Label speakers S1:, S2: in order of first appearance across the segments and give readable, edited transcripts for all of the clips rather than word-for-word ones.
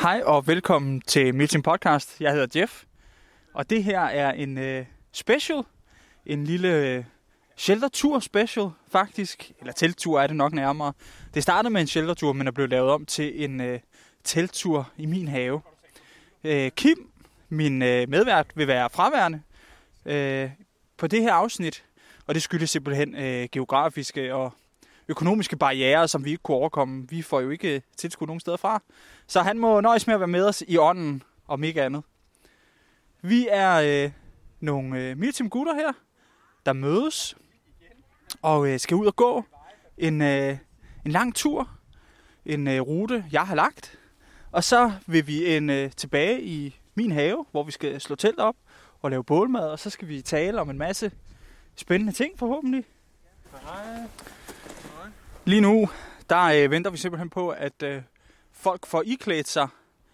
S1: Hej og velkommen til Milsim Podcast. Jeg hedder Jeff, og det her er en special, en lille sheltertur special faktisk, eller telttur er det nok nærmere. Det startede med en sheltertur, men er blevet lavet om til en telttur i min have. Kim, min medvært, vil være fraværende på det her afsnit, og det skyldes simpelthen geografiske og økonomiske barrierer, som vi ikke kunne overkomme. Vi får jo ikke tilskud nogen steder fra. Så han må nøjes med at være med os i ånden, om ikke andet. Vi er nogle Milsim gutter her, der mødes og skal ud og gå en lang tur. En rute, jeg har lagt. Og så vil vi ende tilbage i min have, hvor vi skal slå telt op og lave bålmad. Og så skal vi tale om en masse spændende ting forhåbentlig.
S2: Hej.
S1: Lige nu, der venter vi simpelthen på, at folk får iklædt sig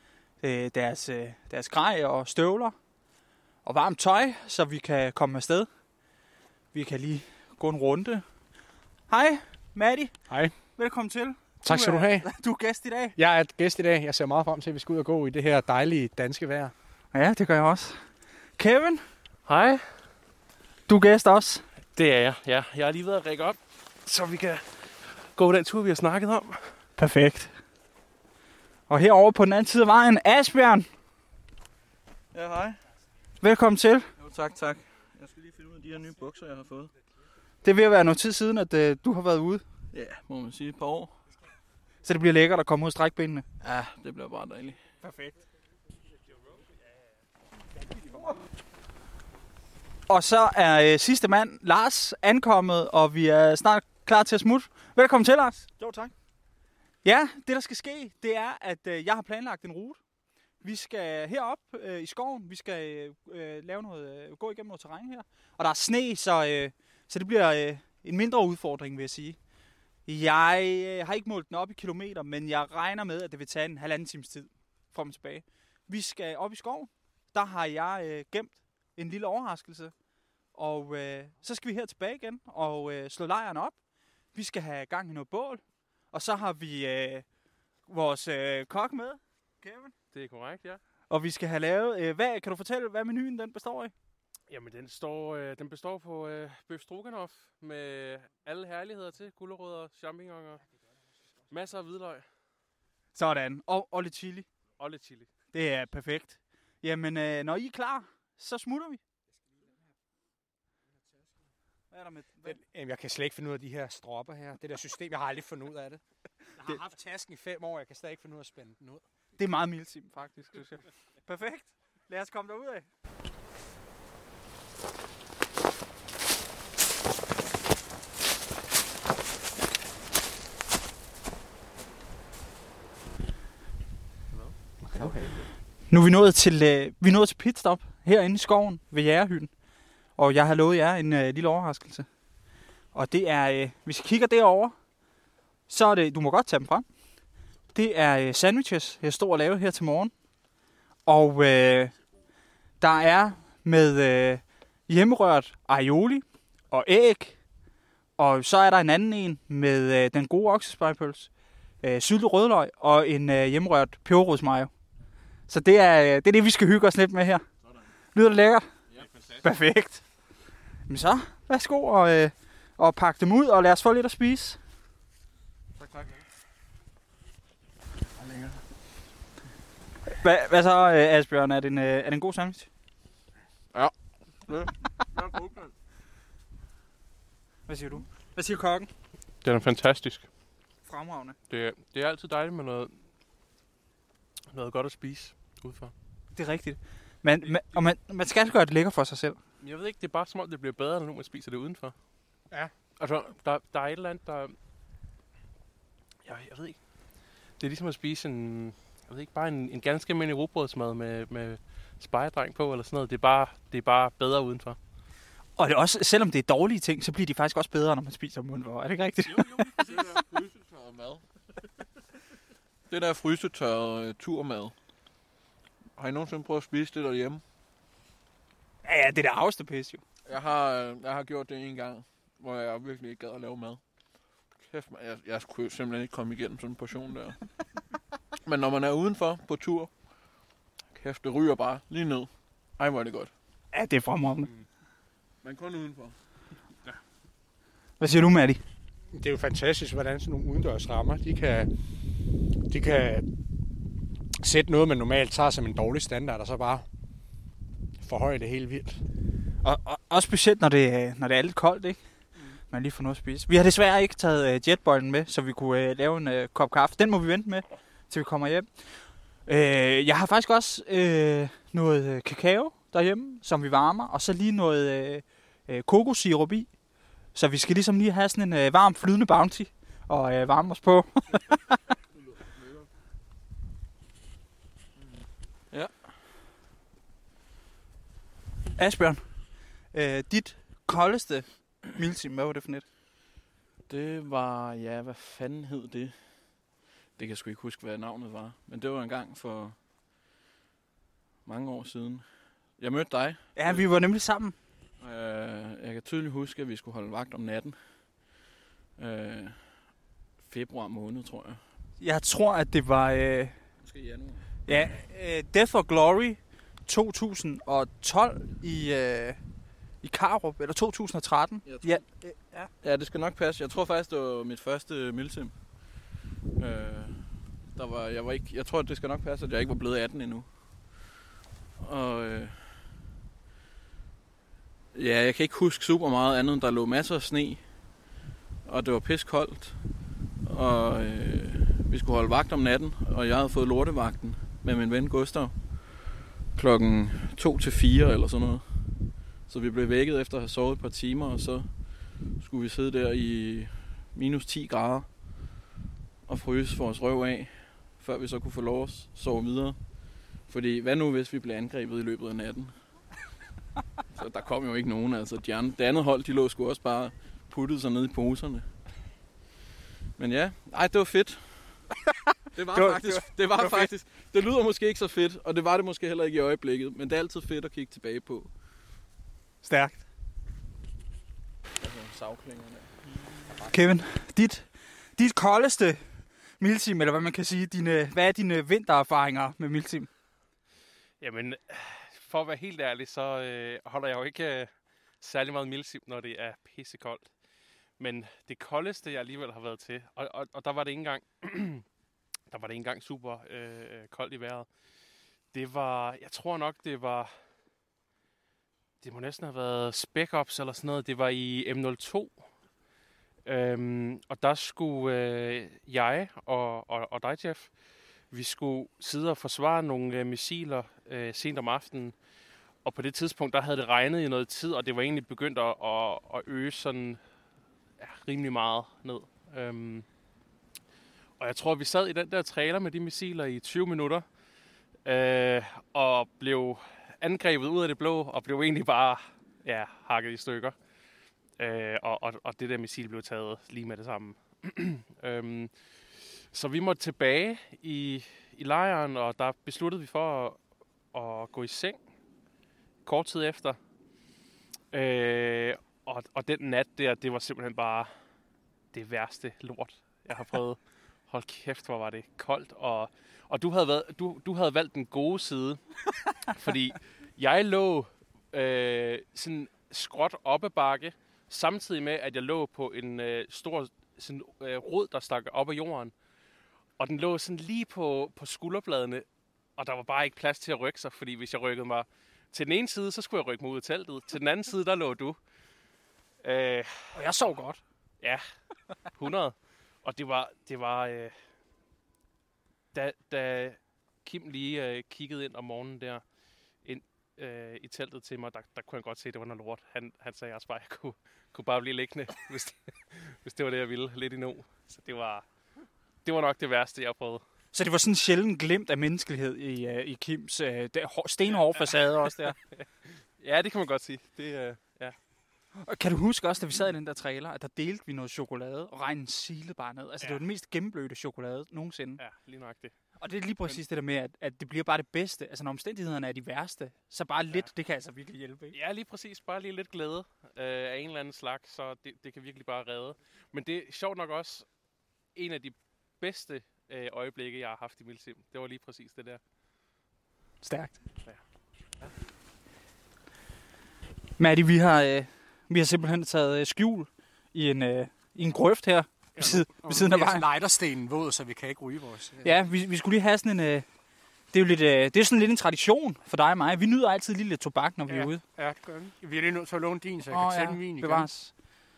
S1: deres grej og støvler og varmt tøj, så vi kan komme afsted. Vi kan lige gå en runde. Hej, Matti.
S2: Hej.
S1: Velkommen til.
S2: Tak skal du have.
S1: Du er gæst i dag.
S2: Jeg er gæst i dag. Jeg ser meget frem til, at vi skal ud og gå i det her dejlige danske vejr.
S1: Ja, det gør jeg også. Kevin,
S3: Hej.
S1: du er gæst også.
S3: Det er jeg, ja. Jeg er lige ved at række op, så vi kan gå den tur, vi har snakket om.
S1: Perfekt. Og herovre på den anden side af vejen, Asbjørn.
S4: Ja, hej.
S1: Velkommen til.
S4: Jo, tak. Jeg skal lige finde ud af de her nye bukser, jeg har fået.
S1: Det er ved at være noget tid siden, at du har været ude.
S4: Ja, må man sige, et par år.
S1: Så det bliver lækkert at komme ud og strække benene.
S4: Ja, det bliver bare dejligt.
S1: Perfekt. Og så er sidste mand, Lars, ankommet, og vi er snart klar til at smutte. Velkommen til, Lars.
S4: Jo, tak.
S1: Ja, det der skal ske, det er, at jeg har planlagt en rute. Vi skal herop i skoven, vi skal gå igennem noget terræn her. Og der er sne, så det bliver en mindre udfordring, vil jeg sige. Jeg har ikke målt den op i kilometer, men jeg regner med, at det vil tage en halvanden times tid frem og tilbage. Vi skal op i skoven. Der har jeg gemt en lille overraskelse. Og så skal vi her tilbage igen og slå lejren op. Vi skal have gang i noget bål. Og så har vi vores kok med, Kevin.
S3: Det er korrekt, ja.
S1: Og vi skal have lavet... kan du fortælle, hvad menuen den består af?
S3: Jamen, den består på bøf stroganoff med alle herligheder til. Gulerødder, champignoner, masser af hvidløg
S1: Sådan. Og lidt chili.
S3: og lidt chili.
S1: Det er perfekt. Jamen, når I er klar, så smutter vi. Hvad er der med?
S2: Jeg kan slet ikke finde ud af de her stropper her. Det der system, jeg har aldrig fundet ud af det. Jeg har haft tasken i 5 år, jeg kan stadig ikke finde ud af at spænde den ud.
S1: Det er meget Milsim, faktisk, synes jeg. Perfekt. Lad os komme derud af. Nu er vi nået til pitstop herinde i skoven ved Jægerhytten. Og jeg har lovet jer en lille overraskelse. Og det er, hvis I kigger derover, så er det, du må godt tage dem frem. Det er sandwiches, jeg står og laver her til morgen. Og der er med hjemmerørt aioli og æg. Og så er der en anden en med den gode oksespejepølse, syltet rødløg og en hjemmerørt peberrodsmayo. Så det er det, vi skal hygge os lidt med her. Lyder det lækkert?
S4: Ja, fantastisk.
S1: Perfekt. Men så, værsgo og pakke dem ud, og lad os få lidt at spise.
S4: Tak.
S1: Hvad så, Asbjørn? Er det en god sandwich?
S4: Ja. Det er godt.
S1: Hvad siger du? Hvad siger kokken?
S3: Den er fantastisk.
S1: Fremragende.
S3: Det er altid dejligt med noget godt at spise udfor.
S1: Det er rigtigt. Man skal gøre det lækker for sig selv.
S3: Jeg ved ikke, det er bare som om, det bliver bedre, når man spiser det udenfor.
S2: Ja.
S3: Altså, der er et eller andet, der... Jeg ved ikke. Det er ligesom at spise bare en ganske almindelig rugbrødsmad med spejedreng på, eller sådan noget. Det er bare bedre udenfor.
S1: Og det er også, selvom det er dårlige ting, så bliver de faktisk også bedre, når man spiser dem udenfor. Er det ikke rigtigt?
S4: Jo, det der frysetørret mad. Det der frysetørret turmad. Har I nogensinde prøvet at spise det derhjemme?
S1: Ja, det er der afstepis jo.
S4: Jeg har gjort det en gang, hvor jeg virkelig ikke gad at lave mad. Kæft, jeg skulle simpelthen ikke komme igennem sådan en portion der. Men når man er udenfor på tur, kæft, det ryger bare lige ned. Ej, hvor er det godt.
S1: Ja, det er fremragende.
S4: Men kun udenfor.
S1: Hvad siger du, Matti?
S2: Det er jo fantastisk, hvordan sådan nogle udendørs rammer, de kan sætte noget, man normalt tager som en dårlig standard, og så bare forhøje det helt vildt.
S1: Og også specielt, når det er lidt koldt, ikke? Man lige får noget at spise. Vi har desværre ikke taget jetboilen med, så vi kunne lave en kop kaffe. Den må vi vente med, til vi kommer hjem. Jeg har faktisk også noget kakao derhjemme, som vi varmer, og så lige noget kokossirup i. Så vi skal ligesom lige have sådan en varm flydende Bounty og varme os på.
S4: Ja.
S1: Asbjørn, dit koldeste milsim, hvad var det for net?
S4: Det var, ja, hvad fanden hed det? Det kan jeg sgu ikke huske, hvad navnet var. Men det var en gang for mange år siden. Jeg mødte dig.
S1: Ja, vi var nemlig sammen.
S4: Jeg kan tydeligt huske, at vi skulle holde vagt om natten. Februar måned, tror jeg.
S1: Jeg tror, at det var
S4: Måske i januar.
S1: ja, Death or Glory 2012 i Karup, eller 2013. Ja,
S4: Ja, det skal nok passe. Jeg tror faktisk, det var mit første milsim. Jeg tror, det skal nok passe, at jeg ikke var blevet 18 endnu. Og ja, jeg kan ikke huske super meget andet, end der lå masser af sne. Og det var piskoldt. Og vi skulle holde vagt om natten, og jeg havde fået lortevagten med min ven Gustav. Klokken 2 til 4 eller sådan noget. Så vi blev vækket efter at have sovet et par timer, og så skulle vi sidde der i minus 10 grader og fryse for os røv af, før vi så kunne få lov at sove videre. Fordi hvad nu, hvis vi blev angrebet i løbet af natten? Så der kom jo ikke nogen. Altså, det andet hold, de lå sgu også bare puttet sig ned i poserne. Men ja, det var fedt. Det var faktisk. Det lyder måske ikke så fedt, og det var det måske heller ikke i øjeblikket. Men det er altid fedt at kigge tilbage på.
S1: stærkt.
S4: Altså, savklingerne.
S1: Kevin, dit koldeste milsim, eller hvad man kan sige, hvad er dine vintererfaringer med milsim?
S3: Jamen, for at være helt ærlig, så holder jeg jo ikke særlig meget milsim, når det er pissekoldt. Men det koldeste, jeg alligevel har været til, og der var det ikke engang, super koldt i vejret. Det var, jeg tror nok, det må næsten have været Spec Ops eller sådan noget. Det var i M02. Og der skulle jeg og dig, Jeff, vi skulle sidde og forsvare nogle missiler sent om aftenen. Og på det tidspunkt, der havde det regnet i noget tid, og det var egentlig begyndt at øge sådan rimelig meget ned. Og jeg tror, vi sad i den der trailer med de missiler i 20 minutter, og blev angrebet ud af det blå, og blev egentlig bare hakket i stykker. Og det der missil blev taget lige med det samme. Så vi måtte tilbage i lejren, og der besluttede vi for at gå i seng kort tid efter. Og den nat der, det var simpelthen bare det værste lort, jeg har prøvet. Hold kæft, hvor var det koldt. Og du havde valgt den gode side, fordi jeg lå sådan skråt op ad bakke, samtidig med, at jeg lå på en stor sådan, rod, der stak op af jorden. Og den lå sådan lige på skulderbladene, og der var bare ikke plads til at rykke sig, fordi hvis jeg rykkede mig til den ene side, så skulle jeg rykke mig ud af teltet. Til den anden side, der lå du.
S1: Og jeg sov godt.
S3: Ja, 100. Og det var da Kim lige kiggede ind om morgenen der, ind i teltet til mig, der kunne han godt se, at det var noget lort. Han sagde også bare, at jeg kunne bare blive liggende, hvis det var det, jeg ville, lidt endnu. Så det var nok det værste, jeg har prøvet.
S1: Så det var sådan en sjælden glimt af menneskelighed i Kims stenhårde facade også der.
S3: Ja, det kan man godt sige. Det,
S1: Og kan du huske også, da vi sad i den der trailer, at der delte vi noget chokolade, og regnen silede bare ned. Altså, det var den mest gennemblødte chokolade nogensinde.
S3: Ja, lige nok det.
S1: Og det er lige præcis det der med, at det bliver bare det bedste. Altså, når omstændighederne er de værste, så bare lidt, det kan altså virkelig hjælpe, ikke?
S3: Ja, lige præcis. Bare lige lidt glæde af en eller anden slags, så det kan virkelig bare redde. Men det er sjovt nok også en af de bedste øjeblikke, jeg har haft i Milsim. Det var lige præcis det der.
S1: Stærkt.
S3: Ja.
S1: Matti, vi har simpelthen taget skjul i en grøft her ved siden af vejen.
S2: Lejderstenen våd, så vi kan ikke ryge vores...
S1: Ja, vi skulle lige have sådan en... Det er jo lidt, det er sådan lidt en tradition for dig og mig. Vi nyder altid lige lidt tobak, når vi er ude.
S2: Ja, det gør vi. Vi er lige nødt til at låne din, så jeg kan tænde min igen.
S1: Bevares.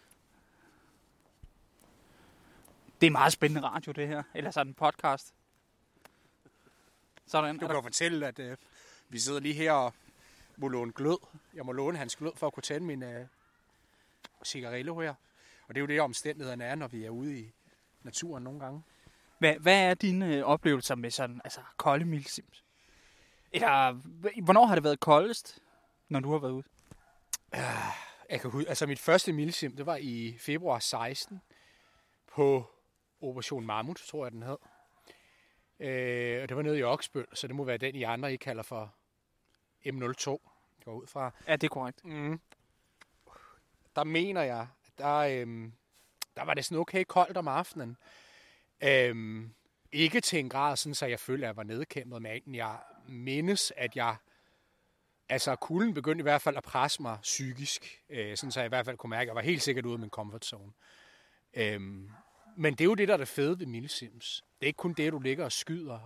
S1: Det er meget spændende radio, det her. Eller sådan en podcast. Sådan.
S2: Du kan jo fortælle, at vi sidder lige her og må låne glød. Jeg må låne hans glød for at kunne tænde min cigarillo her. Og det er jo det, omstændighederne er, når vi er ude i naturen nogle gange.
S1: Hvad er dine oplevelser med sådan, altså kolde milsims? Eller, hvornår har det været koldest, når du har været ude?
S2: Jeg kan huske, altså mit første milsim, det var i februar 16 på Operation Mammut, tror jeg den hed. Og det var nede i Oksbøl, så det må være den, I andre I kalder for M02, går ud fra.
S1: Ja, det er korrekt.
S2: Der mener jeg, der var det sådan okay koldt om aftenen. Ikke til en grad, sådan, så jeg følte, at jeg var nedkæmpet, men jeg mindes, at kulden begyndte i hvert fald at presse mig psykisk, sådan så jeg i hvert fald kunne mærke, at jeg var helt sikkert ude af min comfort zone. Men det er jo det, der er det fede ved milsims. Det er ikke kun det, du ligger og skyder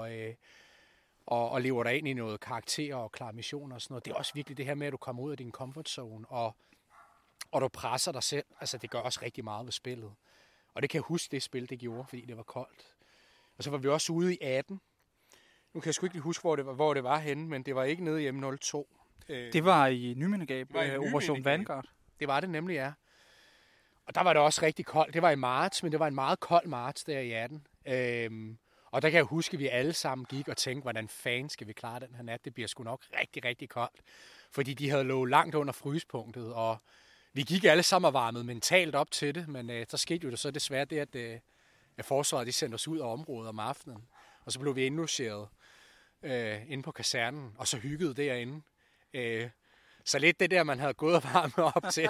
S2: og lever dig ind i noget karakter og klare missioner og sådan noget. Det er også virkelig det her med, at du kommer ud af din comfort zone, og du presser dig selv. Altså, det gør også rigtig meget ved spillet. Og det kan jeg huske, det spil, det gjorde, fordi det var koldt. Og så var vi også ude i 18. Nu kan jeg sgu ikke lige huske, hvor det var henne, men det var ikke nede i M02.
S1: Det var i Nymindegab, Operation Vanguard.
S2: Det var det nemlig, ja. Og der var det også rigtig koldt. Det var i marts, men det var en meget kold marts der i 18. Og der kan jeg huske, at vi alle sammen gik og tænkte, hvordan fanden skal vi klare den her nat? Det bliver sgu nok rigtig, rigtig koldt. Fordi de havde lovet langt under frysepunktet, og vi gik alle sammen og varmede mentalt op til det, men der skete jo det så desværre det, at forsvaret de sendte os ud af området om aftenen. Og så blev vi indlogeret inde på kasernen, og så hyggede derinde. Så lidt det der, man havde gået og varmet op til,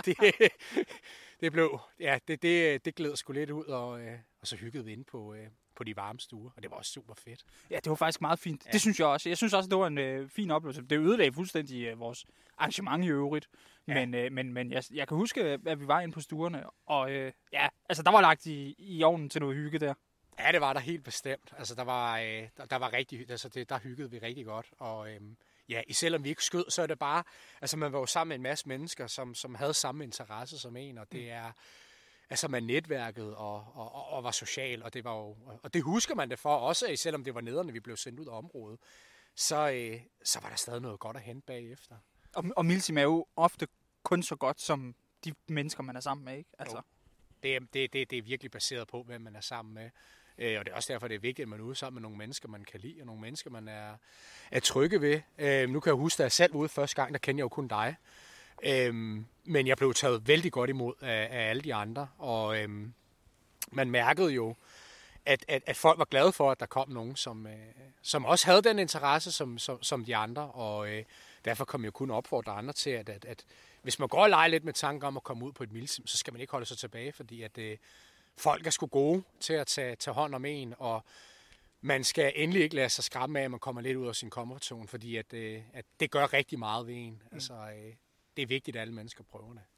S2: det gled sgu lidt ud, og så hyggede vi inde på de varme stuer, og det var også super fedt.
S1: Ja, det var faktisk meget fint. Ja. Det synes jeg også. Jeg synes også, det var en fin oplevelse. Det ødelagde fuldstændig vores arrangement i øvrigt. Ja. Men jeg kan huske, at vi var inde på stuerne, og der var lagt i ovnen til noget hygge der.
S2: Ja, det var der helt bestemt. Altså, der var rigtig, altså der hyggede vi rigtig godt, og selvom vi ikke skød, så er det bare, altså man var jo sammen med en masse mennesker, som havde samme interesse som en, og det er, altså man netværkede og var social, og det var jo, og det husker man det for, også selvom det var nederne, vi blev sendt ud af området, så var der stadig noget godt at hente bagefter.
S1: Og milsim er jo ofte kun så godt, som de mennesker, man er sammen med, ikke? Altså.
S2: Det er virkelig baseret på, hvem man er sammen med. Og det er også derfor, det er vigtigt, at man er ude sammen med nogle mennesker, man kan lide, og nogle mennesker, man er trygge ved. Nu kan jeg huske, da jeg selv ude første gang, der kendte jeg jo kun dig. Men jeg blev taget vældig godt imod af alle de andre, og man mærkede jo, at folk var glade for, at der kom nogen, som også havde den interesse som de andre, og derfor kom jeg kun opfordre andre til, at hvis man går og leger lidt med tanker om at komme ud på et milsim, så skal man ikke holde sig tilbage, fordi at folk er sgu gode til at tage hånd om en, og man skal endelig ikke lade sig skræmme af, at man kommer lidt ud af sin comfort zone, fordi at det gør rigtig meget ved en. Altså, det er vigtigt, at alle mennesker prøver det.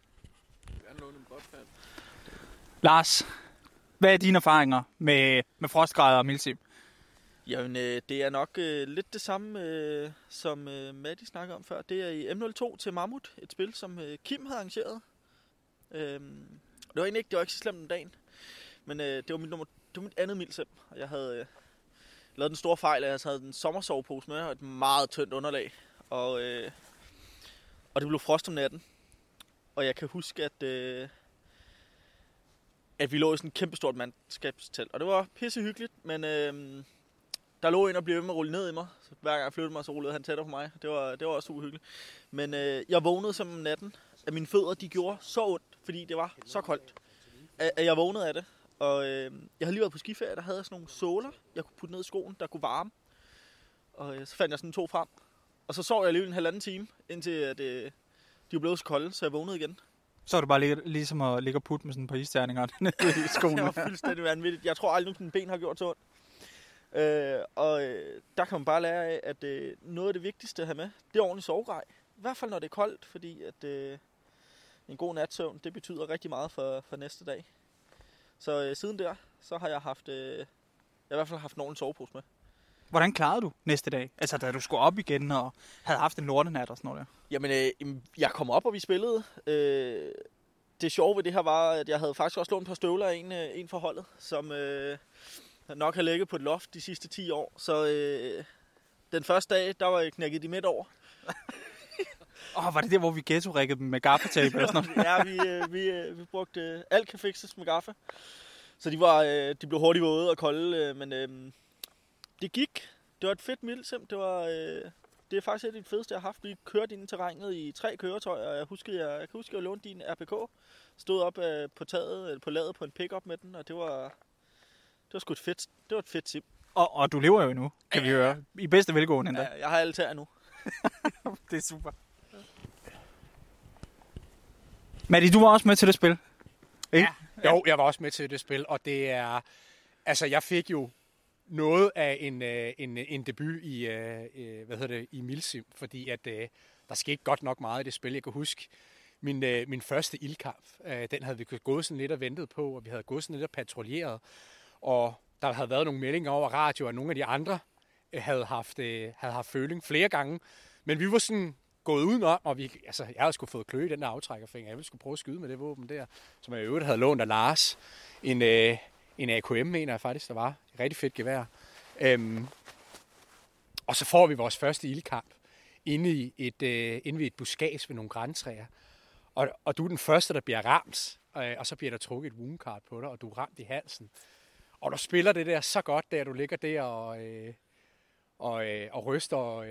S1: Lars, hvad er dine erfaringer med frostgrader og milsim?
S5: Jamen, det er nok lidt det samme, som Matti snakkede om før. Det er i M02 til Mammut, et spil, som Kim havde arrangeret. Det var ikke så slemt den dagen, men det var mit andet milsim, og jeg havde lavet den store fejl, at jeg havde en sommersovepose med og et meget tyndt underlag, og det blev frost om natten. Og jeg kan huske, at vi lå i sådan et kæmpestort mandskabstelt, og det var pissehyggeligt, men der lå en og blev ved med at rulle ned i mig, så hver gang jeg flyttede mig, så rullede han tættere på mig. Det var også super hyggeligt. Men jeg vågnede som natten, at mine fødder de gjorde så ondt, fordi det var så koldt, at jeg vågnede af det. Og jeg havde lige været på skiferie, der havde jeg sådan nogle såler, jeg kunne putte ned i skoen, der kunne varme. Og så fandt jeg sådan 2 frem. Og så sov jeg lige en 1,5 time, indtil at, de var blevet så kolde, så jeg vågnede igen.
S1: Så er det bare ligesom at ligge og putte med sådan et par isterninger nede i skoene.
S5: Det var fuldstændig vanvittigt. Jeg tror aldrig, at mine ben har gjort så ondt. Der kan man bare lære af, at noget af det vigtigste at have med, det er ordentligt sovegrej. I hvert fald når det er koldt, fordi at en god natsøvn, det betyder rigtig meget for næste dag. Så siden der, så har jeg haft, jeg har i hvert fald haft en ordentlig sovepose med.
S1: Hvordan klarede du næste dag? Altså, da du skulle op igen og havde haft en lortenat og sådan noget der?
S5: Jamen, jeg kom op, og vi spillede. Det sjove ved det her var, at jeg havde faktisk også lånt et par støvler af en for holdet, som nok har ligget på et loft de sidste 10 år. Så den første dag, der var jeg knækket de midt over.
S1: Var det der, hvor vi ghetto-riggede dem med gaffatape eller sådan noget?
S5: Ja, vi brugte alt kan fikses med gaffe. Så de blev hurtigt våde og kolde, men det gik. Det var et fedt middelsim. Det er faktisk et af de fedeste, jeg har haft. Vi kørte ind i terrænet i 3 køretøjer, og jeg kan huske, at jeg lånte din RPK. Stod op på taget, på ladet på en pickup med den, og det var sgu fedt. Det var et fedt sim.
S1: Og du lever jo endnu, kan vi høre. I bedste velgående endda.
S5: Ja, jeg har alle tæer nu.
S1: Det er super. Matti, du var også med til det spil, ikke?
S2: Ja. Jo, jeg var også med til det spil, og det er... Altså, jeg fik jo noget af en debut i Milsim, fordi at der skete godt nok meget i det spil. Jeg kan huske min første ildkamp, den havde vi gået sådan lidt og ventet på, og vi havde gået sådan lidt og patruljeret, og der havde været nogle meldinger over radio, og nogle af de andre havde haft føling flere gange, men vi var sådan gået udenom, og jeg havde sgu fået klø i den der aftrækkerfinger. Jeg ville sgu prøve at skyde med det våben der, som jeg i øvrigt havde lånt af Lars. En AKM, mener jeg faktisk, der var. Et rigtig fedt gevær. Og så får vi vores første ildkamp inde ved et buskads ved nogle grantræer. Og du er den første, der bliver ramt, og så bliver der trukket et woundcard på dig, og du er ramt i halsen. Og du spiller det der så godt, der du ligger der og ryster og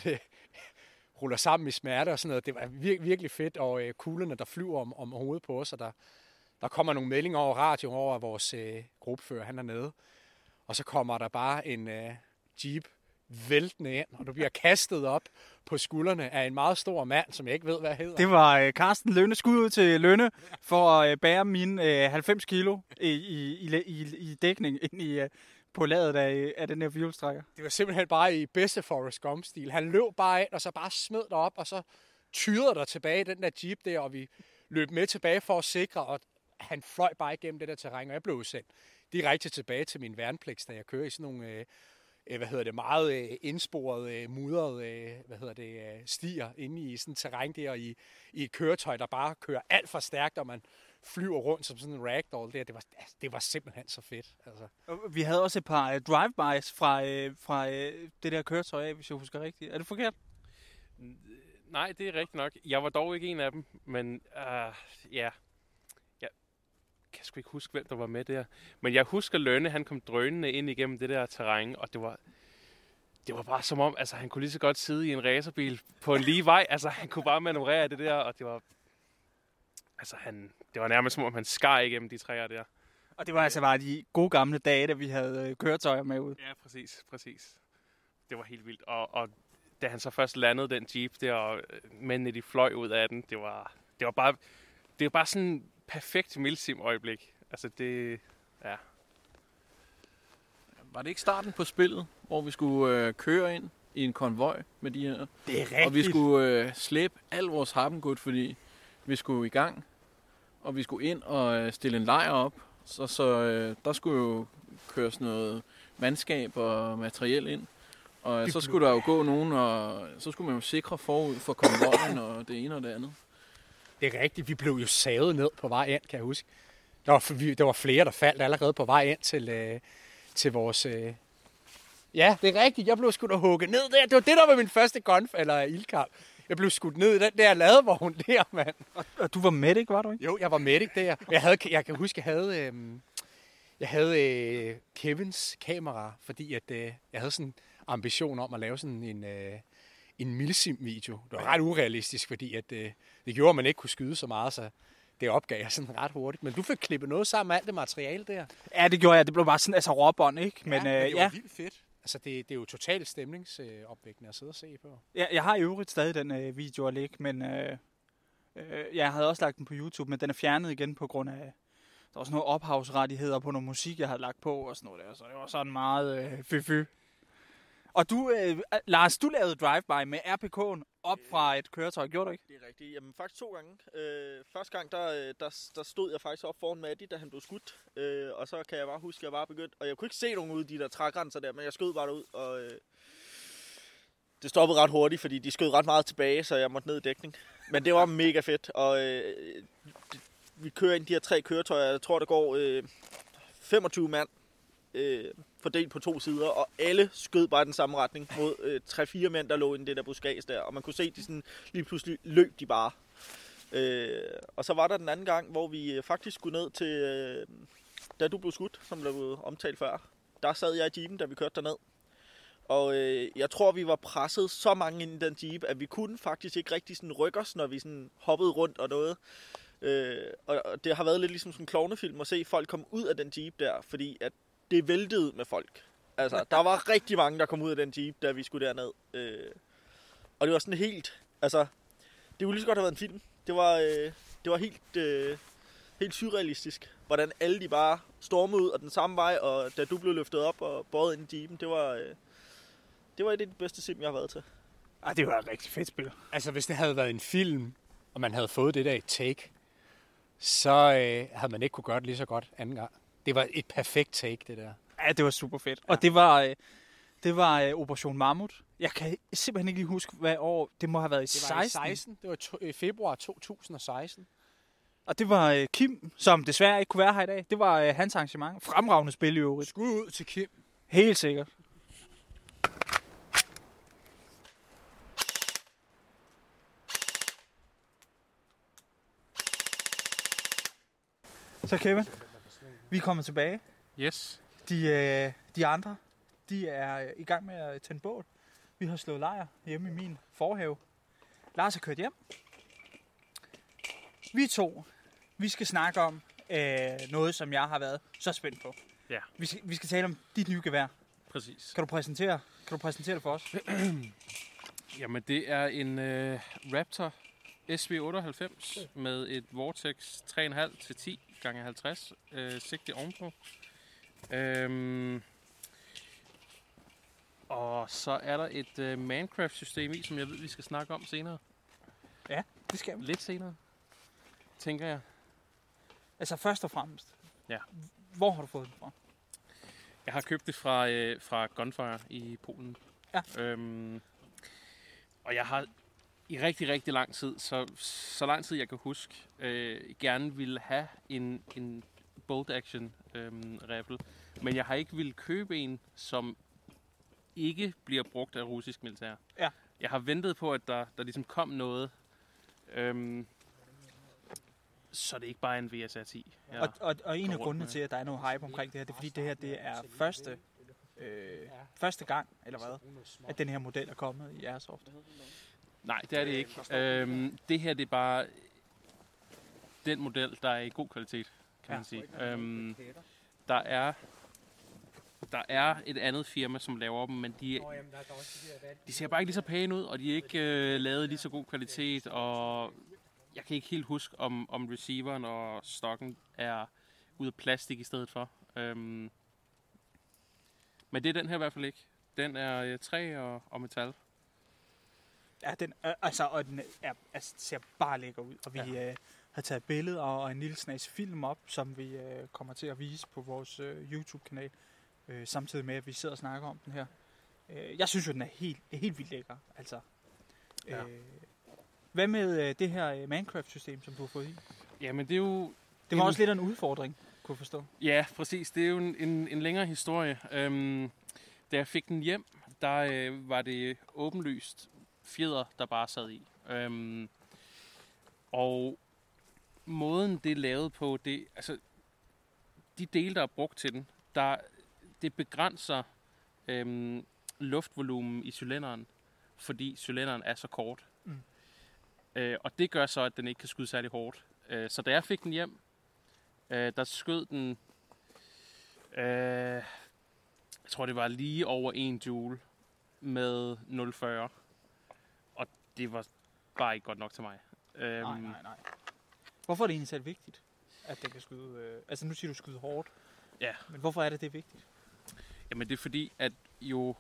S2: ruller sammen i smerte og sådan noget. Det var virkelig fedt, og kuglerne, der flyver om hovedet på os, og der kommer nogle meldinger over radio over vores gruppefører, han er nede. Og så kommer der bare en jeep væltende ind, og du bliver kastet op på skuldrene af en meget stor mand, som jeg ikke ved, hvad hedder.
S1: Det var Carsten Lønne. Skud ud til Lønne for at bære mine 90 kilo i dækning ind på ladet af den her fjolstrækker.
S2: Det var simpelthen bare i bedste Forrest Gump-stil. Han løb bare ind, og så bare smed dig op, og så tyrede der tilbage i den der jeep der, og vi løb med tilbage for at sikre, og han fløj bare igennem det der terræn, og jeg blev sendt direkte tilbage til min værnepligt, da jeg kører i sådan nogle meget indsporede, mudrede stier inde i sådan et terræn der, i et køretøj, der bare kører alt for stærkt, og man flyver rundt som sådan en ragdoll der. Det var simpelthen så fedt. Altså.
S1: Vi havde også et par drive-bys fra det der køretøj af, hvis jeg husker rigtigt. Er det forkert?
S3: Nej, det er rigtigt nok. Jeg var dog ikke en af dem, men jeg kan sgu ikke huske, hvem der var med der. Men jeg husker Lønne, han kom drønende ind igennem det der terræn, og det var bare som om, altså han kunne lige så godt sidde i en racerbil på en lige vej. Altså han kunne bare manøvrere det der, og det var... Altså det var nærmest som om han skar igennem de træer der.
S1: Og det var altså bare de gode gamle dage, da vi havde køretøjer med ud.
S3: Ja, præcis. Det var helt vildt. Og da han så først landede den jeep der, og mændene de fløj ud af den, det var bare sådan en perfekt Milsim-øjeblik. Altså det, ja.
S4: Var det ikke starten på spillet, hvor vi skulle køre ind i en konvoj med de her?
S1: Det er rigtigt.
S4: Og vi skulle slæbe al vores harpengud, fordi vi skulle i gang, og vi skulle ind og stille en lejr op. Så der skulle jo køres noget mandskab og materiel ind. Og så skulle der jo gå nogen, og så skulle man jo sikre forud for konvojen og det ene og det andet.
S2: Det er rigtigt. Vi blev jo savet ned på vej ind, kan jeg huske. Der var flere, der faldt allerede på vej ind til vores... Ja, det er rigtigt. Jeg blev skudt og hugget ned der. Det var det, der var min første ildkamp. Jeg blev skudt ned i den der ladevogn der, mand.
S1: Og du var medic, var du ikke?
S2: Jo, jeg var medic der. Jeg kan huske, jeg havde Kevins kamera, fordi at, jeg havde sådan en ambition om at lave sådan en Milsim-video. Det var ret urealistisk, fordi at, det gjorde, at man ikke kunne skyde så meget, så det opgav jeg sådan ret hurtigt. Men du fik klippet noget sammen med alt det materiale der.
S1: Ja, det gjorde jeg. Det blev bare sådan, altså råbånd, ikke?
S2: Men det var vildt fedt. Altså, det er jo totalt stemningsopvækkende at sidde og se på.
S1: Ja, jeg har i øvrigt stadig den video at lægge, men jeg havde også lagt den på YouTube, men den er fjernet igen på grund af var også nogle ophavsrettigheder på noget musik, jeg havde lagt på og sådan noget der. Så det var sådan meget fy. Og du, Lars, du lavede drive-by med RPK'en op fra et køretøj, gjorde du ikke?
S5: Det er rigtigt. Jamen faktisk 2 gange. Første gang, der stod jeg faktisk op foran Matti, da han blev skudt. Og så kan jeg bare huske, at jeg bare begyndte. Og jeg kunne ikke se nogen ude i de der trægrænser der, men jeg skød bare derud. Og det stoppede ret hurtigt, fordi de skød ret meget tilbage, så jeg måtte ned i dækning. Men det var mega fedt. Og vi kører ind de her 3 køretøjer. Jeg tror, der går 25 mand fordelt på 2 sider, og alle skød bare den samme retning mod 3-4 mænd, der lå inde i det der buskads der, og man kunne se, de sådan lige pludselig løb de bare. Og så var der den anden gang, hvor vi faktisk skulle ned til, da du blev skudt, som blev omtalt før, der sad jeg i jeepen, da vi kørte derned. Og jeg tror, vi var presset så mange ind i den jeep, at vi kunne faktisk ikke rigtig sådan rykke os, når vi sådan hoppede rundt og noget. Og det har været lidt ligesom sådan en klovnefilm at se folk komme ud af den jeep der, fordi at det væltede med folk. Altså, der var rigtig mange, der kom ud af den jeep, da vi skulle derned. Og det var sådan helt, altså, det kunne lige så godt have været en film. Det var helt surrealistisk, hvordan alle de bare stormede ud og den samme vej, og da du blev løftet op og båret ind i jeepen, det var et af de bedste sim, jeg har været til.
S1: Ej, det var et rigtig fedt spil.
S2: Altså, hvis det havde været en film, og man havde fået det der i take, så havde man ikke kunne gøre det lige så godt anden gang. Det var et perfekt take, det der.
S1: Ja, det var super fedt. Ja. Og det var Operation Mammut. Jeg kan simpelthen ikke lige huske, hvad år. Det må have været i 16.
S2: Det var i februar 2016.
S1: Og det var Kim, som desværre ikke kunne være her i dag. Det var hans arrangement. Fremragende spil i øvrigt.
S2: Skud ud til Kim.
S1: Helt sikkert. Så Kevin, vi er kommet tilbage.
S3: Yes.
S1: De andre, de er i gang med at tænde bål. Vi har slået lejr hjemme i min forhave. Lars er kørt hjem. Vi skal snakke om noget, som jeg har været så spændt på.
S3: Ja.
S1: Vi skal tale om dit nye gevær.
S3: Præcis.
S1: Kan du præsentere det for os?
S3: Jamen, det er en Raptor SV98 med et Vortex 3,5 til 10 gange 50 sigte ovenpå. Og så er der et Mancraft-system i, som jeg ved, vi skal snakke om senere.
S1: Ja, det skal vi.
S3: Lidt senere, tænker jeg.
S1: Altså først og fremmest.
S3: Ja.
S1: Hvor har du fået den fra?
S3: Jeg har købt det fra Gunfire i Polen.
S1: Ja.
S3: Og jeg har i rigtig, rigtig lang tid, så lang tid jeg kan huske, gerne ville have en bolt action rifle. Men jeg har ikke ville købe en, som ikke bliver brugt af russisk militær.
S1: Ja.
S3: Jeg har ventet på, at der ligesom kom noget, så det ikke bare er en VSR-10.
S1: Og en af grundene til, at der er noget hype omkring det her, det er fordi det her det er første gang, eller hvad, at den her model er kommet i Airsoft.
S3: Nej, det er det ikke. Det her det er bare den model, der er i god kvalitet, kan man sige. Der er et andet firma, som laver dem, men de ser bare ikke lige så pæne ud, og de er ikke lavet lige så god kvalitet, og jeg kan ikke helt huske, om receiveren og stokken er ud af plastik i stedet for. Men det er den her i hvert fald ikke. Den er træ og metal.
S1: Ja, den ser bare lækker ud, og vi har taget billeder og en lille snas film op, som vi kommer til at vise på vores YouTube-kanal, samtidig med, at vi sidder og snakker om den her. Jeg synes jo, den er helt vildt lækker. Altså, hvad med det her Mancraft-system, som du har fået i?
S3: Jamen, det er jo...
S1: Det var også lidt af en udfordring, kunne jeg forstå.
S3: Ja, præcis. Det er jo en længere historie. Da jeg fik den hjem, der var det åbenlyst fjeder, der bare sad i. Og måden, det er lavet på, de dele, der er brugt til den, det begrænser luftvolumen i cylinderen, fordi cylinderen er så kort. Og det gør så, at den ikke kan skyde særlig hårdt. Så da jeg fik den hjem, der skød den, jeg tror det var lige over 1 joule med 0,40. Og det var bare ikke godt nok til mig.
S1: Nej. Hvorfor er det egentlig så vigtigt? at den kan skyde... altså nu siger du skyde hårdt.
S3: Ja.
S1: Men hvorfor er det vigtigt?
S3: Jamen det er fordi, at jo...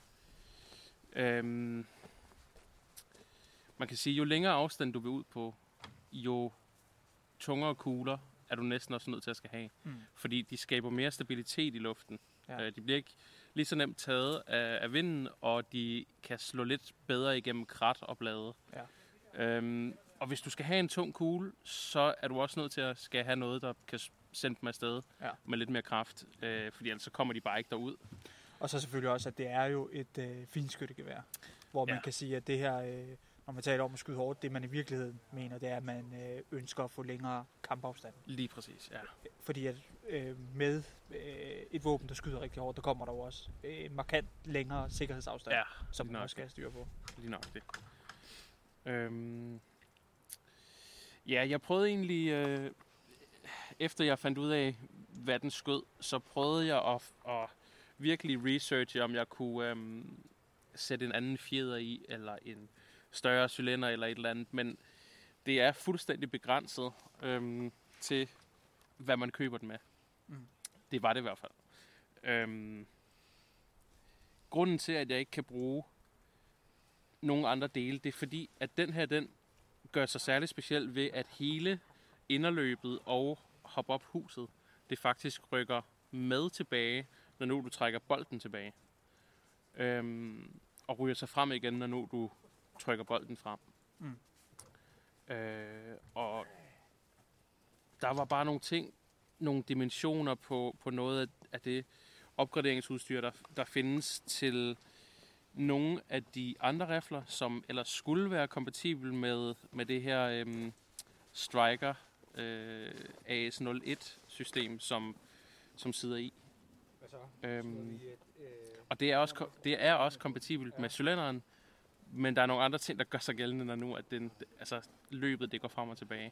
S3: man kan sige, jo længere afstand du vil ud på, jo tungere kugler er du næsten også nødt til at skal have. Fordi de skaber mere stabilitet i luften. Ja. De bliver ikke lige så nemt taget af vinden, og de kan slå lidt bedre igennem krat og blade. Ja. Og hvis du skal have en tung kugle, så er du også nødt til at skal have noget, der kan sende dem afsted med lidt mere kraft. Fordi ellers så kommer de bare ikke derud.
S1: Og så selvfølgelig også, at det er jo et finskyttegevær, hvor man kan sige, at det her... når man taler om at skyde hårdt, det man i virkeligheden mener, det er, at man ønsker at få længere kampafstand.
S3: Lige præcis, ja.
S1: Fordi at med et våben, der skyder rigtig hårdt, der kommer der jo også markant længere sikkerhedsafstand, som man også skal have styr på.
S3: Lige nok det. Jeg prøvede egentlig, efter jeg fandt ud af, hvad den skød, så prøvede jeg at virkelig researche, om jeg kunne sætte en anden fjeder i, eller en større cylinder eller et eller andet, men det er fuldstændig begrænset til, hvad man køber den med. Det var det i hvert fald. Grunden til, at jeg ikke kan bruge nogle andre dele, det er fordi, at den her, den gør sig særligt speciel ved, at hele inderløbet og hop-up-huset, det faktisk rykker med tilbage, når nu du trækker bolden tilbage. Og ryger sig frem igen, når nu du trykker bolden frem. Og der var bare nogle ting, nogle dimensioner på noget af det opgraderingsudstyr, der findes til nogle af de andre rifler, som ellers skulle være kompatibel med det her Striker AS01 system, som sidder i. Og det er også kompatibelt med cylinderen, men der er nogle andre ting, der gør sig gældende, når nu at løbet det går frem og tilbage.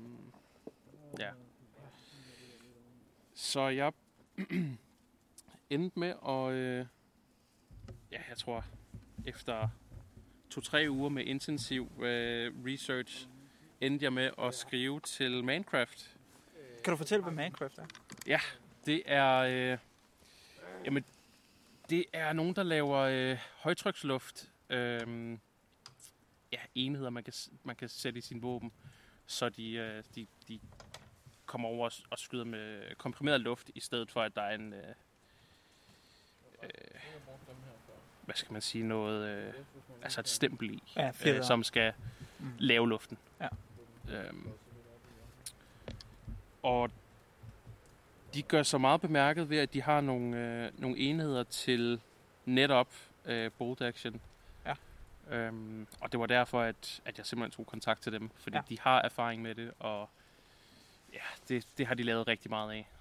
S3: Så jeg endte med at, jeg tror efter 2-3 uger med intensiv research, endte jeg med at skrive til Minecraft.
S1: Kan du fortælle, hvad Minecraft er? Ja,
S3: det er det er nogen, der laver højtryksluft. Enheder, man kan sætte i sin våben, så de kommer over og skyder med komprimeret luft, i stedet for, at der er en hvad skal man sige, noget et stempel i, som skal lave luften. Ja. Og de gør så meget bemærket ved, at de har nogle enheder til netop bolt action. Ja. Og det var derfor, at jeg simpelthen tog kontakt til dem, fordi de har erfaring med det, og det har de lavet rigtig meget af.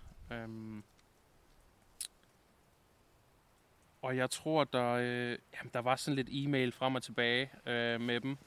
S3: Og jeg tror, der var sådan lidt e-mail frem og tilbage med dem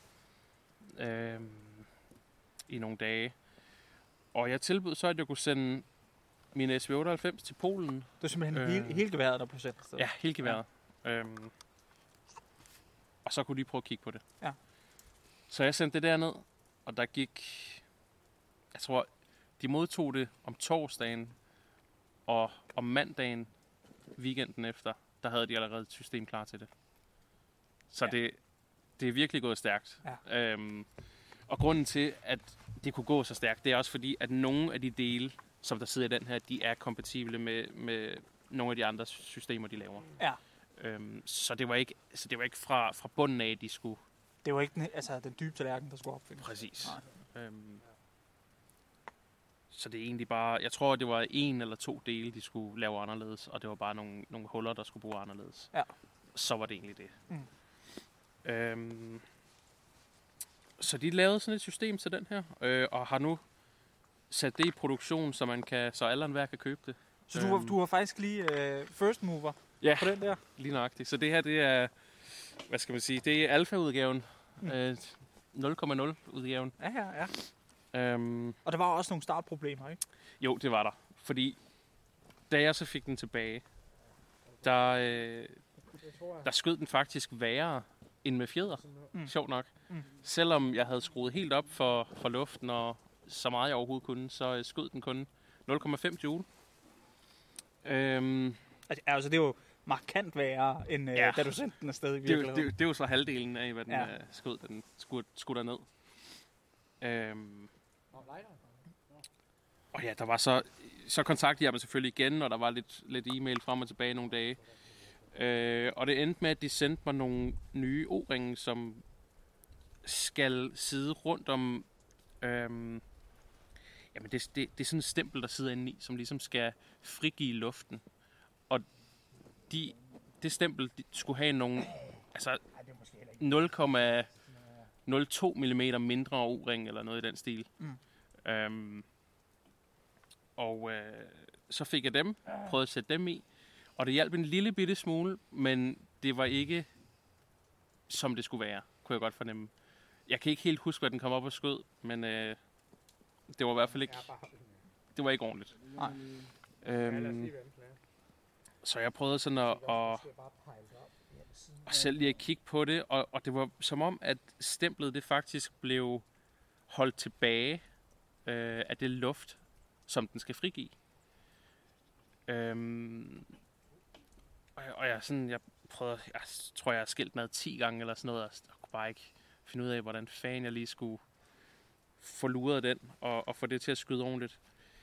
S3: i nogle dage. Og jeg tilbød så, at jeg kunne sende min SV98 til Polen.
S1: Det er simpelthen hele geværet, der er procent afsted.
S3: Ja, hele geværet. Ja. Og så kunne de prøve at kigge på det. Ja. Så jeg sendte det derned, og der gik... Jeg tror, de modtog det om torsdagen, og om mandagen, weekenden efter, der havde de allerede et system klar til det. Så det er virkelig gået stærkt. Ja. Og grunden til, at det kunne gå så stærkt, det er også fordi, at nogle af de dele, som der sidder i den her, de er kompatible med nogle af de andre systemer, de laver. Ja. Så det var ikke fra bunden af, de skulle...
S1: Det var ikke den dybe tallerken, der skulle opfindes.
S3: Præcis. Så det er egentlig bare... Jeg tror, det var 1 eller 2 dele, de skulle lave anderledes, og det var bare nogle huller, der skulle bruge anderledes. Ja. Så var det egentlig det. Så de lavede sådan et system til den her, og har nu sat det i produktion, så alle enhver kan købe det.
S1: Så du var faktisk lige first mover på den der?
S3: Lige nøjagtigt. Så det her, det er, hvad skal man sige, det er alfa-udgaven, 0,0-udgaven.
S1: Ja. Og der var også nogle startproblemer, ikke?
S3: Jo, det var der. Fordi da jeg så fik den tilbage, der skød den faktisk værre end med fjeder. Sjovt nok. Selvom jeg havde skruet helt op for luften og så meget jeg overhovedet kunne, så skød den kun 0,5 joule.
S1: Altså, det er jo markant værre, end da du sendte den afsted i virkeligheden.
S3: Det er jo så halvdelen af, hvad den skød, da den skulle derned. Og ja, der var så kontaktede jeg dem selvfølgelig igen, og der var lidt e-mail frem og tilbage nogle dage. Og det endte med, at de sendte mig nogle nye O-ringe, som skal sidde rundt om... jamen, det er sådan et stempel, der sidder inde i, som ligesom skal frigive luften. Og det stempel skulle have nogle... Altså 0,02 mm mindre O-ring, eller noget i den stil. Så fik jeg dem, prøvede at sætte dem i, og det hjalp en lille bitte smule, men det var ikke, som det skulle være, kunne jeg godt fornemme. Jeg kan ikke helt huske, hvad den kom op og skød, men det var i hvert fald ikke, det var ikke ordentligt. Så jeg prøvede sådan at selv lige at kigge på det, og det var som om, at stemplet det faktisk blev holdt tilbage af det luft, som den skal frigive. Og jeg tror, jeg har skilt mad 10 gange eller sådan noget, og kunne bare ikke finde ud af, hvordan fanden jeg lige skulle få luret den, og få det til at skyde ordentligt.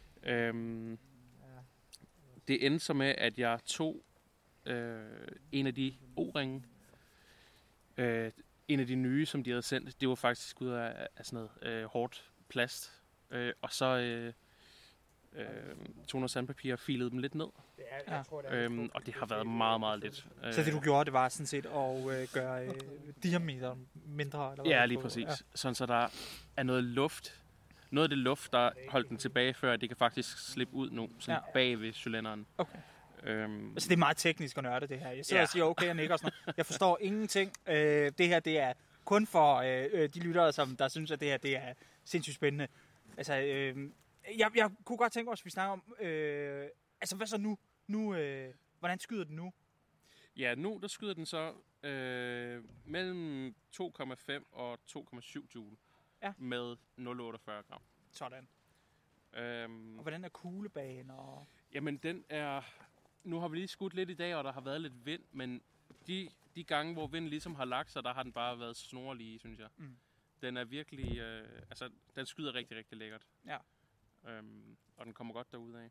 S3: Det endte så med, at jeg tog en af de O-ringe, en af de nye, som de havde sendt, det var faktisk ud af sådan noget hårdt plast, og så tog noget sandpapir og filede dem lidt ned. Og det har været meget, meget lidt.
S1: Så det du gjorde, det var sådan set at gøre diameter mindre? Eller hvad
S3: ja, lige præcis. Ja. Sådan så der er noget luft. Noget af det luft, der holdt den tilbage før, det kan faktisk slippe ud nu, sådan bag ved cylinderen. Okay.
S1: Altså det er meget teknisk og nørdet det her. Jeg sidder og siger okay og nikker og sådan noget. Jeg forstår ingenting. Det her, det er kun for de lyttere, som der synes, at det her, det er sindssygt spændende. Altså, jeg kunne godt tænke mig, at vi snakker om, altså hvad så nu? Hvordan skyder den nu?
S3: Ja, nu der skyder den så mellem 2,5 og 2,7 joule med 0,48 gram.
S1: Sådan. Og hvordan er kuglebanen?
S3: Jamen den er... Nu har vi lige skudt lidt i dag, og der har været lidt vind, men de gange, hvor vinden ligesom har lagt sig, der har den bare været snorlige, synes jeg. Den er virkelig... altså, den skyder rigtig, rigtig lækkert.
S1: Ja.
S3: Og den kommer godt derudad.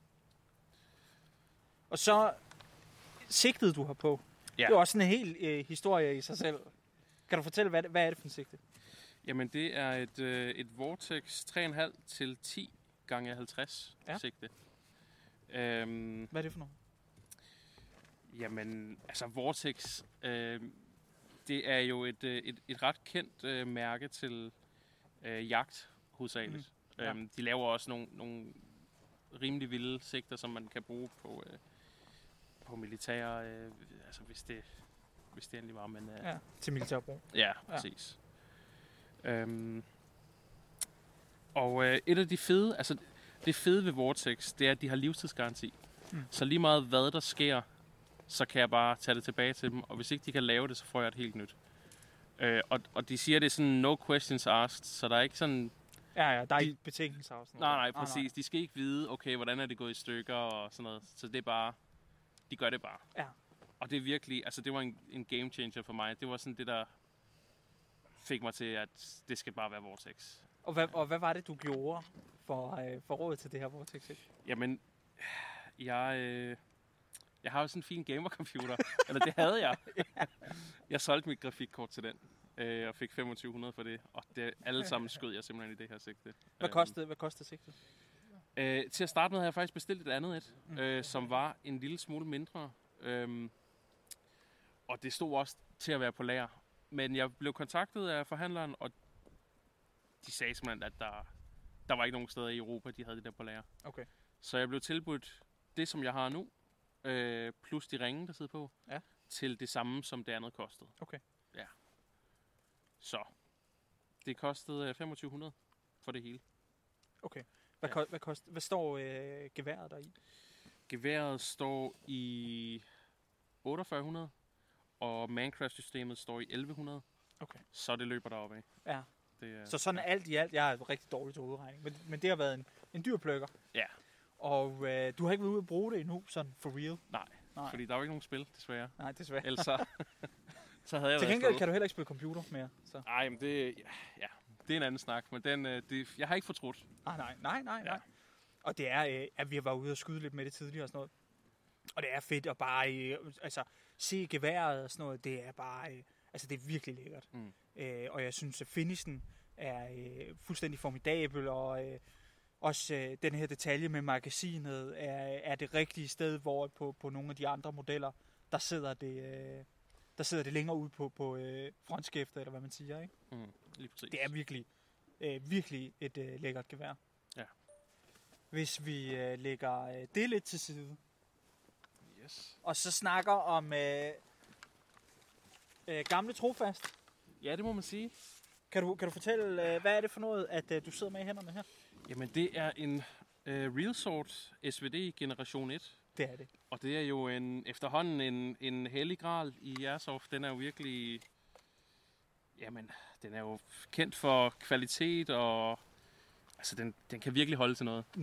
S1: Og så sigtet, du har på. Ja. Det er også sådan en hel historie i sig selv. Kan du fortælle, hvad er det for en sigte?
S3: Jamen, det er et Vortex 3,5 til 10 gange 50 sigte.
S1: Hvad er det for noget?
S3: Jamen, altså Vortex, det er jo et ret kendt mærke til jagt hovedsageligt. De laver også nogle rimelig vilde sigter, som man kan bruge på militære, altså hvis det endelig var, men...
S1: til militærbrug.
S3: Ja, præcis. Og et af de fede, altså det fede ved Vortex, det er, at de har livstidsgaranti. Så lige meget hvad der sker, så kan jeg bare tage det tilbage til dem, og hvis ikke de kan lave det, så får jeg et helt nyt. Og de siger, det er sådan no questions asked, så der er ikke sådan...
S1: Ja, der er ikke betingelser og sådan noget.
S3: Nej, præcis. Nej. De skal ikke vide, okay, hvordan er det gået i stykker og sådan noget. Så det er bare... De gør det bare. Ja. Og det er virkelig... Altså, det var en game changer for mig. Det var sådan det, der fik mig til, at det skal bare være Vortex.
S1: Og hvad var det, du gjorde for råd til det her Vortex?
S3: Jamen, jeg har jo sådan en fin gamer-computer. Eller det havde jeg. Jeg solgte mit grafikkort til den. Og fik 2500 for det. Og det alle sammen skød jeg simpelthen i det her sigte.
S1: Hvad kostede sigtet?
S3: Til at starte med havde jeg faktisk bestilt et andet som var en lille smule mindre. Og det stod også til at være på lager. Men jeg blev kontaktet af forhandleren, og de sagde simpelthen, at der var ikke nogen steder i Europa, de havde det der på lager. Okay. Så jeg blev tilbudt det, som jeg har nu, plus de ringe, der sidder på, til det samme, som det andet kostede.
S1: Okay.
S3: Ja. Så det kostede 2500 for det hele.
S1: Okay. Hvad står geværet der i?
S3: Geværet står i 4800, og Mancraft-systemet står i 1100. Okay. Så det løber deroppe af.
S1: Ja. Så sådan alt i alt, jeg er rigtig dårlig til udregning, men det har været en dyr plukker.
S3: Ja.
S1: Og du har ikke været ude at bruge det endnu, sådan for real?
S3: Nej, fordi der er jo ikke nogen spil, desværre.
S1: Nej, desværre.
S3: Ellers så havde jeg
S1: til gengæld kan du heller ikke spille computer mere. Så.
S3: Nej, men det er en anden snak, men jeg har ikke fortrudt.
S1: Nej. Ja. Og det er, at vi har været ude og skyde lidt med det tidligere og sådan noget. Og det er fedt at bare se geværet og sådan noget. Det er bare, det er virkelig lækkert. Og jeg synes, at finishen er fuldstændig formidabel, og også den her detalje med magasinet er det rigtige sted, hvor på nogle af de andre modeller, der sidder det længere ud på frontskæftet, eller hvad man siger, ikke?
S3: Lige præcis.
S1: Det er virkelig et lækkert gevær.
S3: Ja.
S1: Hvis vi lægger det lidt til side,
S3: yes.
S1: og så snakker om gamle trofast.
S3: Ja, det må man sige.
S1: Kan du fortælle, hvad er det for noget, at du sidder med i hænderne her?
S3: Jamen, det er en RealSword SVD Generation 1.
S1: Det er det.
S3: Og det er jo efterhånden en hellig gral i Airsoft. Den er jo virkelig... Jamen, den er jo kendt for kvalitet, og altså, den kan virkelig holde til noget.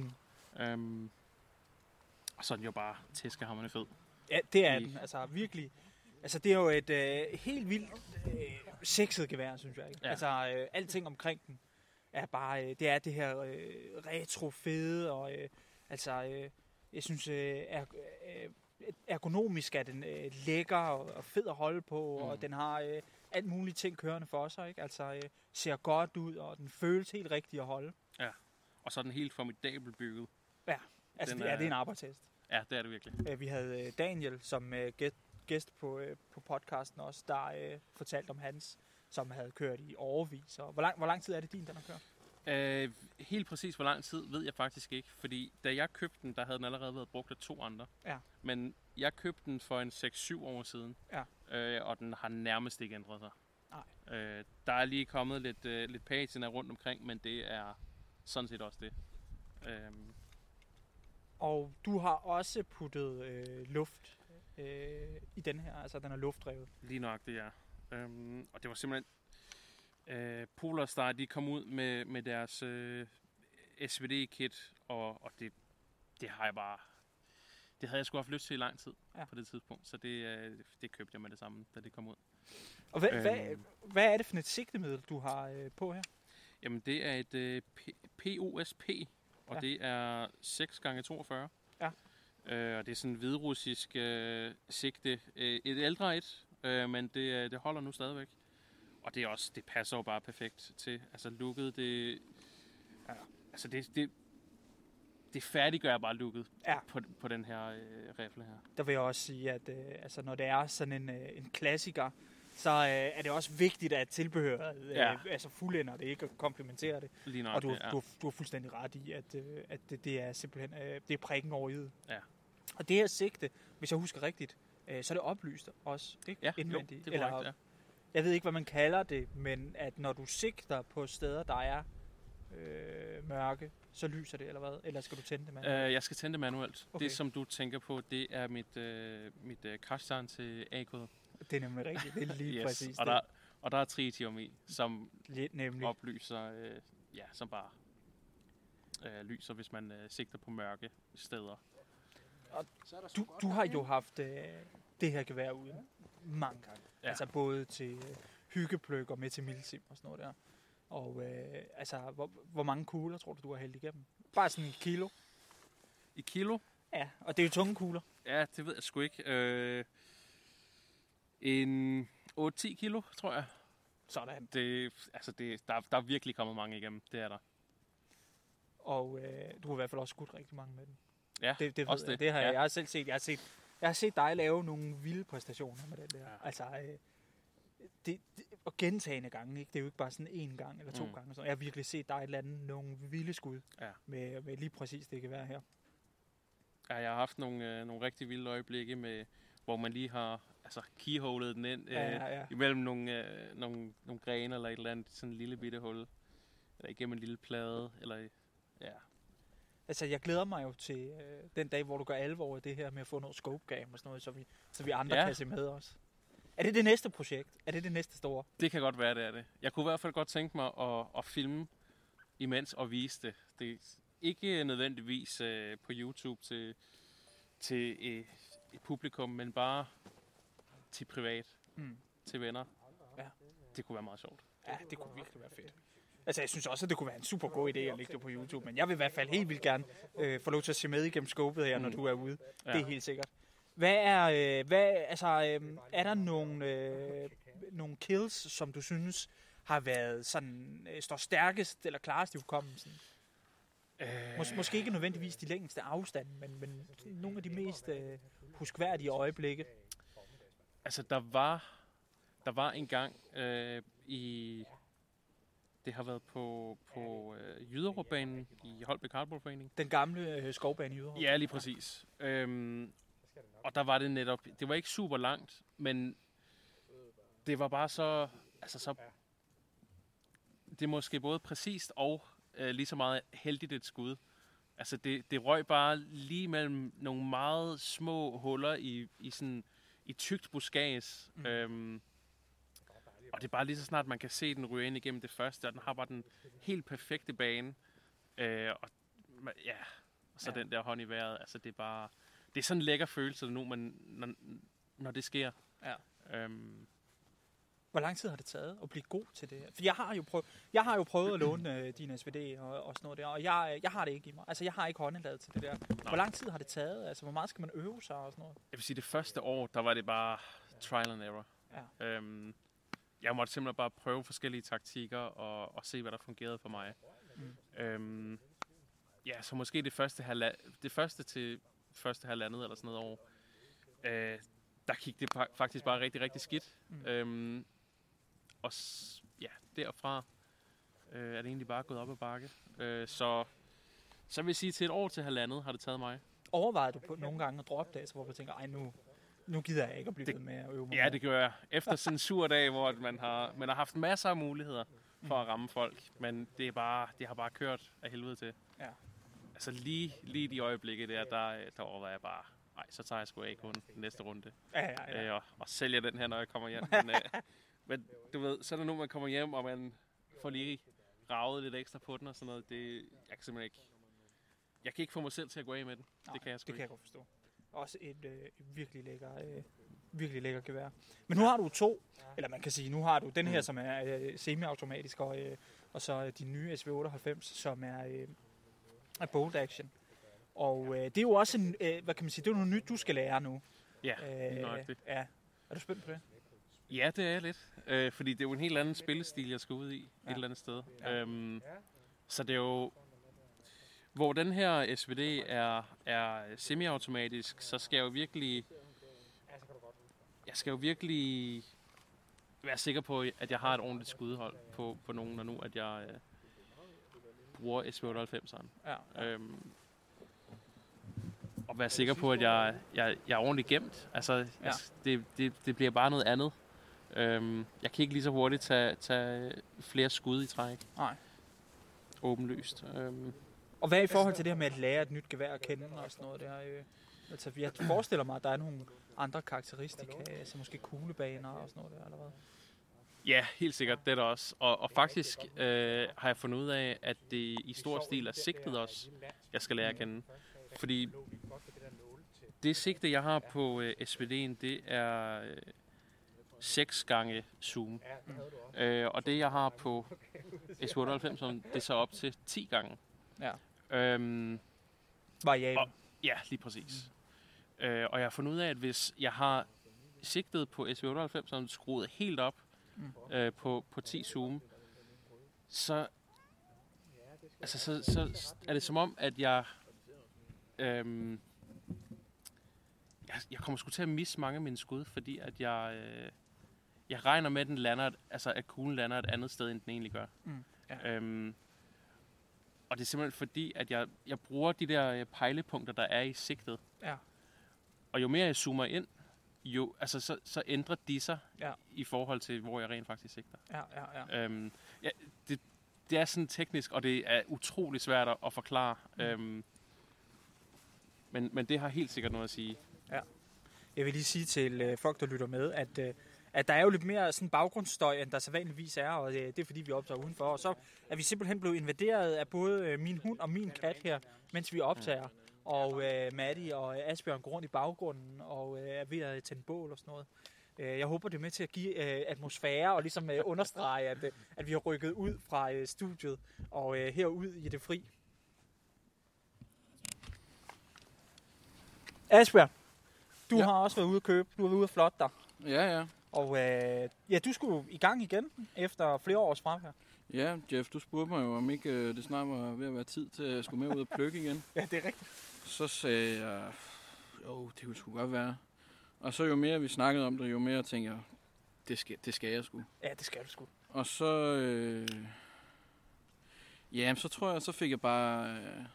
S3: Og så er den jo bare tæskehamrende fed. Ja,
S1: det er den. Altså, virkelig. Altså, det er jo et helt vildt sexet gevær, synes jeg. Ikke? Ja. Altså, alting omkring den er bare... det er det her retro-fede, og jeg synes, ergonomisk er den lækker og fed at holde på, og den har alt muligt ting kørende for sig, ikke? Altså, ser godt ud, og den føles helt rigtig at holde.
S3: Ja, og så er den helt formidabelt bygget.
S1: Ja, altså det er en arbejdshest.
S3: Ja, det er det virkelig.
S1: Vi havde Daniel som gæst på podcasten også, der fortalte om hans, som havde kørt i årevis. Og hvor lang tid er det din, den har kørt?
S3: Helt præcis hvor lang tid ved jeg faktisk ikke, fordi da jeg købte den, der havde den allerede været brugt af 2 andre.
S1: Ja.
S3: Men jeg købte den for en 6-7 år siden, og den har nærmest ikke ændret sig.
S1: Nej.
S3: Der er lige kommet lidt patina rundt omkring, men det er sådan set også det.
S1: Og du har også puttet luft i den her, altså den er luftdrevet.
S3: Lige nok det, ja. Og det var simpelthen... Polerstar, de kom ud med deres SVD-kit, og det har jeg bare... Det havde jeg sgu haft lyst til i lang tid på det tidspunkt, så det købte jeg med det samme, da det kom ud.
S1: Og hvad er det for et sigtemiddel, du har på her?
S3: Jamen, det er et POSP, og det er 6x42.
S1: Ja.
S3: Og det er sådan en hvidrussisk sigte. Et ældre et, men det holder nu stadigvæk. Og det passer jo bare perfekt til. Altså looket, det færdiggør bare looket på den her rifle her.
S1: Der vil jeg også sige, at når det er sådan en klassiker, så er det også vigtigt, at tilbehøret fuldender det, ikke, og komplementerer det.
S3: Lige nok,
S1: og du har fuldstændig ret i, at det er simpelthen det er prikken over i'et.
S3: Ja.
S1: Og det her sigte, hvis jeg husker rigtigt, så er det oplyst også, ikke?
S3: Ja,
S1: indvendigt.
S3: Jo, det er korrekt, ja.
S1: Jeg ved ikke, hvad man kalder det, men at når du sigter på steder, der er mørke, så lyser det, eller hvad? Eller skal du tænde det manuelt?
S3: Jeg skal tænde det manuelt.
S1: Okay.
S3: Det, som du tænker på, det er mit cashtarn til AK-kodet.
S1: Det er nemlig rigtigt. Det er lige præcis
S3: og der er tritium i, som
S1: nemlig
S3: oplyser, som bare lyser, hvis man sigter på mørke steder.
S1: Og du har jo haft det her gevær ude mange gange. Ja. Altså både til hyggepløk og med til milsim og sådan noget der. Og hvor mange kugler tror du har hældt igennem? Bare sådan i kilo?
S3: I kilo?
S1: Ja, og det er jo tunge kugler.
S3: Ja, det ved jeg sgu ikke. En 8-10 kilo, tror jeg.
S1: Sådan.
S3: Der er virkelig kommet mange igennem, det er der.
S1: Og du har i hvert fald også skudt rigtig mange med den.
S3: Ja,
S1: det ved
S3: også
S1: jeg. Det har jeg har selv set. Jeg har set dig lave nogle vilde præstationer med den der. Ja. Altså, og gentagende gange, ikke? Det er jo ikke bare sådan en gang eller 2 gange. Så jeg har virkelig set dig lande nogle vilde skud med lige præcis det gevær her.
S3: Ja, jeg har haft nogle rigtig vilde øjeblikke med, hvor man lige har keyholet den ind imellem nogle grene eller et eller andet, sådan en lille bitte hul, eller igennem en lille plade, eller
S1: Altså, jeg glæder mig jo til den dag, hvor du gør alvor i det her med at få noget scope game og sådan noget, så vi andre kan se med os. Er det det næste projekt? Er det det næste store?
S3: Det kan godt være, det er det. Jeg kunne i hvert fald godt tænke mig at filme imens og vise det. Det er ikke nødvendigvis på YouTube til et publikum, men bare til privat, til venner.
S1: Ja.
S3: Det kunne være meget sjovt.
S1: Ja, det kunne virkelig være fedt. Altså, jeg synes også, at det kunne være en super god idé at lægge det på YouTube, men jeg vil i hvert fald helt vildt gerne få lov til at se med igennem skåbet her, når du er ude. Ja. Det er helt sikkert. Er der nogle kills, som du synes har været sådan, står stærkest eller klarest i hukommelsen? Måske ikke nødvendigvis de længste afstande, men nogle af de mest huskværdige øjeblikke.
S3: Altså, der var en gang det har været på Jyderup-banen i Holbæk Hardballforening.
S1: Den gamle skovbane i Jyderup.
S3: Ja, lige præcis. Og der var det netop, det var ikke super langt, men det var bare så det er måske både præcist og lige så meget heldigt et skud. Altså det røg bare lige mellem nogle meget små huller i tykt buskads. Og det er bare lige så snart man kan se den ryge ind igennem det første, og den har bare den helt perfekte bane. Og så den der hånd i vejret. Altså det er bare, det er sådan en lækker følelse nu, når det sker.
S1: Ja. Hvor lang tid har det taget at blive god til det? For jeg har jo prøvet at låne din SVD og sådan noget der, og jeg har det ikke i mig. Altså jeg har ikke håndladet til det der. Hvor lang tid har det taget? Altså hvor meget skal man øve sig og sådan noget?
S3: Jeg vil sige, det første år, der var det bare trial and error.
S1: Ja.
S3: Jeg måtte simpelthen bare prøve forskellige taktikker og se, hvad der fungerede for mig. Så måske det første til første halvandet eller sådan noget år, der gik det faktisk bare rigtig, rigtig skidt. Og derfra er det egentlig bare gået op ad bakke. Så vil jeg sige, til et år til halvandet har det taget mig.
S1: Overvejede du på nogle gange at droppe det, hvor du tænker, ej nu gider jeg ikke at blive ved med at øve mig?
S3: Ja, det gør jeg. Efter sådan en sur dag, hvor man har haft masser af muligheder for at ramme folk, men det har bare kørt af helvede til.
S1: Ja.
S3: Altså lige de øjeblikke der overvejer jeg bare, nej, så tager jeg sgu ikke kun næste runde.
S1: Ja.
S3: Og sælger den her, når jeg kommer hjem. Men du ved, så er der nu, man kommer hjem, og man får lige ravet lidt ekstra på den og sådan noget. Jeg kan simpelthen ikke. Jeg kan ikke få mig selv til at gå af med den.
S1: Nej,
S3: det kan jeg sgu
S1: det kan
S3: ikke.
S1: jeg godt forstå. Også et virkelig lækker gevær. Men nu har du to, eller man kan sige, nu har du den her, som er semi-automatisk, og så din nye SV98, som er bolt action. Og det er jo også hvad kan man sige, det er jo noget nyt, du skal lære nu.
S3: Ja, nøjagtigt.
S1: Ja. Er du spændt på det?
S3: Ja, det er jeg lidt. Fordi det er jo en helt anden spillestil, jeg skal ud i et eller andet sted. Ja. Så det er jo... Hvor den her SVD er semi-automatisk, så skal jeg jo virkelig være sikker på, at jeg har et ordentligt skudhold på nogen, når nu at jeg bruger SV98'eren.
S1: Ja.
S3: Og være sikker på, at jeg er ordentligt gemt. Altså, det bliver bare noget andet. Jeg kan ikke lige så hurtigt tage flere skud i træk.
S1: Nej.
S3: Åbenlyst.
S1: Og hvad i forhold til det her med at lære et nyt gevær at kende og sådan noget der? Altså, jeg forestiller mig, at der er nogle andre karakteristika, altså måske kuglebaner og sådan noget der, eller hvad?
S3: Ja, helt sikkert, det er der også. Og faktisk har jeg fundet ud af, at det i stor stil er sigtet også, jeg skal lære at kende. Fordi det sigte, jeg har på SVD'en, det er 6 gange zoom. Og det, jeg har på SV98, det er så op til 10 gange.
S1: Ja.
S3: Variabel. Ja, lige præcis. Og jeg har fundet ud af, at hvis jeg har sigtet på SV98 skruet helt op på 10 zoom, så er det som om, at jeg kommer sgu til at misse mange af mine skud, fordi at jeg regner med, at den lander, altså at kuglen lander et andet sted, end den egentlig gør. Og det er simpelthen fordi, at jeg bruger de der pejlepunkter, der er i sigtet. Ja. Og jo mere jeg zoomer ind, så ændrer de sig i forhold til, hvor jeg rent faktisk sigter. Ja. Det er sådan teknisk, og det er utrolig svært at forklare. Men det har helt sikkert noget at sige.
S1: Ja. Jeg vil lige sige til folk, der lytter med, at der er jo lidt mere sådan baggrundsstøj, end der sædvanligvis er, og det er fordi, vi optager udenfor. Og så er vi simpelthen blevet invaderet af både min hund og min kat her, mens vi optager. Og Maddie og Asbjørn går rundt i baggrunden og er ved at tænde bål og sådan noget. Jeg håber, det er med til at give atmosfære og ligesom understrege, at vi har rykket ud fra studiet og herud i det fri. Asbjørn, du har også været ude at købe. Du har været ude at flotte dig.
S4: Ja.
S1: Og du skulle i gang igen efter flere års fravær.
S4: Ja, Jeff, du spurgte mig jo, om ikke det snart var ved at være tid til at jeg skulle med ud og plukke igen.
S1: Ja, det er rigtigt.
S4: Så sagde jeg, det kunne sgu godt være. Og så jo mere vi snakkede om det, jo mere tænkte jeg, det skal jeg sgu.
S1: Ja, det skal du sgu.
S4: Og så, så tror jeg, så fik jeg bare,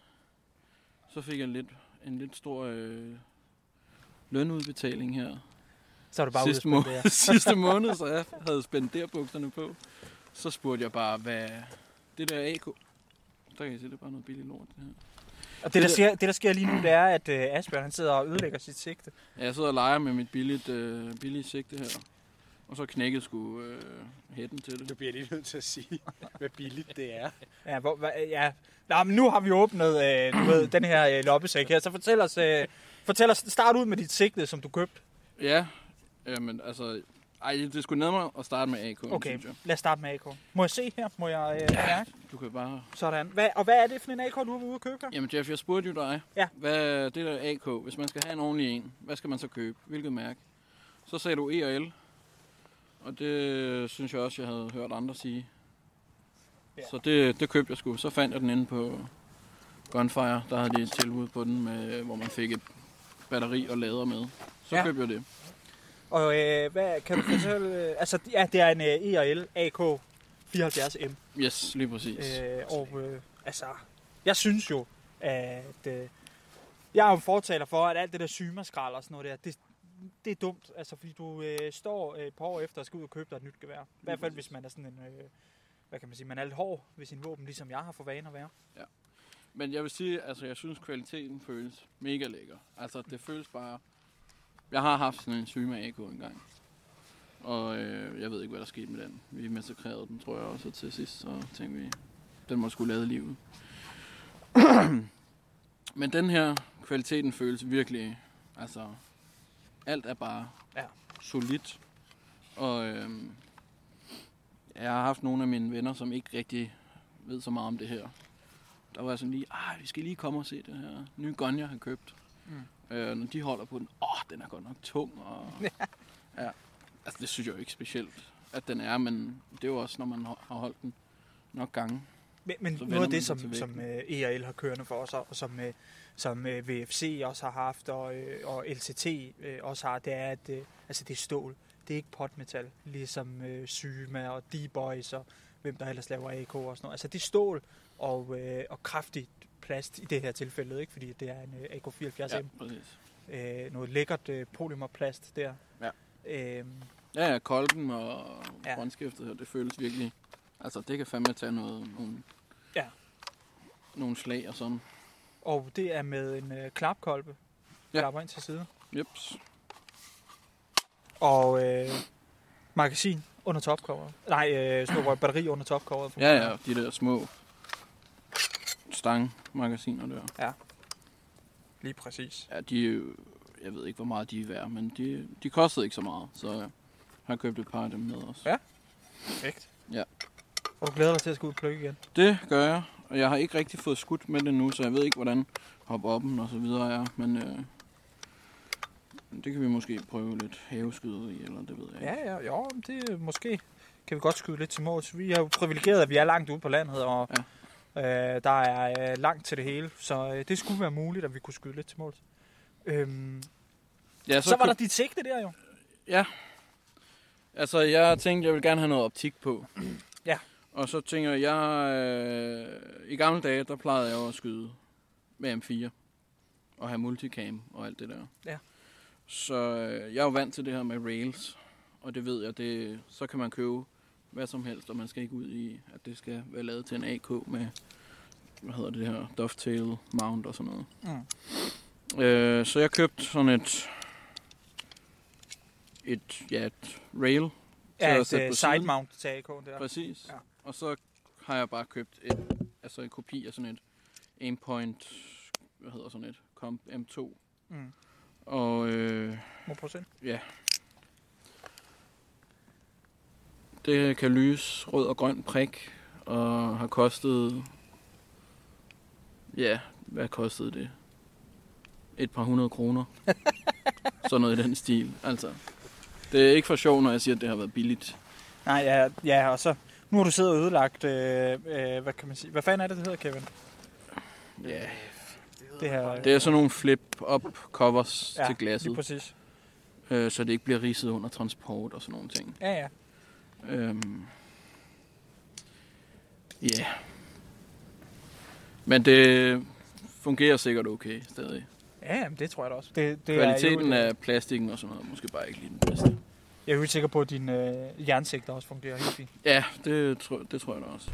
S4: en lidt stor lønudbetaling her.
S1: Så er du bare
S4: sidste måned, så jeg havde spenderbukserne på. Så spurgte jeg bare, hvad det der AK, der kan I se, det er bare noget billigt lort, det her.
S1: Og det der sker lige nu, det er, at Asbjørn han sidder og ødelægger sit sigte.
S4: Ja, jeg sidder og leger med mit billige sigte her. Og så knækkede sgu hætten til det.
S2: Du bliver lige nødt til at sige, hvad billigt det er.
S1: Ja, Nå, men nu har vi åbnet den her loppesæk her. Så fortæl os, start ud med dit sigte, som du købte.
S4: Ja, men altså, det skulle nærmere at starte med AK,
S1: okay,
S4: synes jeg.
S1: Lad os starte med AK. Må jeg se her? Må jeg mærke?
S4: Du kan bare...
S1: Sådan. Hvad er det for en AK, du har været ude at købe her?
S4: Jamen Jeff, jeg spurgte jo dig, hvad det der AK, hvis man skal have en ordentlig en, hvad skal man så købe? Hvilket mærke? Så sagde du E og L, og det synes jeg også, jeg havde hørt andre sige. Ja. Så det købte jeg sgu. Så fandt jeg den inde på Gunfire, der havde de et tilbud på den, hvor man fik et batteri og lader med. Så købte jeg det.
S1: Og hvad kan du fortælle? Altså, ja, det er en E og L AK 74M.
S4: Yes, lige præcis.
S1: Jeg synes jo, at jeg er jo fortaler for, at alt det der symaskrald og sådan noget der, det er dumt. Altså, fordi du står et par år efter og skal ud og købe dig et nyt gevær. I hvert fald, hvis man er sådan en, hvad kan man sige, man er lidt hård ved sin våben, ligesom jeg har for vane at være. Ja.
S4: Men jeg vil sige, altså, jeg synes, kvaliteten føles mega lækker. Altså, det føles bare... Jeg har haft sådan en Syma AK engang. Og jeg ved ikke, hvad der skete med den. Vi massakrerede den, tror jeg også, til sidst. Så tænkte vi, den må skulle lade livet. Men den her kvaliteten føles virkelig... Altså, alt er bare solidt. Og jeg har haft nogle af mine venner, som ikke rigtig ved så meget om det her. Der var jeg sådan lige, vi skal lige komme og se det her nye gun, jeg har købt. Når de holder på den, den er godt nok tung. Og, ja, altså det synes jeg jo ikke specielt, at den er, men det er jo også, når man har holdt den nok gange.
S1: Men noget af det, som E&L har kørende for os, og som VFC også har haft, og LCT også har, det er, at det er stål. Det er ikke potmetal, ligesom Syma og D-Boys og hvem der ellers laver AK og sådan noget. Altså det er stål og kraftigt plast i det her tilfælde, ikke? Fordi det er en AK-74M.
S4: Ja, præcis.
S1: Noget lækkert polymerplast der.
S4: Ja. Kolben og grønskiftet her, det føles virkelig... Altså, det kan fandme tage nogle slag og sådan.
S1: Og det er med en klapkolbe. Klapper ind til side.
S4: Jeps.
S1: Og magasin under topcoveret. Nej, små batteri under topcoveret.
S4: Ja, de der små stangmagasiner der.
S1: Ja, lige præcis.
S4: Ja, jeg ved ikke, hvor meget de er værd, men de kostede ikke så meget, så jeg har købt et par af dem med også.
S1: Ja, perfekt.
S4: Ja.
S1: Og du glæder dig til at skulle ud og plukke igen?
S4: Det gør jeg, og jeg har ikke rigtig fået skudt med det nu, så jeg ved ikke, hvordan hop-uppen og så videre er, men det kan vi måske prøve lidt haveskyder i, eller det ved jeg ikke.
S1: Ja, det måske kan vi godt skyde lidt til måls. Vi er jo privilegeret, at vi er langt ude på landet, og der er langt til det hele, så det skulle være muligt, at vi kunne skyde lidt til måls. Så var der dit sigte der jo.
S4: Ja. Altså, jeg tænkte, jeg vil gerne have noget optik på.
S1: Ja.
S4: Og så tænker jeg, i gamle dage, der plejede jeg jo at skyde med M4. Og have multicam og alt det der. Ja. Så jeg er jo vant til det her med rails. Og det ved jeg, så kan man købe hvad som helst, og man skal ikke ud i, at det skal være lavet til en AK med, det her, dovetail mount og sådan noget. Så jeg købte sådan et rail. til
S1: Ja,
S4: at sætte
S1: et
S4: på siden.
S1: side mount til AK der.
S4: Præcis.
S1: Ja.
S4: Og så har jeg bare købt en kopi af sådan et Aimpoint, hvad hedder sådan et, Comp M2.
S1: Mm.
S4: Og
S1: Må prøve at se.
S4: ja. Det kan lyse rød og grøn prik, og har kostet, ja, hvad kostede det? Et par 100 kroner. Sådan noget i den stil, altså. Det er ikke for sjov, når jeg siger, at det har været billigt.
S1: Nej, ja, og så... Nu har du siddet og ødelagt... hvad kan man sige? Hvad fanden er det hedder, Kevin?
S4: Ja,
S1: Det her...
S4: det er sådan nogle flip-up covers til
S1: lige
S4: glasset,
S1: præcis.
S4: så det ikke bliver ridset under transport og sådan nogle ting.
S1: Ja.
S4: Ja. Men det fungerer sikkert okay stadig.
S1: Ja, men det tror jeg da også.
S4: Kvaliteten af plastikken og sådan noget er måske bare ikke lige den bedste.
S1: Jeg er jo sikker på, at din jernsigter også fungerer helt fint.
S4: Ja, det tror jeg da også.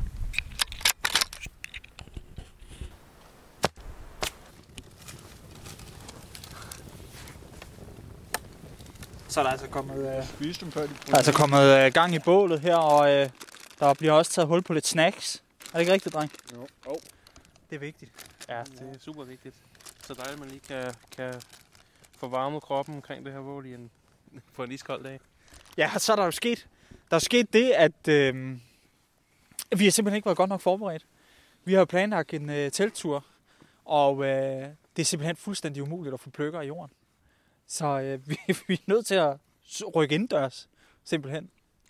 S1: Så er der altså kommet gang i bålet her, og der bliver også taget hul på lidt snacks. Er det ikke rigtigt, dreng?
S3: Jo.
S1: Det er vigtigt.
S3: Ja, det er super vigtigt. Så dejligt, at man lige kan få varmet kroppen omkring det her bål på en iskold dag.
S1: Ja, så er der jo sket det, at vi har simpelthen ikke været godt nok forberedt. Vi har jo planlagt en telttur, og det er simpelthen fuldstændig umuligt at få pløkker i jorden. Så vi er nødt til at rykke indendørs, simpelthen.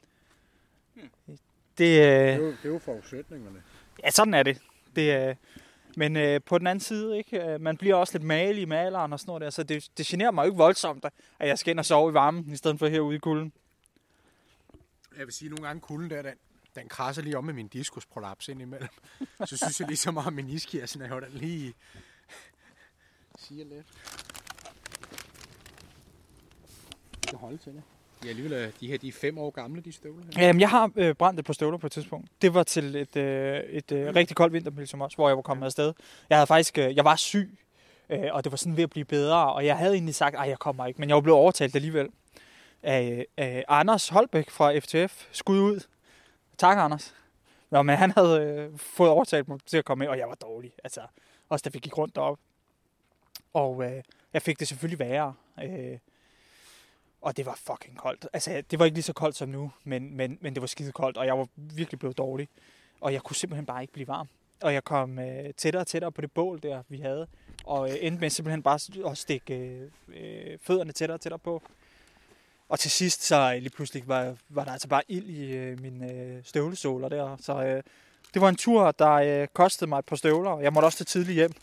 S1: Det er
S2: jo forudsætningerne.
S1: Ja, sådan er det. Men på den anden side, ikke? Man bliver også lidt malig i maleren og sådan noget der, så det generer mig jo ikke voldsomt, at jeg skal ind og sove i varmen, i stedet for herude i kulden.
S2: Jeg vil sige, at nogle gange kulden der, den krasser lige om med min diskusprolaps indimellem. Så synes jeg ligesom, at min iskirsen er jo den lige... siger lidt. Jeg holde til det. De er alligevel de er 5 år gamle, de støvler her.
S1: Jamen, jeg har brændt et par støvler på et tidspunkt. Det var til et rigtig koldt vinterpilsum også, hvor jeg var kommet afsted. Jeg var syg, og det var sådan ved at blive bedre, og jeg havde egentlig sagt, at jeg kommer ikke, men jeg var blevet overtalt alligevel af Anders Holbæk fra FTF. Skud ud. Tak, Anders. Nå, men han havde fået overtalt mig til at komme ind, og jeg var dårlig. Altså, også da vi gik rundt deroppe. Og jeg fik det selvfølgelig værre. Og det var fucking koldt. Altså, det var ikke lige så koldt som nu, men det var skide koldt, og jeg var virkelig blevet dårlig. Og jeg kunne simpelthen bare ikke blive varm. Og jeg kom tættere og tættere på det bål der, vi havde. Og endte med simpelthen bare at stikke fødderne tættere og tættere på. Og til sidst, så lige pludselig var der altså bare ild i mine støvlesåler der. Så det var en tur, der kostede mig et par støvler, og jeg måtte også tage tidligt hjem.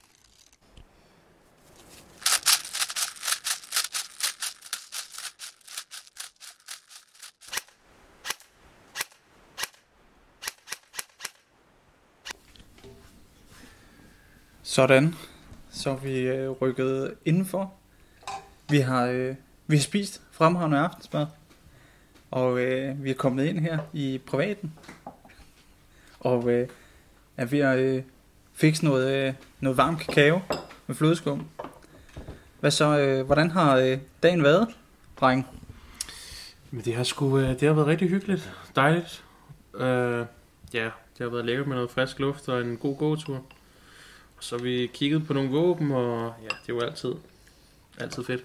S1: Sådan. Så er vi rykket indenfor. Vi har spist fremragende aftensmad. Og vi er kommet ind her i privaten. Og er ved at fikse noget varm kakao med flødeskum. Hvad så? Hvordan har dagen været, dreng?
S3: Men det har været rigtig hyggeligt. Dejligt. Det har været lækkert med noget frisk luft og en god gåtur. Og så har vi kigget på nogle våben, og ja, det er jo altid fedt.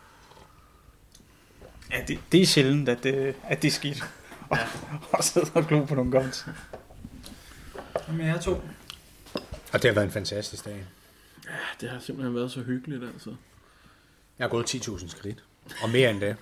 S1: Ja, det er sjældent, at det er skidt. Og sidde og glo på nogle guns. Jamen, jeg to.
S2: Og det har været en fantastisk dag.
S4: Ja, det har simpelthen været så hyggeligt, altså.
S2: Jeg har gået 10.000 skridt. Og mere end det.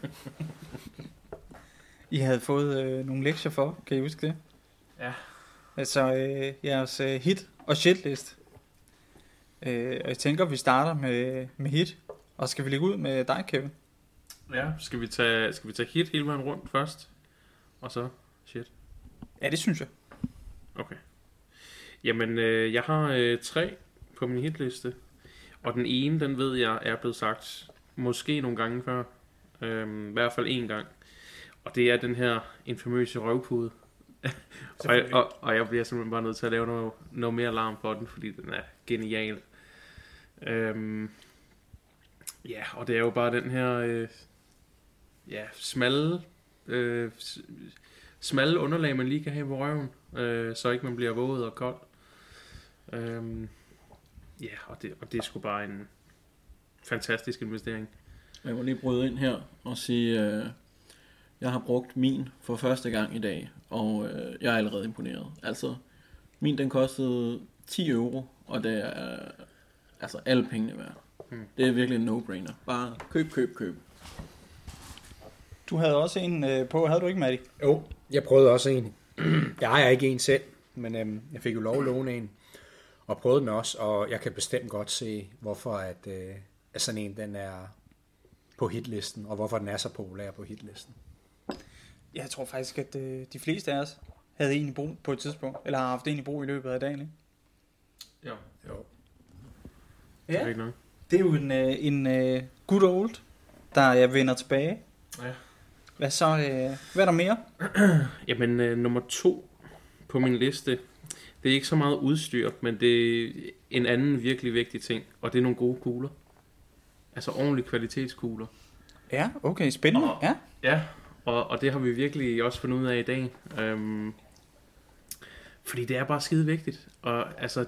S1: I havde fået nogle lektier for, kan I huske det?
S3: Ja.
S1: Altså, jeres hit og shitlist. Og jeg tænker, vi starter med hit. Og skal vi lægge ud med dig, Kevin?
S3: Ja, skal vi tage hit hele vejen rundt først? Og så shit?
S1: Ja, det synes jeg. Okay.
S3: Jamen, jeg har 3 på min hitliste. Og den ene, den ved jeg, er blevet sagt måske nogle gange før. I hvert fald 1 gang. Og det er den her infamøse røvpude. og jeg bliver simpelthen bare nødt til at lave noget mere larm for den, fordi den er genial. Ja, og det er jo bare den her smalle underlag, man lige kan have på røven, så ikke man bliver våd og kold. Og det er sgu bare en fantastisk investering.
S4: Jeg må lige bryde ind her og sige, jeg har brugt min for første gang i dag, og jeg er allerede imponeret. Altså, min den kostede 10 euro, og det er altså alle pengene værd. Det er virkelig en no-brainer. Bare køb.
S1: Du havde også en på, havde du ikke, Matti?
S2: Jo, jeg prøvede også en. Jeg ejer ikke en selv, men jeg fik jo lov at låne en, og prøvede den også, og jeg kan bestemt godt se, hvorfor at sådan en den er på hitlisten, og hvorfor den er så populær på hitlisten.
S1: Jeg tror faktisk, at de fleste af os havde en i brug på et tidspunkt, eller har haft en i brug i løbet af dagen, ikke?
S3: Jo.
S1: Ja, det er jo en good old, der jeg vender tilbage.
S3: Ja.
S1: Hvad er der mere?
S3: Jamen, nummer 2 på min liste, det er ikke så meget udstyr, men det er en anden virkelig vigtig ting, og det er nogle gode kugler. Altså ordentlige kvalitetskugler.
S1: Ja, okay, spændende.
S3: Ja, og det har vi virkelig også fundet ud af i dag. Fordi det er bare skide vigtigt. Og altså,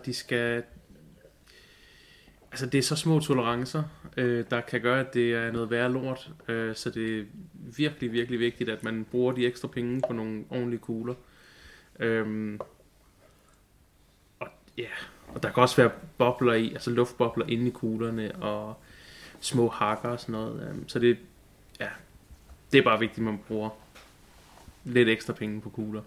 S3: det er så små tolerancer, der kan gøre, at det er noget værre lort. Så det er virkelig, virkelig vigtigt, at man bruger de ekstra penge på nogle ordentlige kugler. Og der kan også være bobler i, altså luftbobler inde i kuglerne, og små hakker og sådan noget. Så det er bare vigtigt, at man bruger lidt ekstra penge på kugler.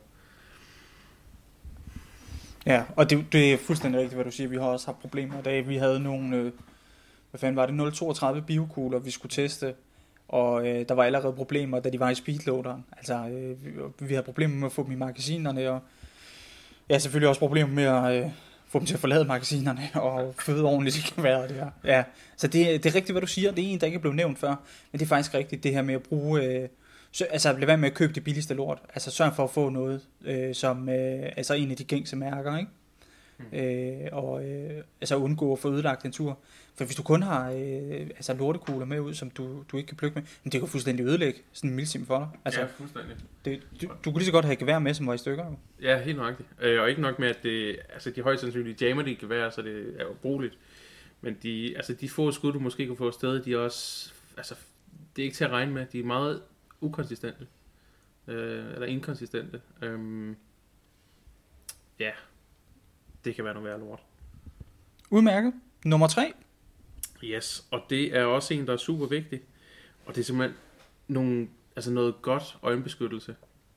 S3: Ja,
S1: og det er fuldstændig rigtigt, hvad du siger. Vi har også haft problemer i dag. Vi havde nogle, 0,32 biokugler, vi skulle teste, og der var allerede problemer, da de var i speedloaderen. Altså, vi havde problemer med at få dem i magasinerne, og selvfølgelig også problemer med at få dem til at forlade magasinerne og føde ordentligt, det kan være det her. Ja, så det er rigtigt, hvad du siger. Det er en, der ikke er blevet nævnt før, men det er faktisk rigtigt, det her med at bruge... lad være med at købe det billigste lort. Altså sørg for at få noget, som en af de gængse mærker, ikke? Undgå at få ødelagt en tur. For hvis du kun har lortekugler med ud, som du ikke kan plukke med, men det kan fuldstændig ødelægge sådan en milsim for dig. Altså,
S3: ja, fuldstændig.
S1: Du kunne lige så godt have gevær med, som var i stykker. Jo.
S3: Ja, helt nøjagtigt. Og ikke nok med, at de højst sandsynligt jammer de gevær, så det er ubrugeligt. Men de få skud, du måske kan få afsted, de er også... Altså, det er ikke til at regne med. De er meget ukonsistente. Eller inkonsistente. Det kan være noget værre lort.
S1: Udmærket. Nummer 3.
S3: Yes, og det er også en, der er super vigtig. Og det er simpelthen noget godt øjenbeskyttelse.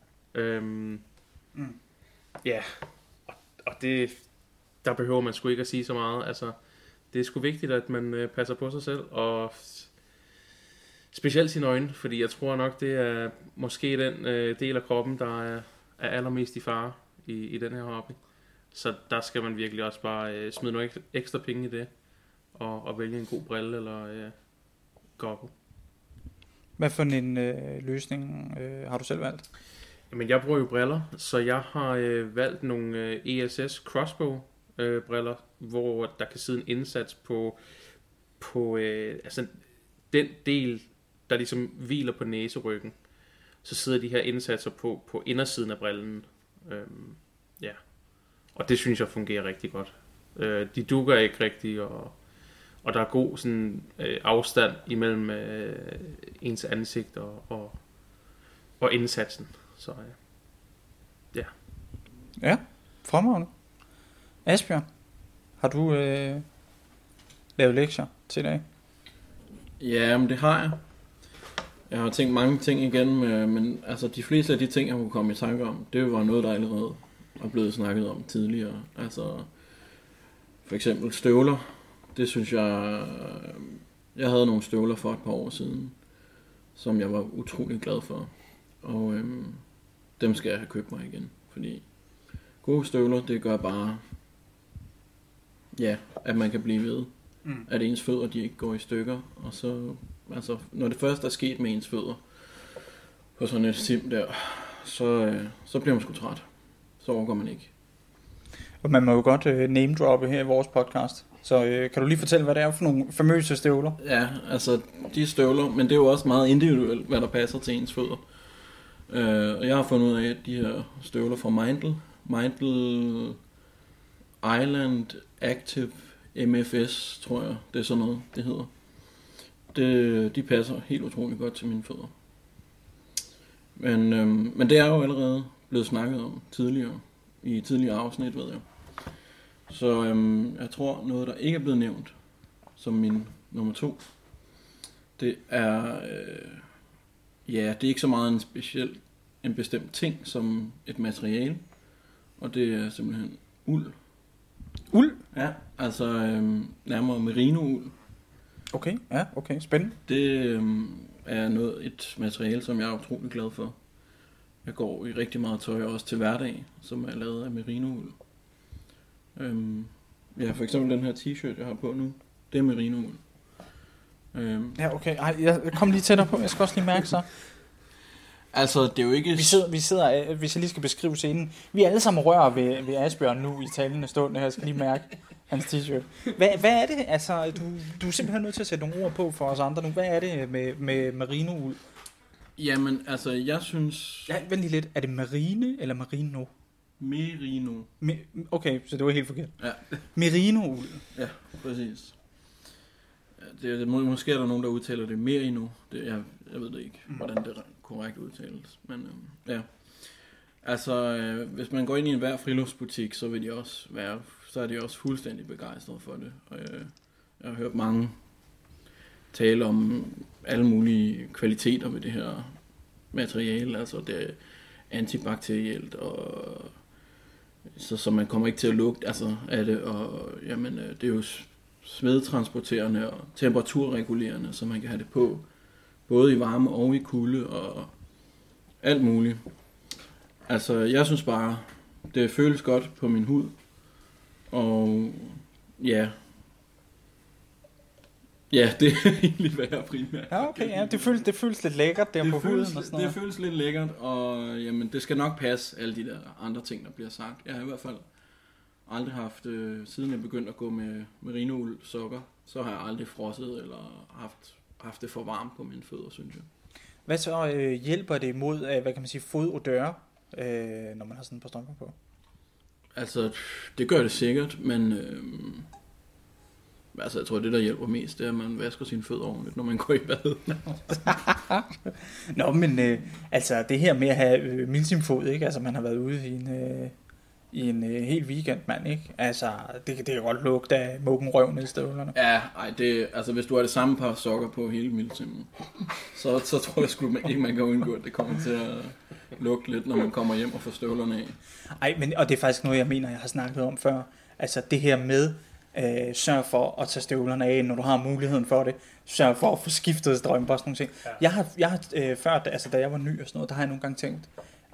S3: Og det, der behøver man sgu ikke at sige så meget. Altså, det er sgu vigtigt, at man passer på sig selv, og specielt sine øjne, fordi jeg tror nok, det er måske den del af kroppen, der er allermest i fare i den her hobby. Så der skal man virkelig også bare smide nogle ekstra penge i det, og vælge en god brille eller goggle.
S1: Hvad for en løsning har du selv valgt?
S3: Jamen, jeg bruger jo briller, så jeg har valgt nogle ESS Crossbow briller, hvor der kan sidde en indsats på den del, der ligesom hviler på næseryggen. Så sidder de her indsatser på indersiden af brillen. Og det synes jeg fungerer rigtig godt. De dukker ikke rigtigt, og der er god sådan, afstand imellem ens ansigt og indsatsen. Så ja.
S1: Ja, fremragende. Asbjørn, har du lavet lektier til i dag?
S4: Ja, men det har jeg. Jeg har tænkt mange ting igen, men altså de fleste af de ting, jeg kunne komme i tanke om, det var noget, der allerede er blevet snakket om tidligere. Altså for eksempel støvler. Det synes jeg havde nogle støvler for et par år siden, som jeg var utrolig glad for. Og dem skal jeg have købt mig igen, fordi gode støvler, det gør bare, at man kan blive ved. At ens fødder, de ikke går i stykker. Og så, altså, når det først er sket med ens fødder, på sådan et sim der, så bliver man sgu træt. Så overgår man ikke.
S1: Og man må jo godt name-droppe her i vores podcast. Så kan du lige fortælle, hvad det er for nogle famøse støvler?
S4: Ja, altså de støvler, men det er jo også meget individuelt, hvad der passer til ens fødder. Og jeg har fundet ud af, at de her støvler fra Mindel Island Active MFS, tror jeg, det er sådan noget, det hedder. De passer helt utroligt godt til mine fødder. Men det er jo allerede blevet snakket om tidligere, i tidligere afsnit, ved jeg. Så jeg tror, noget, der ikke er blevet nævnt, som min nummer 2, det er, det er ikke så meget en bestemt ting som et materiale, og det er simpelthen uld.
S1: Uld?
S4: Ja, altså nærmere merino-uld.
S1: Okay, spændende.
S4: Det er et materiale, som jeg er utrolig glad for. Jeg går i rigtig meget tøj, også til hverdag, som er lavet af merino-uld. For eksempel den her t-shirt, jeg har på nu, det er merino-uld.
S1: Ja, okay. Ej, jeg kom lige tættere på. Jeg skal også lige mærke så.
S4: Altså, det er jo ikke...
S1: Vi sidder, hvis jeg lige skal beskrive scenen. Vi er alle sammen rører ved Asbjørn nu i talende stund. Jeg skal lige mærke hans t-shirt. Hvad er det? Altså, du er simpelthen nødt til at sætte nogle ord på for os andre nu. Hvad er det med merino-uld?
S4: Jamen, altså, jeg synes...
S1: Ja, vent lige lidt. Er det marine eller merino?
S4: Merino.
S1: Okay, så det var helt forkert.
S4: Ja.
S1: Merino-uld.
S4: Ja, præcis. Måske er der nogen, der udtaler det merino. Jeg ved det ikke, hvordan det korrekt udtales. Men ja. Altså, hvis man går ind i en hver friluftsbutik, så er de også fuldstændig begejstrede for det. Og jeg har hørt mange tale om alle mulige kvaliteter ved det her materiale. Altså, det er antibakterielt, og så man kommer ikke til at lugte af det. Og jamen, det er jo svedtransporterende og temperaturregulerende, så man kan have det på både i varme og i kulde og alt muligt. Altså, jeg synes bare, det føles godt på min hud, og ja, det er egentlig, hvad jeg primært.
S1: Ja, okay, ja, det føles lidt lækkert der på huden og sådan noget.
S4: Det føles lidt lækkert, og jamen, det skal nok passe alle de der andre ting, der bliver sagt. Jeg har i hvert fald aldrig haft, siden jeg begyndte at gå med merino-uld sokker, så har jeg aldrig frosset eller haft det for varmt på mine fødder, synes jeg.
S1: Hvad så hjælper det imod, hvad kan man sige, fododør, når man har sådan et par strømper på?
S4: Altså, det gør det sikkert, men altså, jeg tror, det der hjælper mest, det er, at man vasker sine fødder ordentligt, når man går i bad.
S1: Nå, men altså, det her med at have milsimfod, ikke? Altså, man har været ude i en hel weekend, mand, ikke? Altså, det kan godt lugte af muggenrøven i støvlerne.
S4: Ja, altså hvis du har det samme par sokker på hele milsimmen, så tror jeg sgu ikke, man kan undgå, at det kommer til at lugte lidt, når man kommer hjem og får støvlerne af.
S1: Og det er faktisk noget, jeg mener, jeg har snakket om før. Altså, det her med sørg for at tage støvlerne af, når du har muligheden for det. Sørg for at få skiftet strømper og sådan nogle ting. Ja. Jeg har før, altså da jeg var ny og sådan noget, der har jeg nogle gange tænkt,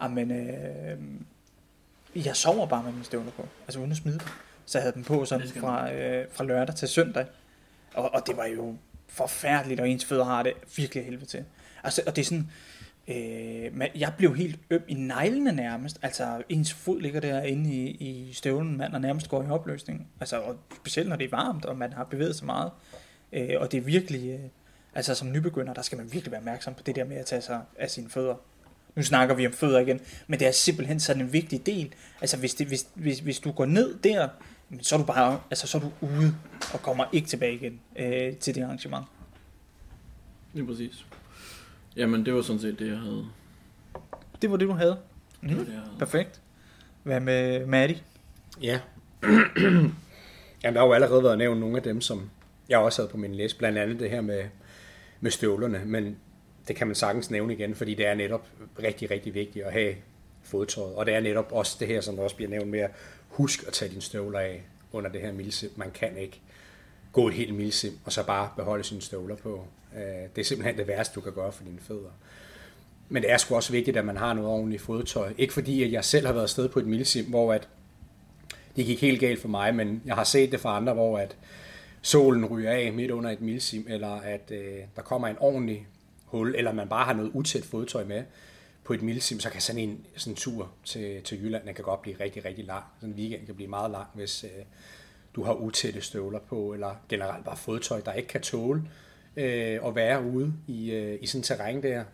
S1: jeg sover bare med mine støvler på, altså uden at smide dem. Så jeg havde dem på sådan fra lørdag til søndag, og det var jo forfærdeligt, og ens fødder har det virkelig helvede til. Altså, og det er sådan, jeg blev helt øm i neglene nærmest, altså ens fod ligger derinde i støvlen, mand, og nærmest går i opløsning. Altså, og specielt når det er varmt, og man har bevæget sig meget, og det er virkelig, altså som nybegynder, der skal man virkelig være opmærksom på det der med at tage sig af sine fødder. Nu snakker vi om fødder igen, men det er simpelthen sådan en vigtig del. Altså hvis du går ned der, så er du bare, altså så er du ude og kommer ikke tilbage igen til det arrangement.
S4: Det er præcis. Jamen det var sådan set det, jeg havde.
S1: Det var det, du havde?
S4: Det var det, jeg havde.
S1: Perfekt. Hvad med Matti?
S2: Ja. Jamen der har jo allerede været nævnt nogle af dem, som jeg også havde på min liste. Blandt andet det her med støvlerne, men det kan man sagtens nævne igen, fordi det er netop rigtig, rigtig vigtigt at have fodtøjet. Og det er netop også det her, som der også bliver nævnt med at huske at tage dine støvler af under det her milsim. Man kan ikke gå et helt milsim og så bare beholde sine støvler på. Det er simpelthen det værste, du kan gøre for dine fødder. Men det er sgu også vigtigt, at man har noget ordentligt fodtøj. Ikke fordi, at jeg selv har været afsted på et milsim, hvor at det gik helt galt for mig, men jeg har set det for andre, hvor at solen ryger af midt under et milsim, eller at der kommer en ordentlig hul, eller man bare har noget utæt fodtøj med.
S6: på et milsim, så kan sådan en tur til Jylland, den kan godt blive rigtig, rigtig lang. Sådan en weekend kan blive meget lang, hvis du har utætte støvler på, eller generelt bare fodtøj, der ikke kan tåle at være ude i sådan en terræn der.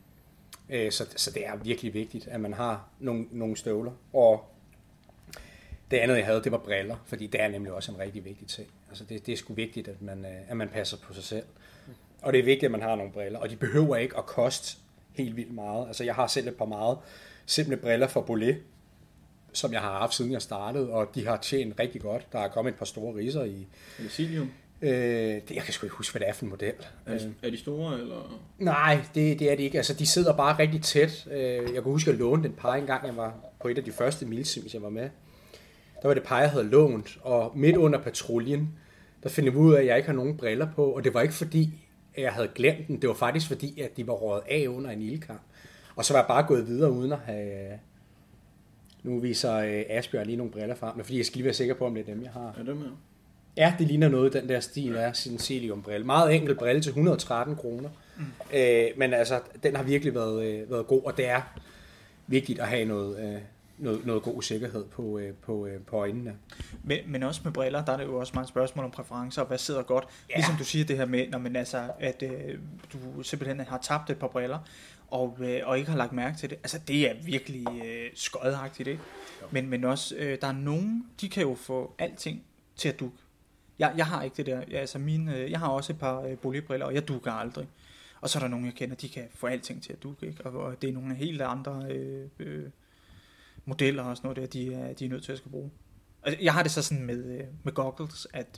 S6: Så det er virkelig vigtigt, at man har nogle støvler. Og det andet, jeg havde, det var briller, fordi det er nemlig også en rigtig vigtig ting. Altså det er sgu vigtigt, at man passer på sig selv. Og det er vigtigt, at man har nogle briller, og de behøver ikke at koste helt vildt meget. Altså jeg har selv et par meget simple briller fra Bolet, som jeg har haft siden jeg startede, og de har tjent rigtig godt. Der er kommet et par store riser i.
S4: Eller Cilium?
S6: Jeg kan sgu ikke huske, hvad det er for en model.
S4: Er de store, eller?
S6: Nej, det er de ikke. Altså, de sidder bare rigtig tæt. Jeg kan huske, at jeg lånte et par engang, jeg var på et af de første milsims, jeg var med. Der var det par, jeg havde lånt, og midt under patruljen, der finder jeg ud af, at jeg ikke har nogen briller på, og det var ikke fordi, at jeg havde glemt den. Det var faktisk fordi, at de var røget af under en ildkamp. Og så var jeg bare gået videre uden at have. Nu viser Asbjørn lige nogle briller frem, men fordi jeg skal lige være sikker på, om det er dem, jeg har.
S4: Ja, dem her.
S6: Ja, det ligner noget, den der stil er sin Cilium-brille. Meget enkel brille til 113 kroner. Men altså, den har virkelig været god, og det er vigtigt at have noget god sikkerhed på øjnene.
S1: Men også med briller, der er det jo også meget et spørgsmål om præferencer, og hvad sidder godt. Ja. Ligesom du siger det her med, når man altså, at du simpelthen har tabt et par briller, og ikke har lagt mærke til det. Altså, det er virkelig skodagtigt, ikke? Men også, der er nogen, de kan jo få alting til at dukke. Jeg har ikke det der. Jeg har også et par boligbriller, og jeg dukker aldrig. Og så er der nogen, jeg kender, de kan få alting til at dukke, ikke? Og det er nogle helt andre modeller og sådan noget der, de er nødt til at skal bruge. Altså, jeg har det så sådan med goggles, at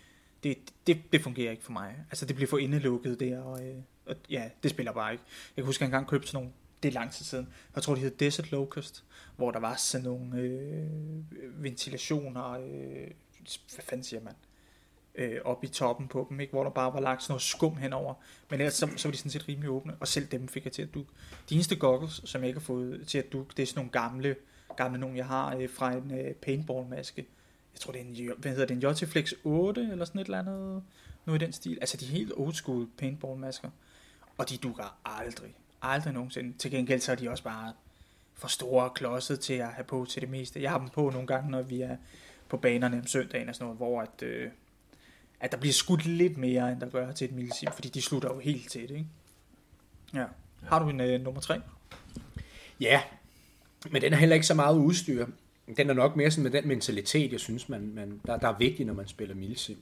S1: det fungerer ikke for mig. Altså, det bliver for indelukket der, og ja, det spiller bare ikke. Jeg kan huske, at jeg engang købte sådan nogle, det er lang tid siden, jeg tror, det hed Desert Locust, hvor der var sådan nogle ventilationer, hvad fanden siger man? Op i toppen på dem, ikke? Hvor der bare var lagt sådan noget skum henover. Men ellers så var de sådan set rimelig åbne, og selv dem fik jeg til at dukke. De eneste goggles, som jeg ikke har fået til at dukke, det er sådan nogle gamle nogle, jeg har fra en paintball-maske. Jeg tror, det er en JT-Flex 8, eller sådan et eller andet, noget i den stil. Altså, de helt old school paintball-masker. Og de dukker aldrig nogensinde. Til gengæld så er de også bare for store klodset til at have på til det meste. Jeg har dem på nogle gange, når vi er på banerne om søndagen og sådan noget, hvor at der bliver skudt lidt mere, end der gør til et milsim, fordi de slutter jo helt tæt, ikke? Ja. Har du en nummer 3?
S6: Ja, men den er heller ikke så meget udstyr. Den er nok mere sådan med den mentalitet, jeg synes, der er vigtigt, når man spiller milsim.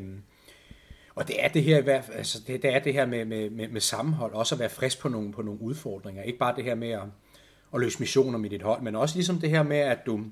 S6: Og det er det her, altså det er det her med sammenhold, også at være frisk på nogle udfordringer. Ikke bare det her med at løse missioner med dit hold, men også ligesom det her med, at du...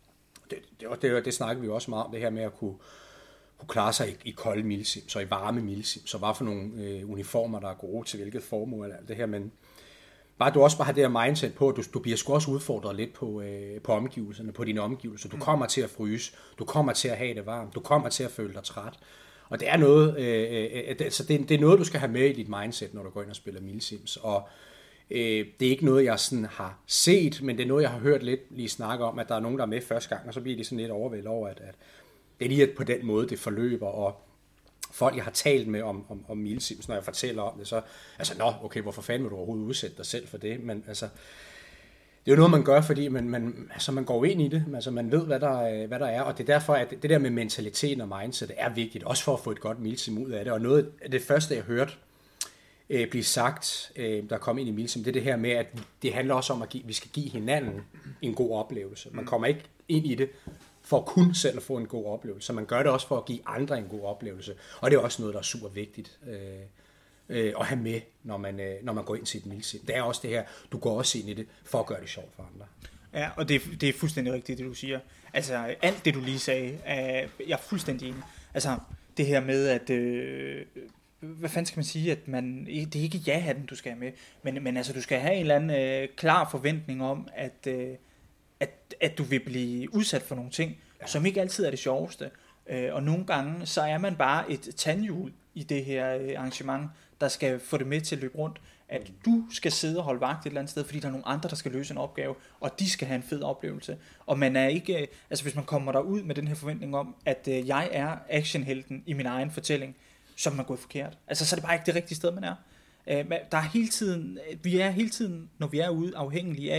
S6: Det snakker vi jo også meget om, det her med at kunne klare sig i kolde milsim, så i varme milsim, så hvad for nogle uniformer, der er gode til hvilket formål eller alt det her, men bare du også bare har det her mindset på, at du bliver sgu også udfordret lidt på omgivelserne, på dine omgivelser. Du kommer til at fryse, du kommer til at have det varmt, du kommer til at føle dig træt. Og det er noget, så det er noget, du skal have med i dit mindset, når du går ind og spiller milsims. Og det er ikke noget, jeg sådan har set, men det er noget, jeg har hørt lidt lige snakke om, at der er nogen, der er med første gang, og så bliver de sådan lidt overvældet over, at det er lige på den måde, det forløber, og folk, jeg har talt med om milsims, når jeg fortæller om det, så, altså, okay, hvorfor fanden vil du overhovedet udsætte dig selv for det? Men altså, det er jo noget, man gør, fordi man går ind i det, altså man ved, hvad der er, og det er derfor, at det der med mentaliteten og mindset er vigtigt, også for at få et godt milsim ud af det, og noget af det første, jeg hørte blive sagt, der kom ind i milsim, det er det her med, at det handler også om, at vi skal give hinanden en god oplevelse. Man kommer ikke ind i det for kun selv at få en god oplevelse, man gør det også for at give andre en god oplevelse, og det er også noget, der er super vigtigt at have med, når man går ind til et milsim. Det er også det her, du går også ind i det for at gøre det sjovt for andre.
S1: Ja, og det er fuldstændig rigtigt, det du siger. Altså, alt det du lige sagde, jeg er fuldstændig enig. Altså, det her med, at hvad fanden skal man sige, at det er ikke ja-hatten, du skal have med, men altså, du skal have en eller anden klar forventning om, at du vil blive udsat for nogle ting, som ikke altid er det sjoveste. Og nogle gange, så er man bare et tandhjul i det her arrangement, der skal få det med til at løbe rundt. At du skal sidde og holde vagt et eller andet sted, fordi der er nogle andre, der skal løse en opgave, og de skal have en fed oplevelse. Og man er ikke, altså hvis man kommer derud med den her forventning om, at jeg er actionhelten i min egen fortælling, så er man gået forkert. Altså så er det bare ikke det rigtige sted, man er. Der er hele tiden, vi er hele tiden, når vi er ude, afhængige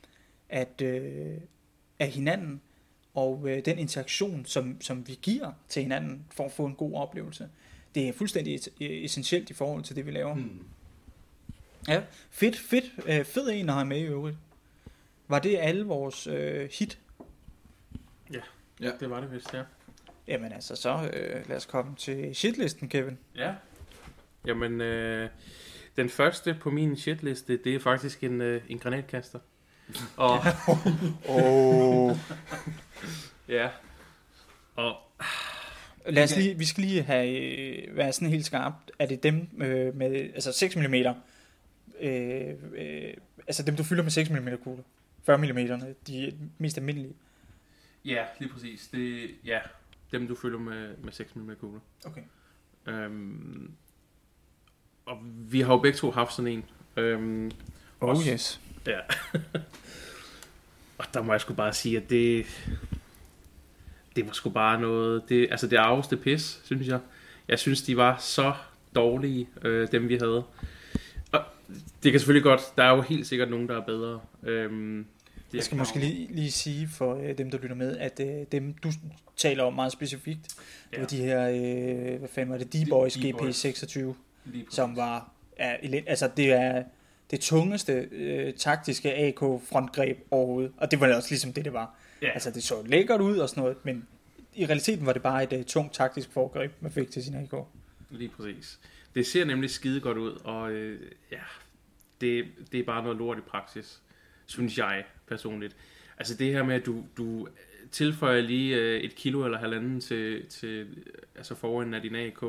S1: af hinanden, og den interaktion, som vi giver til hinanden, for at få en god oplevelse. Det er fuldstændig essentielt i forhold til det, vi laver. Ja, fed en at have med i øvrigt. Var det alle vores hit?
S3: Ja, det var det vist, ja.
S1: Jamen altså, så lad os komme til shitlisten, Kevin.
S3: Ja. Jamen, den første på min shitliste, det er faktisk en granatkaster. Og... ja. Og...
S1: Lad os lige, vi skal lige være sådan helt skarpt. Er det dem med altså 6 mm? Altså dem, du fylder med 6 mm kugler? 40 mm, de mest almindelige?
S3: Ja, lige præcis. Dem du fylder med 6 mm kugler.
S1: Okay.
S3: Og vi har jo begge to haft sådan en.
S1: Yes.
S3: Ja. Og der må jeg sgu bare sige, at det var sgu bare noget... Det arveste pis, synes jeg. Jeg synes, de var så dårlige, dem vi havde. Og det kan selvfølgelig godt... Der er jo helt sikkert nogen, der er bedre.
S1: Jeg skal måske lige sige for dem, der lytter med, at dem, du taler om meget specifikt, det var de her... hvad fanden var det? D-Boys GP26, som var... altså, det er det tungeste taktiske AK-frontgreb overhovedet. Og det var også ligesom det var. Yeah. Altså, det så lækkert ud og sådan noget, men i realiteten var det bare et tungt taktisk forgreb, man fik til sin AK.
S3: Lige præcis. Det ser nemlig skide godt ud, og det er bare noget lort i praksis, synes jeg personligt. Altså det her med, at du tilføjer lige 1 kilo eller halvanden til altså forenden af din AK,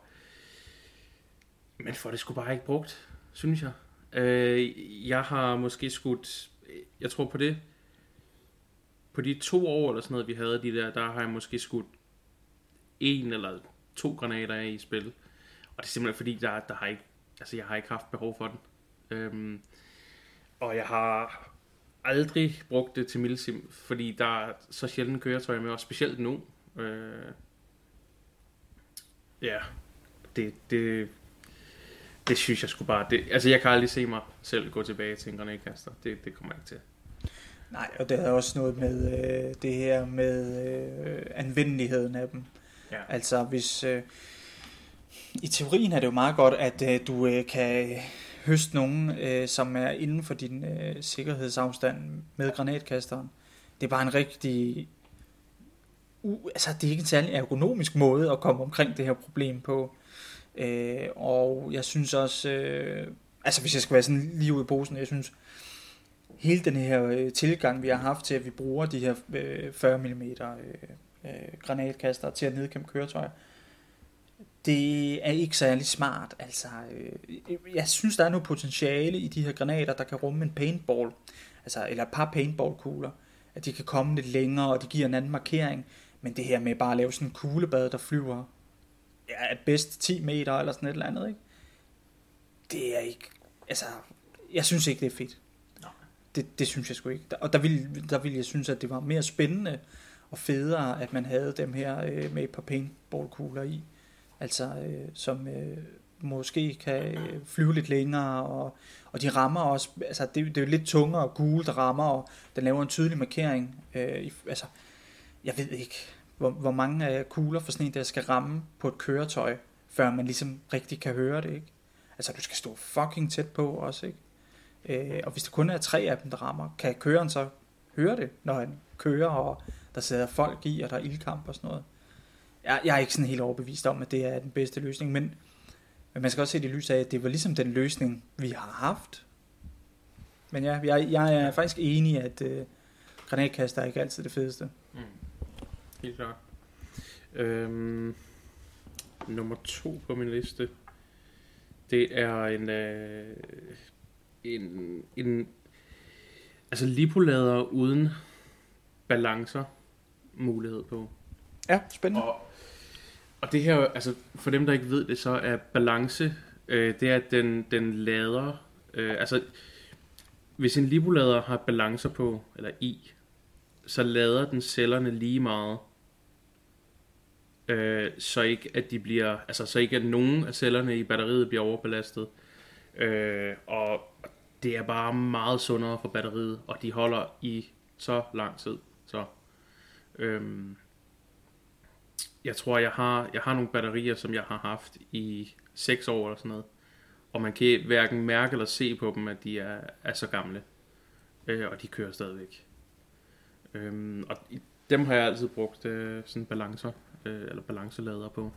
S3: men får det sgu bare ikke brugt, synes jeg. Jeg har måske skudt, jeg tror på de 2 år eller sådan noget, vi havde der har jeg måske skudt 1 eller 2 granater af i spil. Og det er simpelthen fordi, der har ikke, altså jeg har ikke haft behov for den. Og jeg har aldrig brugt det til milsim, fordi der er så sjældent køretøjer med, og specielt nu. Det synes jeg sgu bare. Altså jeg kan aldrig se mig selv gå tilbage til en granatkaster. Det kommer jeg ikke til.
S1: Nej, og det er også noget med det her med anvendeligheden af dem. Ja. Altså hvis... I teorien er det jo meget godt, at du kan høste nogen, som er inden for din sikkerhedsafstand med granatkasteren. Det er bare en rigtig... altså det er ikke en særlig ergonomisk måde at komme omkring det her problem på. Og jeg synes også... altså hvis jeg skal være sådan lige ude i posen, jeg synes... hele den her tilgang, vi har haft til, at vi bruger de her 40 mm granatkaster til at nedkæmpe køretøjer, det er ikke særlig smart. Altså, jeg synes, der er noget potentiale i de her granater, der kan rumme en paintball, altså, eller et par paintballkugler, at de kan komme lidt længere, og de giver en anden markering, men det her med bare at lave sådan en kuglebad, der flyver at bedst 10 meter, eller sådan et eller andet, ikke? Det er ikke, altså, jeg synes ikke, det er fedt. Det synes jeg sgu ikke. Og der ville jeg synes, at det var mere spændende og federe, at man havde dem her med et par paintballkugler i. Altså, som måske kan flyve lidt længere, og de rammer også, altså det er jo lidt tungere og gule, der rammer, og den laver en tydelig markering. Altså, jeg ved ikke, hvor mange kugler for sådan en, der skal ramme på et køretøj, før man ligesom rigtig kan høre det, ikke? Altså, du skal stå fucking tæt på også, ikke? Og hvis der kun er 3 af dem, der rammer, kan køreren så høre det, når han kører, og der sidder folk i, og der er ildkamp og sådan noget. Jeg er ikke sådan helt overbevist om, at det er den bedste løsning, men man skal også se det i lys af, at det var ligesom den løsning, vi har haft. Men ja, jeg er faktisk enig i, at granatkaster er ikke altid det fedeste.
S3: Helt klart. Nummer 2 på min liste, det er en altså lipolader uden balancer mulighed på.
S1: Ja, spændende.
S3: Og det her, altså for dem der ikke ved det, så er balance, det er at den lader, altså hvis en lipolader har balancer på eller i, så lader den cellerne lige meget, så ikke at de bliver, altså så ikke at nogen af cellerne i batteriet bliver overbelastet. Og det er bare meget sundere for batteriet, og de holder i så lang tid. Så jeg tror, jeg har nogle batterier, som jeg har haft i 6 år eller sådan noget. Og man kan hverken mærke eller se på dem, at de er så gamle. Og de kører stadigvæk. Og dem har jeg altid brugt sådan balancer, eller balancelader på.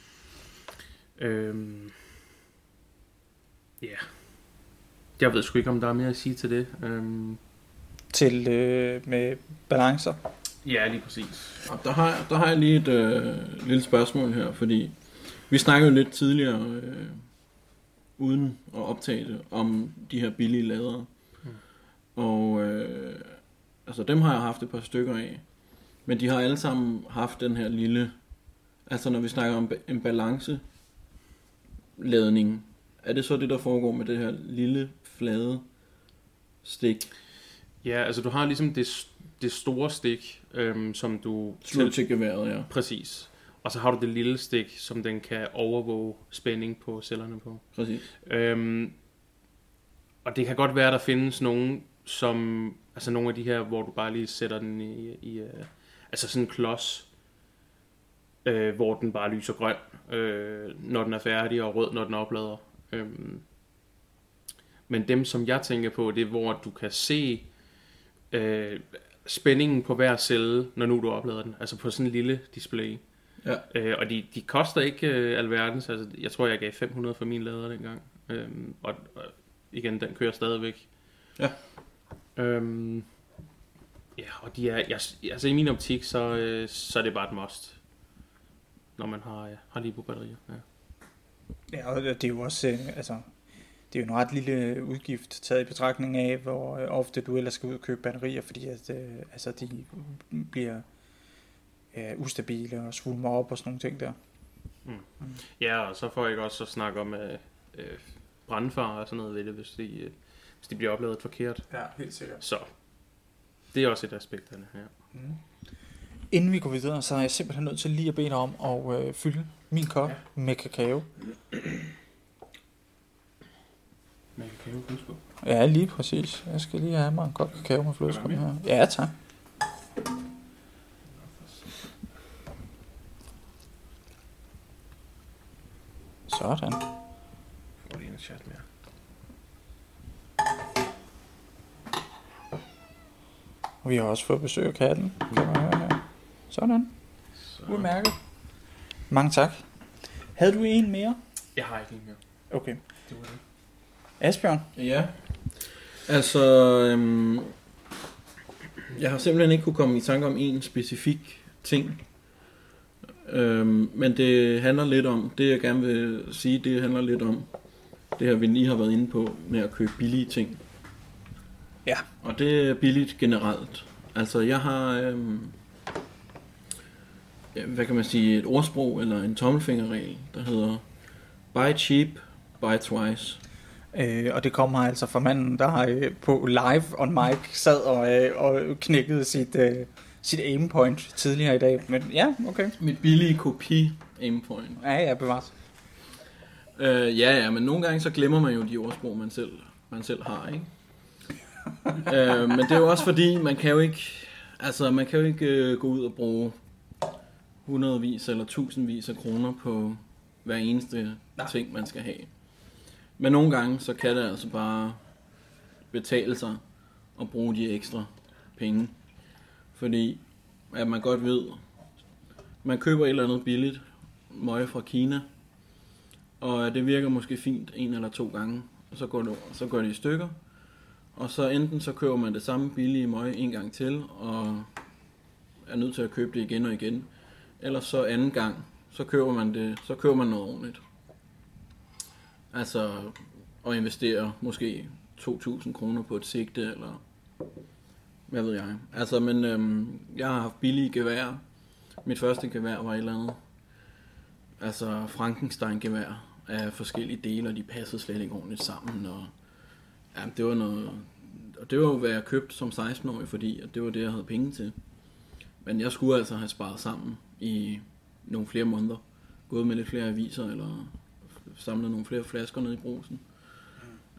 S3: Ja. Jeg ved sgu ikke, om der er mere at sige til det.
S1: Til med balancer.
S3: Ja, lige præcis.
S4: Og der har jeg lige et lille spørgsmål her, fordi vi snakkede jo lidt tidligere, uden at optage det, om de her billige ladere. Og altså dem har jeg haft et par stykker af. Men de har alle sammen haft den her lille, altså når vi snakker om en balanceladning, er det så det, der foregår med det her lille flade stik?
S3: Ja, altså du har ligesom det store stik, som du...
S4: Slår til geværet, ja.
S3: Præcis. Og så har du det lille stik, som den kan overvåge spænding på cellerne på.
S4: Præcis.
S3: Og det kan godt være, at der findes nogen, som... Altså nogle af de her, hvor du bare lige sætter den i altså sådan en klods, hvor den bare lyser grøn, når den er færdig, og rød, når den oplader. Men dem, som jeg tænker på, det er, hvor du kan se spændingen på hver celle, når nu du oplader den. Altså på sådan en lille display.
S4: Ja.
S3: Og de koster ikke alverdens. Altså, jeg tror, jeg gav 500 for min lader dengang. Og igen, den kører stadigvæk.
S4: Ja.
S3: Ja, og de er, altså i min optik, så er det bare et must, når man har Lipo-batterier. Ja. Ja,
S1: og det er jo også, altså, det er jo en ret lille udgift taget i betragtning af, hvor ofte du ellers skal ud og købe batterier, fordi at, altså, de bliver ustabile og svulmer op og sådan nogle ting der.
S3: Ja, og så får jeg også snakke om brandfare og sådan noget ved det, hvis de bliver opladet forkert.
S1: Ja, helt sikkert.
S3: Så det er også et aspekt af det her.
S1: Inden vi går videre, så er jeg simpelthen nødt til lige at bede dig om at fylde min kop med kakao.
S3: Med kakao flødeskum?
S1: Ja, lige præcis. Jeg skal lige have mig en kop kakao med flødeskum her. Ja, tak. Sådan.
S3: Får lige en chat mere.
S1: Og vi har også fået besøg af katten. Kan man høre her. Sådan. Udmærket. Mange tak. Havde du en mere?
S3: Jeg har ikke en mere.
S1: Okay.
S3: Det var det.
S1: Asbjørn?
S4: Ja. Altså, jeg har simpelthen ikke kunne komme i tanke om en specifik ting. Men det handler lidt om, det jeg gerne vil sige, det handler lidt om det her, vi lige har været inde på med at købe billige ting.
S1: Ja.
S4: Og det er billigt generelt. Altså, jeg har, hvad kan man sige, et ordsprog eller en tommelfingerregel, der hedder buy cheap, buy twice.
S1: Og det kommer altså fra manden, der på live on mic sad og knækkede sit aim point tidligere i dag. Men ja, okay.
S4: Mit billige kopi aim point.
S1: Ja, bevares.
S4: Ja, men nogle gange så glemmer man jo de ordsprog, man selv har, ikke? Men det er jo også fordi, man kan jo ikke gå ud og bruge hundredvis eller tusindvis af kroner på hver eneste ting, man skal have. Men nogle gange, så kan det altså bare betale sig at bruge de ekstra penge. Fordi, at man godt ved, man køber et eller andet billigt møg fra Kina, og det virker måske fint 1 eller 2 gange, og så går det i stykker. Og så enten så køber man det samme billige møg en gang til, og er nødt til at købe det igen og igen. Eller så anden gang, så køber man noget ordentligt. Altså at investere måske 2.000 kroner på et sigte, eller hvad ved jeg. Altså, men jeg har haft billige gevær. Mit første gevær var et eller andet, altså Frankenstein-gevær af forskellige dele, og de passede slet ikke ordentligt sammen, og ja, det var noget, og det var jo, hvad jeg købte som 16-årig, fordi at det var det, jeg havde penge til. Men jeg skulle altså have sparet sammen i nogle flere måneder, gået med lidt flere aviser, eller samlet nogle flere flasker ned i Brugsen.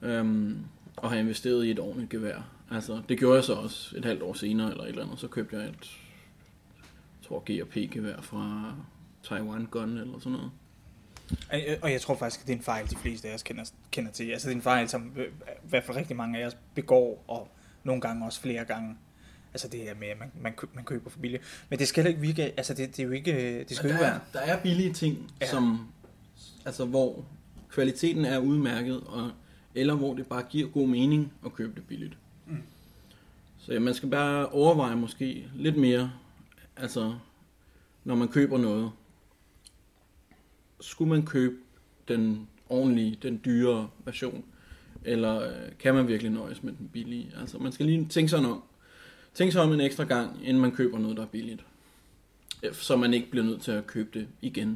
S4: og have investeret i et ordentligt gevær. Altså, det gjorde jeg så også et halvt år senere, eller et eller andet. Så købte jeg et, jeg tror, G&P-gevær fra Taiwan Gun, eller sådan noget.
S1: Og jeg tror faktisk, at det er en fejl, de fleste af os kender til. Altså, det er en fejl, som i hvert fald rigtig mange af os begår, og nogle gange også flere gange. Altså, det her med, at man køber for billigt. Men det skal ikke virke, altså, det er jo ikke, det skal jo ikke være.
S4: Der er billige ting, som, altså, hvor kvaliteten er udmærket, eller hvor det bare giver god mening at købe det billigt. Så man skal bare overveje måske lidt mere, altså, når man køber noget. Skulle man købe den ordentlige, den dyre version, eller kan man virkelig nøjes med den billige? Altså, man skal lige tænke sig om en ekstra gang, inden man køber noget, der er billigt. Så man ikke bliver nødt til at købe det igen.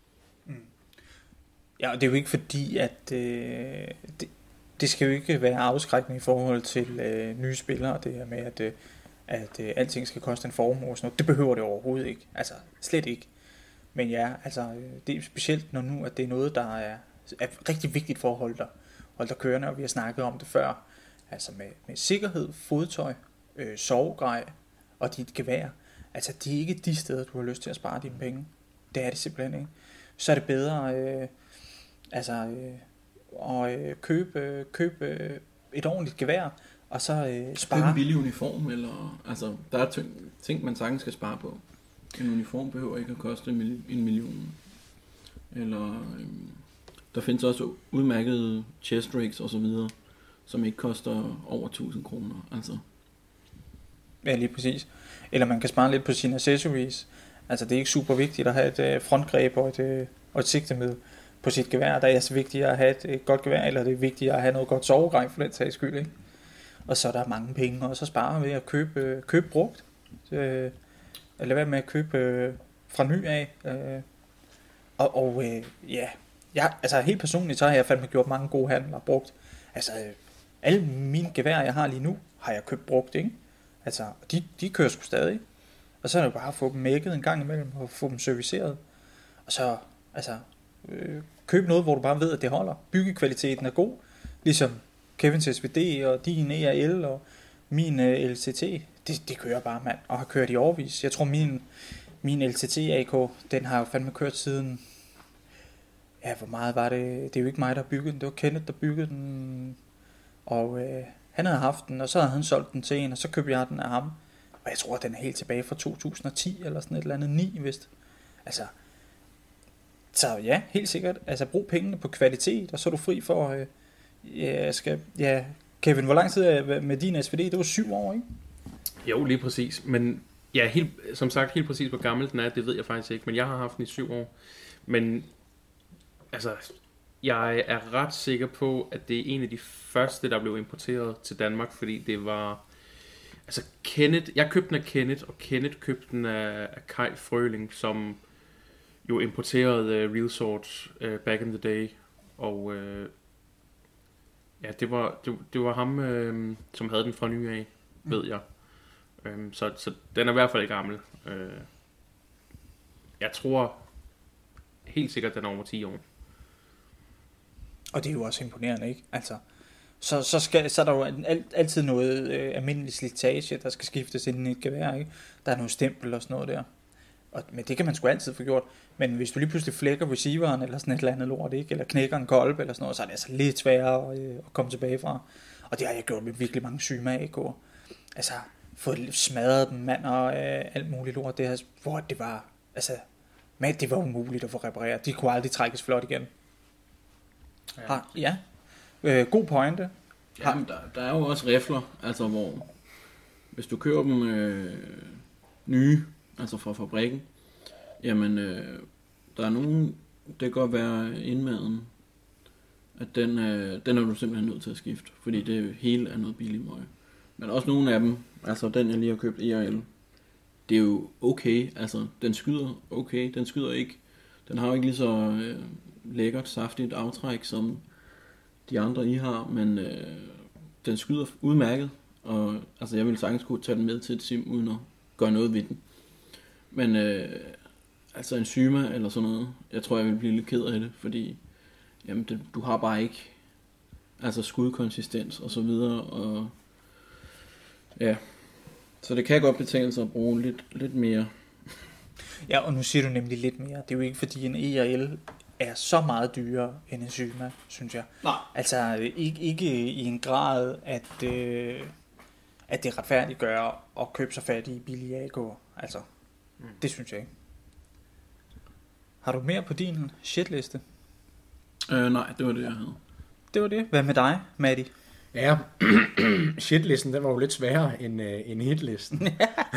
S1: Ja, og det er jo ikke fordi, at det skal jo ikke være afskrækkende i forhold til nye spillere, det her med, at alting skal koste en formue og sådan noget. Det behøver det overhovedet ikke. Altså, slet ikke. Men ja, altså, det er specielt når nu, at det er noget, der er rigtig vigtigt for at holde dig kørende, og vi har snakket om det før. Altså med sikkerhed, fodtøj, sovegrej og dit gevær. Altså, det er ikke de steder, du har lyst til at spare dine penge. Det er det simpelthen ikke. Så er det bedre at købe et ordentligt gevær, og så spare.
S4: Købe en billig uniform, eller, altså, der er ting, man sagtens skal spare på. En uniform behøver ikke at koste 1 million. Eller der findes også udmærkede chest rigs og så videre, som ikke koster over 1000 kroner. Altså.
S1: Ja, lige præcis. Eller man kan spare lidt på sine accessories. Altså, det er ikke super vigtigt at have et frontgreb og et sigtemiddel på sit gevær. Der er altså vigtigt at have et godt gevær, eller det er vigtigt at have noget godt sovegrej for den sags skyld, ikke? Og så er der mange penge, og så sparer ved at købe brugt. Eller hvad med at købe fra ny af. Ja, altså helt personligt, så har jeg fandme gjort mange gode handler brugt. Altså, alle mine geværer, jeg har lige nu, har jeg købt brugt, ikke? Altså, de kører sgu stadig. Og så er det bare at få dem mækket en gang imellem, og få dem serviceret. Og så, altså, køb noget, hvor du bare ved, at det holder. Byggekvaliteten er god. Ligesom Kevins SVD, og din ERL, og min LCT. Det kører bare, mand, og har kørt i årevis. Jeg tror, min LTT AK, den har jo fandme kørt siden. Ja, hvor meget var det? Det er jo ikke mig, der byggede den. Det var Kenneth, der byggede den. Og han havde haft den, og så havde han solgt den til en, og så købte jeg den af ham. Og jeg tror, den er helt tilbage fra 2010, eller sådan et eller andet 9, vist. Altså, så ja, helt sikkert. Altså, brug pengene på kvalitet, og så er du fri for, Kevin, hvor lang tid er med din SVD? Det var 7 år, ikke?
S3: Jo, lige præcis. Men ja, som sagt, helt præcis hvor gammel den er, det ved jeg faktisk ikke. Men jeg har haft den i 7 år. Men altså, jeg er ret sikker på, at det er en af de første, der blev importeret til Danmark, fordi det var, altså Kenneth, jeg købte den af Kenneth, og Kenneth købte den af Kai Frøling, som jo importerede Real Sword back in the day, og ja, det var ham, som havde den fra ny af, ved jeg. Så den er i hvert fald gammel. Jeg tror helt sikkert, den er over 10 år. Og
S1: det er jo også imponerende, ikke? Altså, så er der jo altid noget almindelig slitage, der skal skiftes ind i et gevær, ikke? Der er noget stempel og sådan noget der. Men det kan man sgu altid få gjort. Men hvis du lige pludselig flækker receiveren eller sådan et eller andet lort, ikke? Eller knækker en kolbe eller sådan noget, så er det altså lidt sværere at komme tilbage fra. Og det har jeg gjort med virkelig mange Syma AK'er. Altså, fået smadret dem, mand, og alt muligt lort. Det her, hvor det var, altså, men det var umuligt at få repareret. De kunne aldrig trækkes flot igen. Ja. God pointe.
S4: Jamen, der er jo også rifler, altså hvor, hvis du køber dem nye, altså fra fabrikken, jamen, der er nogen, det kan godt være indmaden, at den er du simpelthen nødt til at skifte, fordi det hele er noget billigt møg. Men også nogle af dem, altså den jeg lige har købt ERL, det er jo okay, altså den skyder okay, den skyder ikke, den har jo ikke lige så lækkert, saftigt aftræk som de andre I har, men den skyder udmærket, og altså jeg ville sagtens kunne tage den med til et sim, uden at gøre noget ved den. Men altså en Syma eller sådan noget, jeg tror jeg ville blive lidt ked af det, fordi jamen, du har bare ikke Altså skudkonsistens og så videre. Og ja, så det kan godt betale sig at bruge lidt mere.
S1: Ja, og nu siger du nemlig lidt mere. Det er jo ikke fordi en ERL er så meget dyrere end en Syma, synes jeg.
S4: Nej.
S1: Altså ikke i en grad, at det retfærdiggør at købe sig fat i billige AK'er. Altså, det synes jeg ikke. Har du mere på din shitliste?
S4: Nej, det var det, jeg havde.
S1: Det var det. Hvad med dig, Matti?
S6: Ja, shitlisten, den var jo lidt sværere end hitlisten.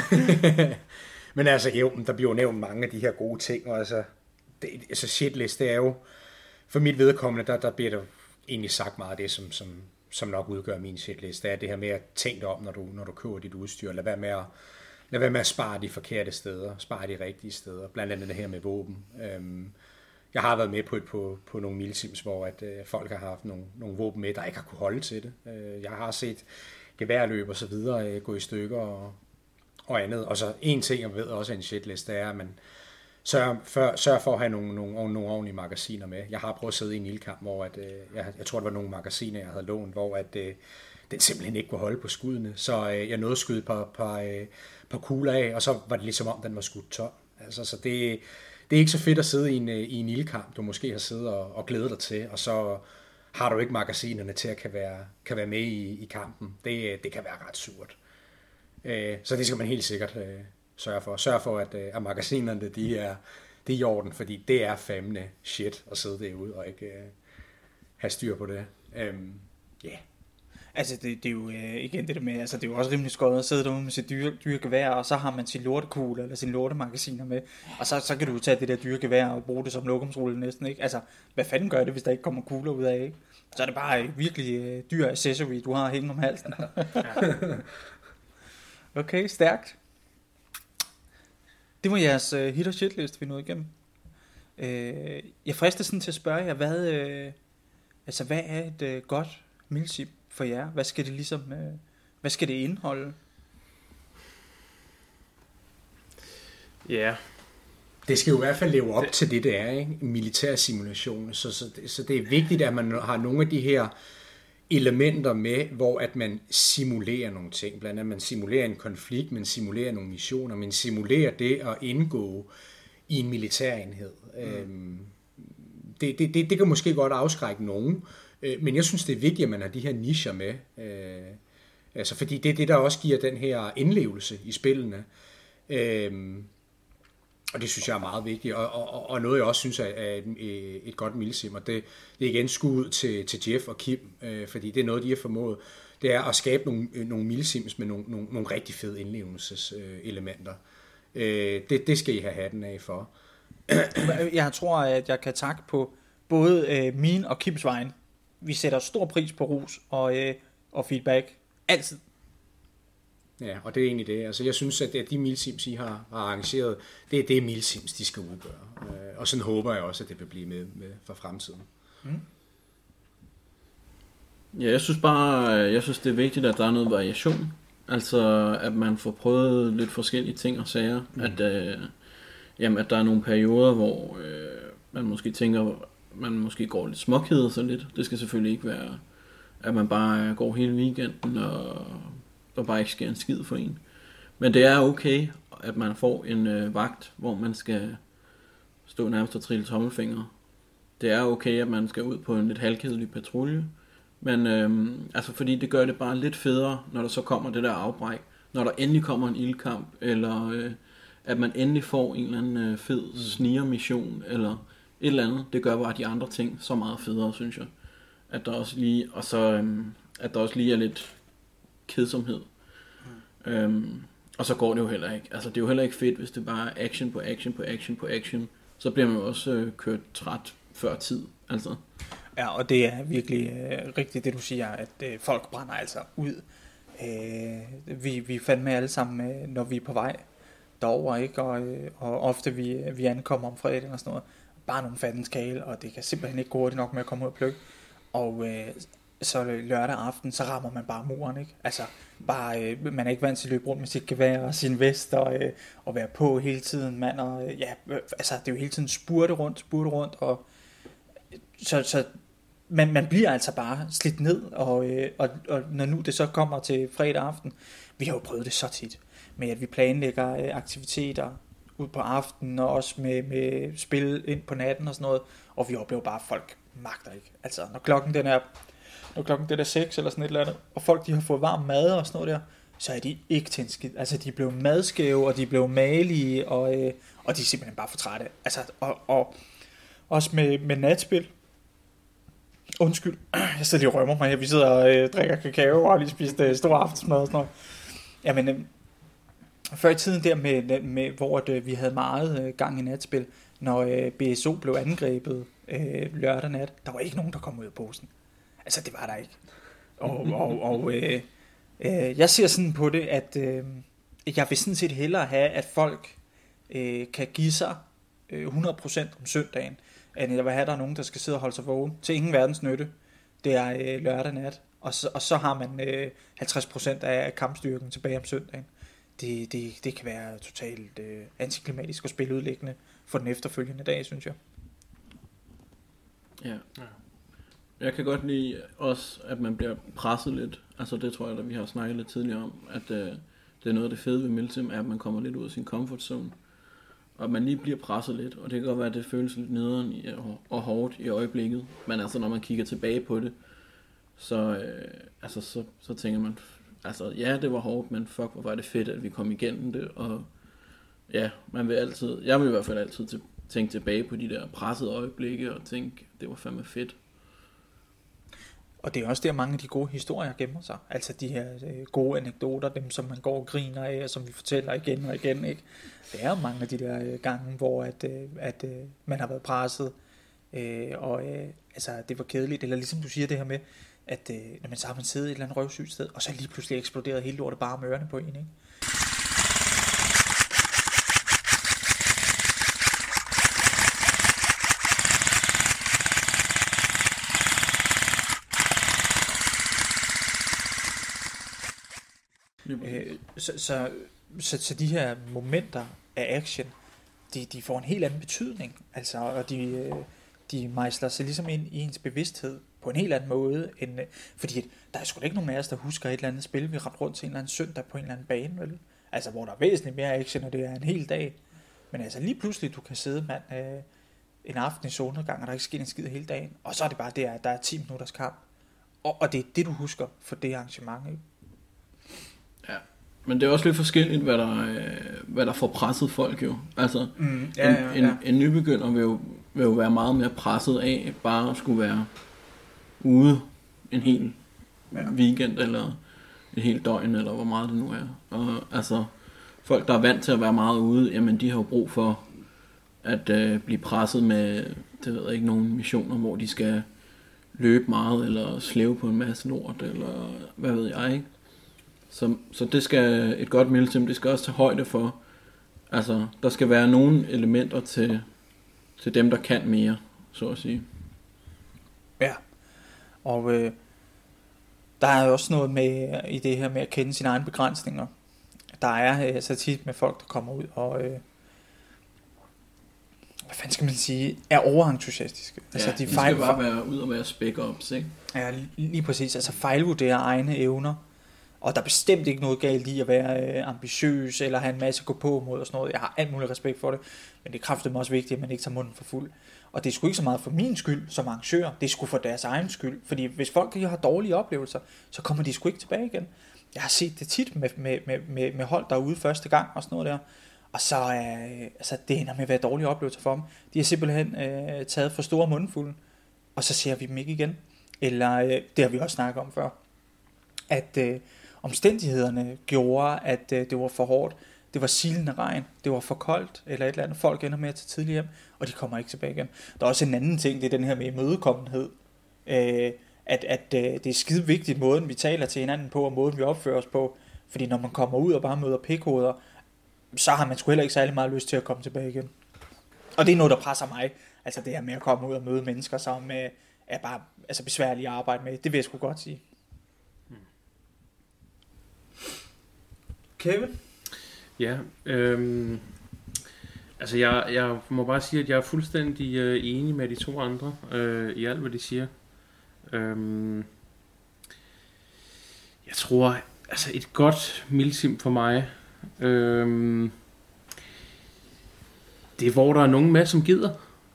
S6: Men altså, jo, der bliver jo nævnt mange af de her gode ting, og altså shitlist, det er jo, for mit vedkommende, der bliver der egentlig sagt meget af det, som nok udgør min shitlist. Det er det her med at tænke om, når du køber dit udstyr. Lad være med at spare de forkerte steder, spare de rigtige steder. Blandt andet det her med våben. Jeg har været med på nogle milsims, hvor at folk har haft nogle våben med, der ikke har kunne holde til det. Jeg har set geværløb og så videre gå i stykker og andet. Og så en ting, jeg ved også er en shitlist, det er, at man sørg for at have nogle ordentlige magasiner med. Jeg har prøvet at sidde i en ildkamp, hvor jeg tror, det var nogle magasiner, jeg havde lånt, hvor at den simpelthen ikke kunne holde på skuddene. Så jeg nåede at skyde par kugler af, og så var det ligesom om, den var skudt tom. Altså, så det er ikke så fedt at sidde i en ildkamp, du måske har siddet og glædet dig til, og så har du ikke magasinerne til at kan være med i kampen. Det kan være ret surt. Så det skal man helt sikkert sørge for, at magasinerne de er i orden, fordi det er fandme shit at sidde derude og ikke have styr på det. Yeah.
S1: Altså det er jo igen det der med, altså det er jo også rimelig skødt at sidde derude med sit dyre gevær, og så har man sin lortekugle eller sin lortemagasiner med, og så kan du jo tage det der dyre gevær og bruge det som lokumsrulle næsten, ikke? Altså hvad fanden gør det, hvis der ikke kommer kugler ud af, ikke? Så er det bare virkelig dyr accessory, du har hængende om halsen. Okay, stærkt. Det var jeres hit og shitlist, vi nåede igennem. Jeg frister sådan til at spørge jer, hvad er et godt milsim for jer? Hvad skal det ligesom, hvad skal det indeholde?
S3: Ja.
S6: Det skal jo i hvert fald leve op til det er, ikke? Militær simulation. Så det er vigtigt, at man har nogle af de her elementer med, hvor at man simulerer nogle ting. Blandt andet man simulerer en konflikt, man simulerer nogle missioner, man simulerer det at indgå i en militærenhed. Det kan måske godt afskrække nogen, men jeg synes, det er vigtigt, at man har de her nicher med. Altså, fordi det er det, der også giver den her indlevelse i spillene. Og det synes jeg er meget vigtigt, og noget jeg også synes er et godt milsim, og det er igen skud til Jeff og Kim, fordi det er noget, de har formået, det er at skabe nogle milsims med nogle rigtig fede indlevelseselementer. Det skal I have hatten af for.
S1: Jeg tror, at jeg kan takke på både min og Kims vejen. Vi sætter stor pris på ros og feedback. Altid.
S6: Ja, og det er egentlig det. Altså, jeg synes, at de milsims, I har arrangeret, det er milsims, de skal udgøre. Og sådan håber jeg også, at det vil blive med for fremtiden.
S4: Ja, jeg synes, det er vigtigt, at der er noget variation. Altså, at man får prøvet lidt forskellige ting og sager. At der er nogle perioder, hvor man måske tænker, man måske går lidt småkeder så lidt. Det skal selvfølgelig ikke være, at man bare går hele weekenden og bare ikke sker en skid for en. Men det er okay, at man får en vagt, hvor man skal stå nærmest og trille tommelfingre. Det er okay, at man skal ud på en lidt halvkedelig patrulje. Men altså fordi det gør det bare lidt federe, når der så kommer det der afbræk. Når der endelig kommer en ildkamp, eller at man endelig får en eller anden fed snigermission, eller et eller andet. Det gør bare de andre ting så meget federe, synes jeg. At der også lige, at der også lige er lidt kedsomhed. Og så går det jo heller ikke. Altså det er jo heller ikke fedt, hvis det bare er action på action på action på action. Så bliver man jo også kørt træt før tid. Altså.
S1: Ja, og det er virkelig rigtigt det du siger, at folk brænder altså ud. Vi fandt med alle sammen, når vi er på vej derover, ikke? Og ofte vi ankommer om fredagen og sådan noget. Bare nogle fattens kale, og det kan simpelthen ikke gå hurtigt nok med at komme ud og plukke. Og så lørdag aften, så rammer man bare muren, ikke? Altså, bare, man er ikke vant til at løbe rundt med sit gevær og sin vest og være på hele tiden, mand. Og, ja, altså, det er jo hele tiden spurte rundt, og så man bliver altså bare slidt ned, og når nu det så kommer til fredag aften, vi har jo prøvet det så tit, med at vi planlægger aktiviteter ud på aftenen, og også med spil ind på natten og sådan noget, og vi oplever bare, at folk magter ikke. Altså, når klokken den er 6 eller sådan et eller andet, og folk de har fået varm mad og sådan noget der, så er de ikke til en skid. Altså, de blev madskæve, og de blev malige, og de er simpelthen bare for trætte. Altså, og også med natspil. Undskyld, jeg sidder lige og rømmer mig her. Vi sidder og drikker kakao og har lige spist stor aftensmad og sådan noget. Jamen, før i tiden der med hvor vi havde meget gang i natspil, når BSO blev angrebet lørdag nat, der var ikke nogen, der kom ud af posen. Altså, det var der ikke. Og jeg ser sådan på det, at jeg vil sådan set hellere have, at folk kan give sig 100% om søndagen, end jeg vil have, at der er nogen, der skal sidde og holde sig vågen til ingen verdens nytte. Det er lørdag nat, og så har man 50% af kampstyrken tilbage om søndagen. Det kan være totalt antiklimatisk og spiludlæggende for den efterfølgende dag, synes jeg.
S4: Ja. Jeg kan godt lide også, at man bliver presset lidt. Altså det tror jeg, at vi har snakket lidt tidligere om, at det er noget af det fede ved Milsim, er, at man kommer lidt ud af sin comfort zone. Og at man lige bliver presset lidt, og det kan godt være, at det føles lidt nederen og hårdt i øjeblikket. Men altså når man kigger tilbage på det, så tænker man, altså ja, det var hårdt, men fuck, hvor var det fedt, at vi kom igennem det. Og ja, jeg vil i hvert fald altid tænke tilbage på de der pressede øjeblikke og tænke, det var fandme fedt.
S1: Og det er også der, mange af de gode historier gemmer sig. Altså de her gode anekdoter, dem som man går og griner af, og som vi fortæller igen og igen, ikke? Det er jo mange af de der gange, hvor at man har været presset, altså det var kedeligt. Eller ligesom du siger det her med, at når man så har man siddet et eller andet røvsygt sted, og så lige pludselig eksploderet hele lortet bare med ørerne på en, ikke? Så de her momenter af action, de får en helt anden betydning, altså, og de mejsler sig ligesom ind i ens bevidsthed på en helt anden måde, end, fordi der er sgu da ikke nogen af os, der husker et eller andet spil, vi rendte rundt til en eller anden søndag på en eller anden bane, vel? Altså hvor der er væsentligt mere action, og det er en hel dag, men altså lige pludselig, du kan sidde en aften i solnedgang, og der ikke sker en skid hele dagen, og så er det bare det, at der er 10 minutters kamp, og det er det, du husker for det arrangement, ikke?
S4: Ja, men det er også lidt forskelligt, hvad der får presset folk jo. Altså, en nybegynder vil jo være meget mere presset af bare at skulle være ude en hel weekend, eller et helt døgn, eller hvor meget det nu er. Og altså, folk, der er vant til at være meget ude, jamen de har jo brug for at blive presset med, det ved jeg ikke, nogle missioner, hvor de skal løbe meget, eller slæve på en masse lort, eller hvad ved jeg, ikke? Så det skal et godt Milsim, det skal også tage højde for, altså der skal være nogle elementer til dem, der kan mere, så at sige.
S1: Ja, og der er jo også noget med i det her med at kende sine egne begrænsninger. Der er så tit med folk, der kommer ud og hvad fanden skal man sige, er overentusiastiske. Altså,
S4: de skal bare være ud og være spec-ups, ikke?
S1: Ja, lige præcis. Altså fejlvurdere egne evner. Og der er bestemt ikke noget galt i at være ambitiøs, eller have en masse at gå på mod og sådan noget. Jeg har alt mulig respekt for det, men det er kraftedeme også vigtigt, at man ikke tager munden for fuld. Og det er sgu ikke så meget for min skyld som arrangør, det er sgu for deres egen skyld. Fordi hvis folk har dårlige oplevelser, så kommer de sgu ikke tilbage igen. Jeg har set det tit med hold, der er ude første gang og sådan noget der. Og så altså, det ender med at være dårlige oplevelser for dem. De har simpelthen taget for store mundfulde, og så ser vi dem ikke igen. Eller det har vi også snakket om før, at omstændighederne gjorde, at det var for hårdt. Det var silende regn, det var for koldt, eller et eller andet. Folk ender med at tage tidligt hjem, og de kommer ikke tilbage igen. Der er også en anden ting, det er den her med imødekommenhed. At det er skide vigtigt, måden vi taler til hinanden på, og måden vi opfører os på. Fordi når man kommer ud og bare møder pikhoveder, så har man sgu heller ikke særlig meget lyst til at komme tilbage igen. Og det er noget, der presser mig. Altså det her med at komme ud og møde mennesker, som er bare besværlige at arbejde med. Det vil jeg sgu godt sige. Kevin?
S3: Ja, altså jeg må bare sige, at jeg er fuldstændig enig med de to andre i alt, hvad de siger. Jeg tror, altså et godt milsim for mig, det er, hvor der er nogen med, som gider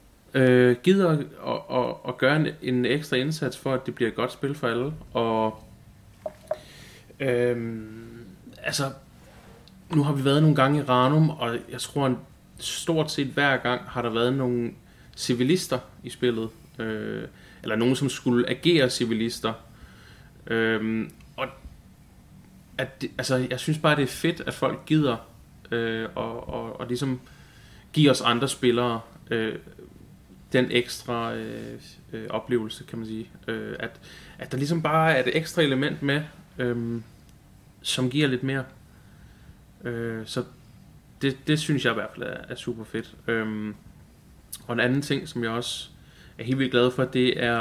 S3: at gøre en ekstra indsats for, at det bliver et godt spil for alle. Og altså, nu har vi været nogle gange i Ranum, og jeg tror, at stort set hver gang har der været nogle civilister i spillet. Eller nogen, som skulle agere civilister. Og altså, jeg synes bare, det er fedt, at folk gider og ligesom give os andre spillere den ekstra oplevelse, kan man sige. At der ligesom bare er et ekstra element med, som giver lidt mere. Så det synes jeg i hvert fald er super fedt. Og en anden ting, som jeg også er helt vildt glad for, det er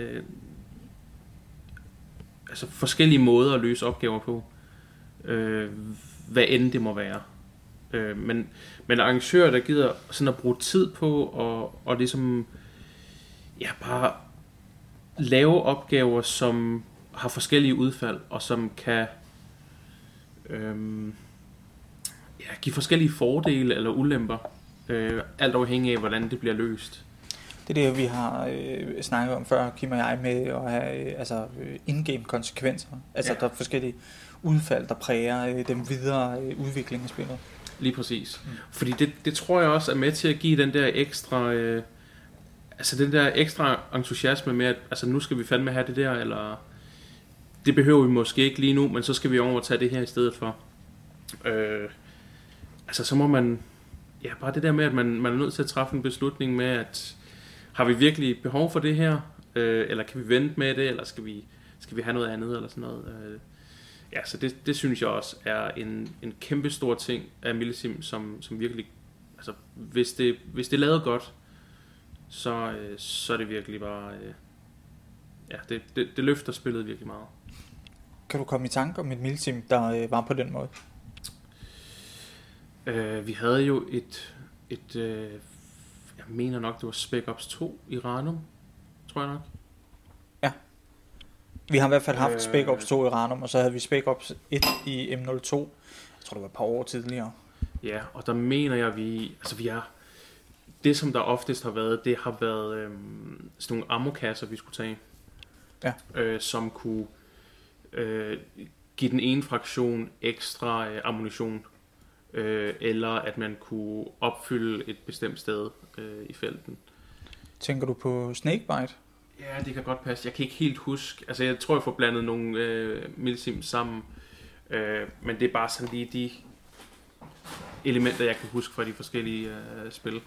S3: altså forskellige måder at løse opgaver på. Hvad end det må være. Men arrangører, der gider sådan at bruge tid på og ligesom bare lave opgaver, som har forskellige udfald, og som kan give forskellige fordele eller ulemper, alt afhængig af, hvordan det bliver løst.
S1: Det er det, vi har snakket om før, Kim og jeg, med at have in-game konsekvenser. Altså, der er forskellige udfald, der præger den videre udvikling af spillet.
S3: Lige præcis. Fordi det tror jeg også er med til at give den der ekstra den der ekstra entusiasme med, at altså, nu skal vi fandme have det der, eller det behøver vi måske ikke lige nu, men så skal vi over og tage det her i stedet for. Altså så må man, bare det der med, at man er nødt til at træffe en beslutning med, at har vi virkelig behov for det her, eller kan vi vente med det, eller skal vi have noget andet, eller sådan noget. Så det synes jeg også er en kæmpe stor ting af Milsim, som virkelig, altså hvis det er lavet godt, så er det virkelig bare, det løfter spillet virkelig meget.
S1: Kan du komme i tanke om et Milsim, der var på den måde?
S3: Vi havde jo et jeg mener nok, det var Spec Ops 2 i Ranum, tror jeg nok.
S1: Ja. Vi har i hvert fald haft Spec Ops 2 i Ranum, og så havde vi Spec Ops 1 i M02. Jeg tror, det var et par år tidligere.
S3: Ja, og der mener jeg, vi har... Det, som der oftest har været, det har været sådan nogle ammokasser, vi skulle tage.
S1: Ja.
S3: Som kunne give den ene fraktion ekstra ammunition. Eller at man kunne opfylde et bestemt sted i felten.
S1: Tænker du på Snakebite?
S3: Ja, det kan godt passe. Jeg kan ikke helt huske. Altså, jeg tror, jeg får blandet nogle milsim sammen. Men det er bare sådan lige de elementer, jeg kan huske fra de forskellige spil.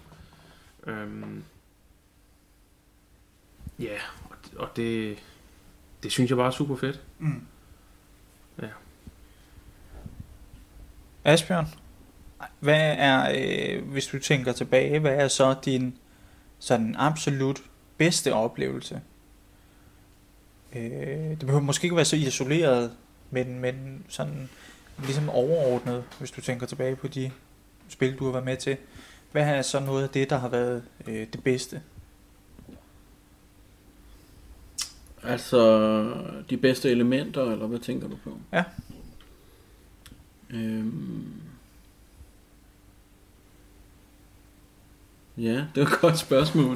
S3: Og det synes jeg bare er super fedt.
S1: Mm.
S3: Ja.
S1: Asbjørn, hvad er, hvis du tænker tilbage, hvad er så din sådan absolut bedste oplevelse? Det behøver måske ikke være så isoleret, men sådan ligesom overordnet, hvis du tænker tilbage på de spil, du har været med til. Hvad er så noget af det, der har været det bedste?
S4: Altså de bedste elementer, eller hvad tænker du på?
S1: Ja.
S4: Ja, det var et godt spørgsmål.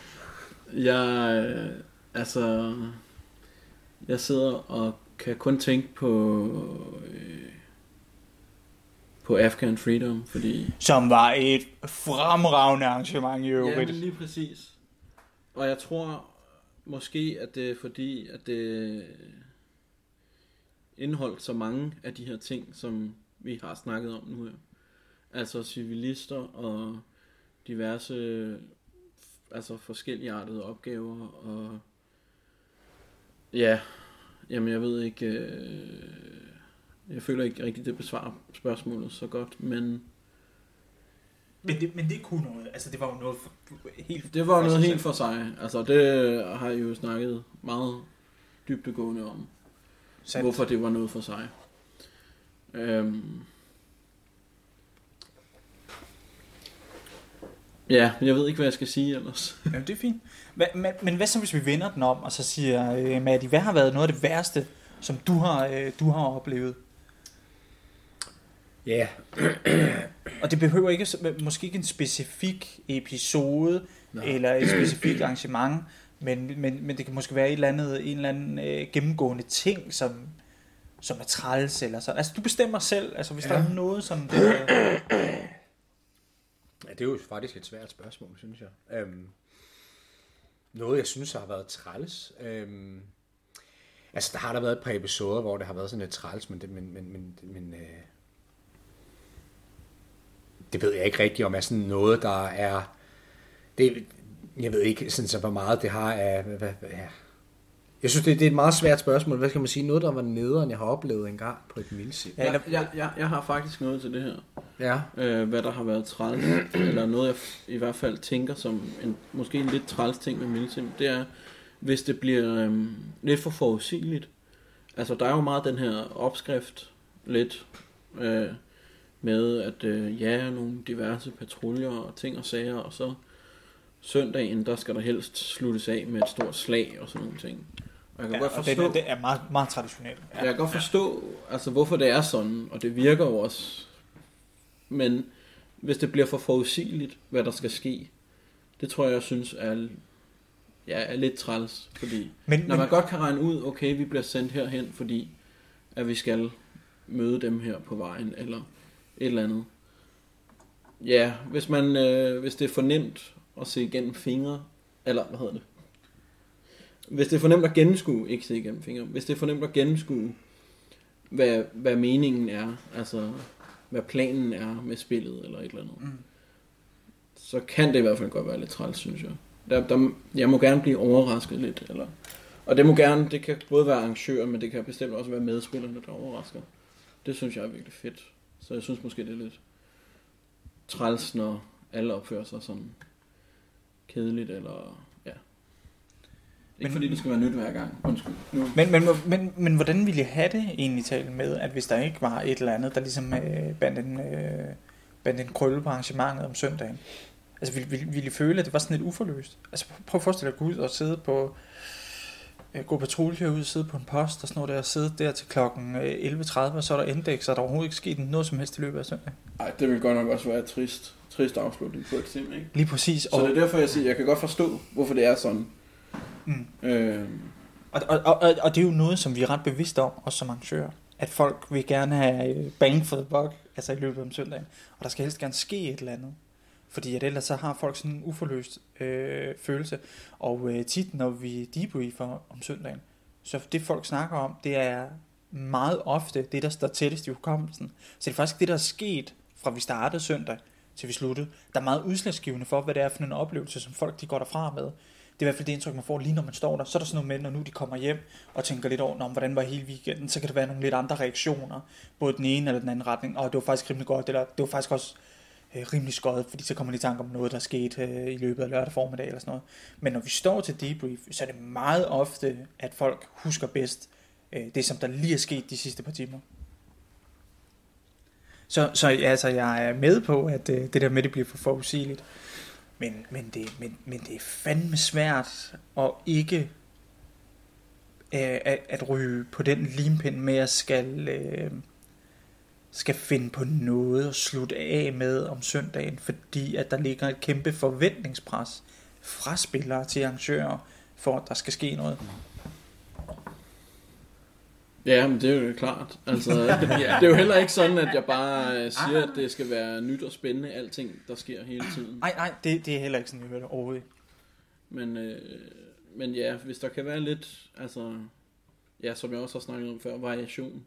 S4: Jeg sidder og kan kun tænke på Afghan Freedom, fordi...
S1: Som var et fremragende arrangement i øvrigt.
S4: Ja, men lige præcis. Og jeg tror måske, at det er fordi, at det indeholdt så mange af de her ting, som vi har snakket om nu her. Altså civilister og diverse, altså forskelligartede opgaver, og ja, jamen jeg ved ikke, jeg føler ikke rigtigt, det besvarer spørgsmålet så godt, men
S1: det kunne noget, altså det var jo noget helt...
S4: Det var noget helt for sig, altså det har jeg jo snakket meget dybdegående om,
S1: sandt.
S4: Hvorfor det var noget for sig. Ja, jeg ved ikke, hvad jeg skal sige ellers.
S1: Jamen, det er fint. Men hvad så, hvis vi vinder den om, og så siger Matti, hvad har været noget af det værste, som du har oplevet?
S6: Ja.
S1: Og det behøver ikke, måske ikke en specifik episode, eller et specifikt arrangement, men det kan måske være en eller anden gennemgående ting, som er træls, eller så. Altså, du bestemmer selv, altså hvis der er noget, som det
S6: Ja, det er jo faktisk et svært spørgsmål, synes jeg. Noget, jeg synes har været træls. Altså, der har der været et par episoder, hvor det har været sådan lidt træls, men det ved jeg ikke rigtigt, om er sådan noget, der er... Jeg ved ikke, sådan så hvor meget det har af... Jeg synes, det er et meget svært spørgsmål. Hvad skal man sige? Noget, der var nederen, jeg har oplevet engang på et milsim.
S4: Jeg har faktisk noget til det her.
S6: Ja.
S4: Hvad der har været træls, eller noget, jeg i hvert fald tænker som måske en lidt træls ting med milsim, det er, hvis det bliver lidt for forudsigeligt. Altså, der er jo meget den her opskrift lidt med, at nogle diverse patruljer og ting og sager, og så søndagen, der skal der helst sluttes af med et stort slag og sådan nogle ting. Og jeg kan godt forstå,
S1: det er meget, meget traditionelt.
S4: Jeg kan godt forstå, altså, hvorfor det er sådan, og det virker jo også. Men hvis det bliver for forudsigeligt, hvad der skal ske, det tror jeg synes er lidt træls. Fordi når man godt kan regne ud, okay, vi bliver sendt herhen, fordi at vi skal møde dem her på vejen, eller et eller andet. Ja, hvis det er for nemt at se igennem fingre, eller hvad hedder det? Hvis det er for nemt at gennemskue, ikke se igennem fingre, hvis det er for nemt at gennemskue, hvad meningen er, altså hvad planen er med spillet, eller et eller andet, så kan det i hvert fald godt være lidt træls, synes jeg. Jeg må gerne blive overrasket lidt, eller... Og det kan både være arrangører, men det kan bestemt også være medspillerne, der overrasker. Det synes jeg er virkelig fedt. Så jeg synes måske, det er lidt træls, når alle opfører sig sådan kedeligt, eller ja. Ikke fordi det skal være nyt hver gang. Undskyld.
S1: Men hvordan ville jeg have det egentlig talt med, at hvis der ikke var et eller andet, der ligesom bandt en krølle på arrangementet om søndagen? Altså ville I føle, at det var sådan lidt uforløst? Altså prøv at forestille dig at gå ud og sidde på... gå patrulje ud, sidde på en post og sådan noget der, og sidde der til klokken 11.30, og så er der indeks, og der overhovedet ikke sket noget som helst i løbet af søndag.
S4: Nej, det vil godt nok også være et trist afslutning på et sim, ikke?
S1: Lige præcis.
S4: Så det er derfor, jeg siger, jeg kan godt forstå, hvorfor det er sådan.
S1: Og det er jo noget, som vi er ret bevidste om, også som arrangører, at folk vil gerne have bang for the buck, altså i løbet af søndagen, og der skal helst gerne ske et eller andet. Fordi at ellers så har folk sådan en uforløst følelse. Og tit når vi debriefer om søndagen, så det folk snakker om, det er meget ofte det, der står tættest i hukommelsen. Så det er faktisk det, der er sket fra vi startede søndag til vi sluttede, der er meget udslagsgivende for, hvad det er for en oplevelse, som folk de går derfra med. Det er i hvert fald det indtryk, man får lige når man står der. Så er der sådan noget med, når nu de kommer hjem og tænker lidt over, hvordan var hele weekenden, så kan det være nogle lidt andre reaktioner, både den ene eller den anden retning. Og det var faktisk rimelig godt, eller det var faktisk også rimelig skøjet, fordi så kommer de i tanke om noget, der er sket i løbet af lørdag formiddag eller sådan noget. Men når vi står til debrief, så er det meget ofte, at folk husker bedst det, som der lige er sket de sidste par timer. Så altså, jeg er med på, at det der med, det bliver for forudsigeligt. Men det er fandme svært at ikke at ryge på den limpind med at skal finde på noget at slutte af med om søndagen, fordi at der ligger et kæmpe forventningspres fra spillere til arrangører for at der skal ske noget.
S4: Ja, men det er jo klart. Altså, det er jo heller ikke sådan, at jeg bare siger, at det skal være nyt og spændende, alting, der sker hele tiden.
S1: Nej, det er heller ikke sådan, jeg hører det overhovedet.
S4: Men ja, hvis der kan være lidt, altså, ja, som jeg også har snakket om før, variation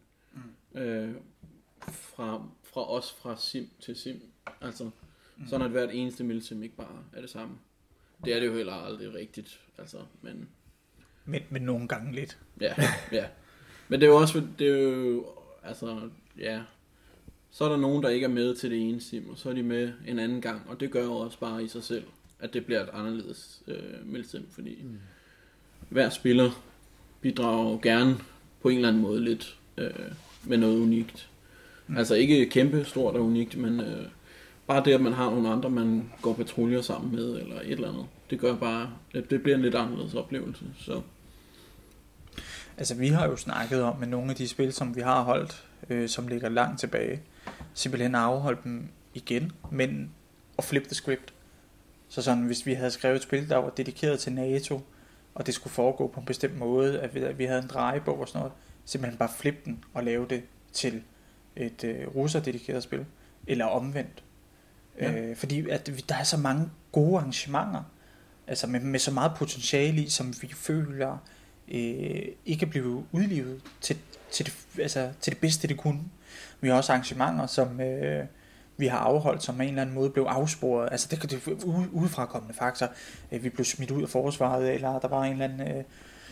S4: fra sim til sim. Altså, sådan at hvert eneste milsim ikke bare er det samme. Det er det jo heller aldrig rigtigt, altså,
S1: men nogle gange lidt.
S4: Ja. Men det er jo også, altså, ja, så er der nogen, der ikke er med til det ene sim, og så er de med en anden gang, og det gør jo også bare i sig selv, at det bliver et anderledes milsim, fordi hver spiller bidrager gerne på en eller anden måde lidt med noget unikt. Altså ikke kæmpe stort og unikt, men bare det, at man har nogle andre, man går patruljer sammen med, eller et eller andet, det gør bare, det bliver en lidt anderledes oplevelse. Så.
S1: Altså, vi har jo snakket om med nogle af de spil, som vi har holdt, som ligger langt tilbage, simpelthen afholdt dem igen, men at flip the script. Så sådan, hvis vi havde skrevet et spil, der var dedikeret til NATO, og det skulle foregå på en bestemt måde, at vi havde en drejebog og sådan noget, simpelthen bare flippe den og lave det til et russer-dedikeret spil, eller omvendt. Ja. Fordi at der er så mange gode arrangementer, altså med så meget potentiale i, som vi føler ikke er blevet udlivet til det bedste, det kunne. Vi har også arrangementer, som vi har afholdt, som på en eller anden måde blev afsporet. Altså det kan det udefrakommende faktor. Vi blev smidt ud af forsvaret, eller der var en eller anden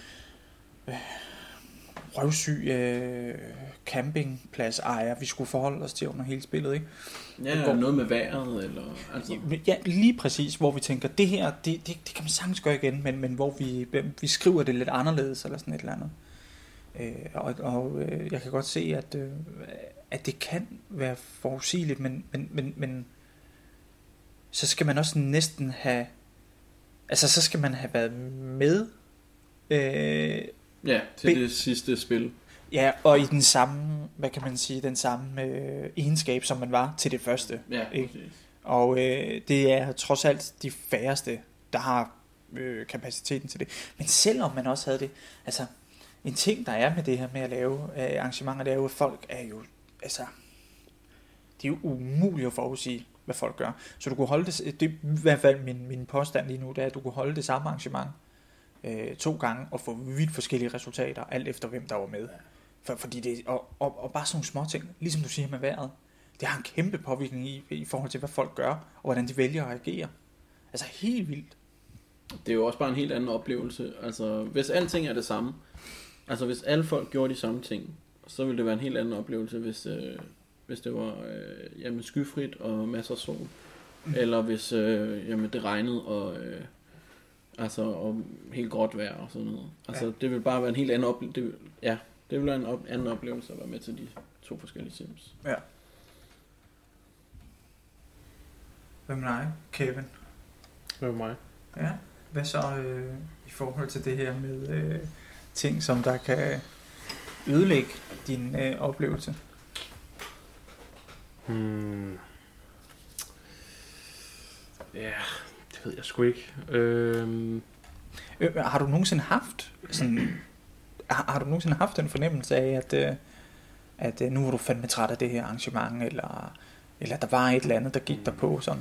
S1: røvsyg campingpladsejer, vi skulle forholde os til under hele spillet, ikke?
S4: Ja, noget med vejret, eller... Altså.
S1: Ja, lige præcis, hvor vi tænker, det her, det kan man sagtens gøre igen, men hvor vi skriver det lidt anderledes, eller sådan et eller andet. Og jeg kan godt se, at det kan være forudsigeligt, men så skal man også næsten have, altså så skal man have været med
S4: ja, til det sidste spil.
S1: Ja, og i den samme, hvad kan man sige, den samme egenskab, som man var til det første.
S4: Ja,
S1: ikke? Og det er trods alt de færreste, der har kapaciteten til det. Men selvom man også havde det, altså en ting, der er med det her med at lave arrangementer, det er jo, at folk er jo, altså, det er jo umuligt at forudsige, hvad folk gør. Så du kunne holde det er i hvert fald min påstand lige nu, det er, at du kunne holde det samme arrangement 2 gange og få vidt forskellige resultater, alt efter hvem der var med. Fordi det, og bare sådan nogle små ting, ligesom du siger med vejret, det har en kæmpe påvirkning i forhold til, hvad folk gør, og hvordan de vælger at reagere. Altså helt vildt.
S4: Det er jo også bare en helt anden oplevelse. Altså, hvis alting er det samme, altså hvis alle folk gjorde de samme ting, så ville det være en helt anden oplevelse, hvis det var skyfrit og masser af sol. Eller hvis det regnede og helt gråt vejr og sådan noget. Altså det vil bare være en helt anden oplevelse. Det vil være en anden oplevelse at være med til de 2 forskellige sims.
S1: Ja. Hvad med dig, Kevin?
S3: Hvad med mig?
S1: Ja. Hvad så i forhold til det her med ting, som der kan ødelægge din oplevelse?
S3: Ja, det ved jeg sgu ikke.
S1: Har du nogensinde haft sådan, har du nogensinde haft en fornemmelse af, at nu var du fandme træt af det her arrangement, eller der var et eller andet, der gik der på sådan?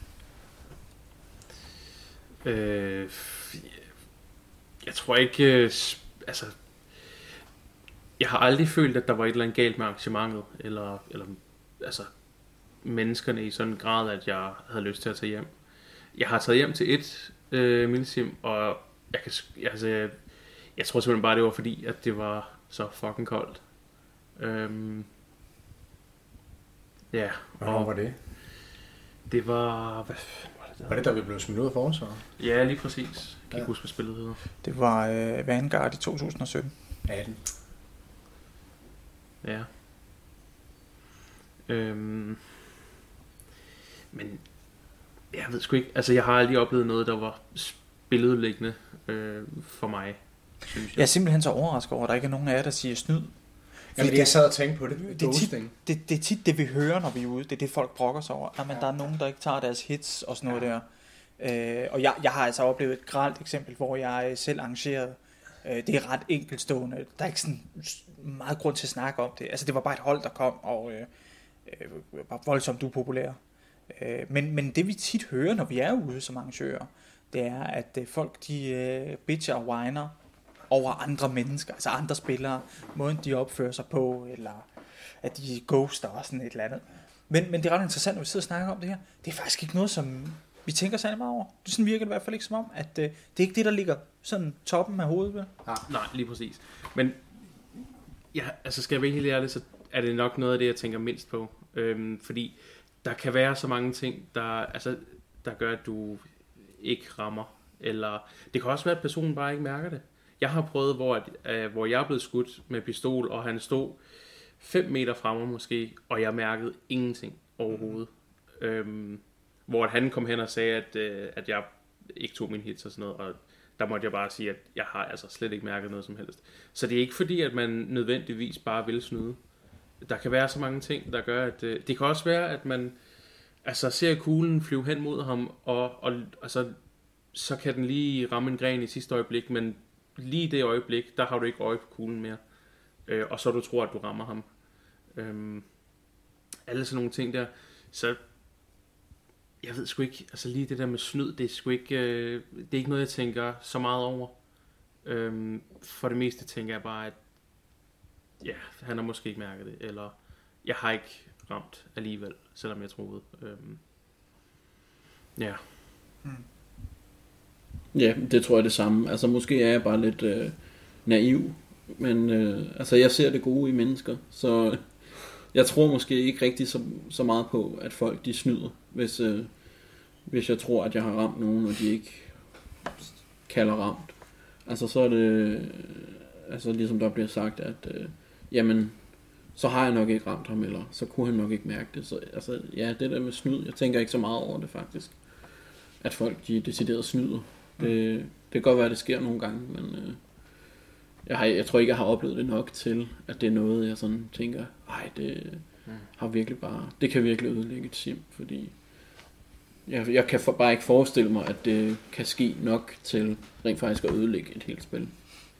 S3: Jeg tror ikke, altså, jeg har aldrig følt, at der var et eller andet galt med arrangementet, eller altså, menneskerne i sådan en grad, at jeg havde lyst til at tage hjem. Jeg har taget hjem til et Milsim, og jeg tror simpelthen bare, det var fordi, at det var så fucking koldt. Ja.
S6: Hvornår var det?
S3: Det var... Hvad var det der?
S6: Var det, da vi blev smidt ud af forsvaret?
S3: Ja, lige præcis. Jeg kan ikke huske, hvad spillet hedder.
S1: Det var Vanguard i 2017.
S6: 18.
S3: Ja. Men jeg ved sgu ikke, altså jeg har aldrig oplevet noget, der var spiludlæggende for mig, synes jeg.
S1: Jeg er simpelthen så overrasket over, at der ikke er nogen af jer, der siger snyd.
S6: Fordi jeg sad og tænkte på det.
S1: Det er tit det, vi hører, når vi er ude. Det er det, folk brokker sig over. Jamen, der er nogen, der ikke tager deres hits og sådan noget der. Og jeg har altså oplevet et grelt eksempel, hvor jeg selv arrangerede. Det er ret enkeltstående. Der er ikke sådan meget grund til at snakke om det. Altså, det var bare et hold, der kom og var voldsomt upopulær. Men det vi tit hører, når vi er ude som arrangører, det er, at folk de bitcher og whiner over andre mennesker, altså andre spillere, måden de opfører sig på, eller at de ghoster og sådan et eller andet. Men det er ret interessant, når vi sidder og snakker om det her. Det er faktisk ikke noget, som vi tænker særlig meget over. Det sådan virker det i hvert fald ikke som om, at det er ikke det, der ligger sådan toppen af hovedet ved.
S3: Nej, lige præcis. Men ja, altså skal jeg være helt ærlig, så er det nok noget af det, jeg tænker mindst på. Fordi der kan være så mange ting, der gør, at du ikke rammer. Eller det kan også være, at personen bare ikke mærker det. Jeg har prøvet, hvor jeg er blevet skudt med pistol, og han stod 5 meter fra mig måske, og jeg mærkede ingenting overhovedet. Hvor han kom hen og sagde, at jeg ikke tog mine hits og sådan noget, og der måtte jeg bare sige, at jeg har altså slet ikke mærket noget som helst. Så det er ikke fordi, at man nødvendigvis bare vil snyde. Der kan være så mange ting, der gør, at det kan også være, at man altså ser kuglen flyve hen mod ham, og altså, så kan den lige ramme en gren i sidste øjeblik, men lige i det øjeblik, der har du ikke øje på kuglen mere. Og så du tror, at du rammer ham. Alle sådan nogle ting der. Så jeg ved sgu ikke, altså lige det der med snyd, det er sgu ikke, det er ikke noget, jeg tænker så meget over. For det meste tænker jeg bare, at ja, han har måske ikke mærket det, eller jeg har ikke ramt alligevel, selvom jeg troede. Ja.
S4: Ja, det tror jeg det samme. Altså måske er jeg bare lidt naiv, men altså jeg ser det gode i mennesker, så jeg tror måske ikke rigtig så meget på, at folk de snyder, hvis jeg tror, at jeg har ramt nogen, og de ikke kalder ramt. Altså så er det, altså ligesom der bliver sagt, at jamen, så har jeg nok ikke ramt ham, eller så kunne han nok ikke mærke det. Så altså, ja, det der med snyd, jeg tænker ikke så meget over det faktisk. At folk de decideret snyder. Det kan godt være, at det sker nogle gange, men jeg tror ikke, jeg har oplevet det nok til, at det er noget, jeg sådan tænker, det har virkelig bare, det kan virkelig ødelægge et sim, fordi jeg kan bare ikke forestille mig, at det kan ske nok til rent faktisk at ødelægge et helt spil.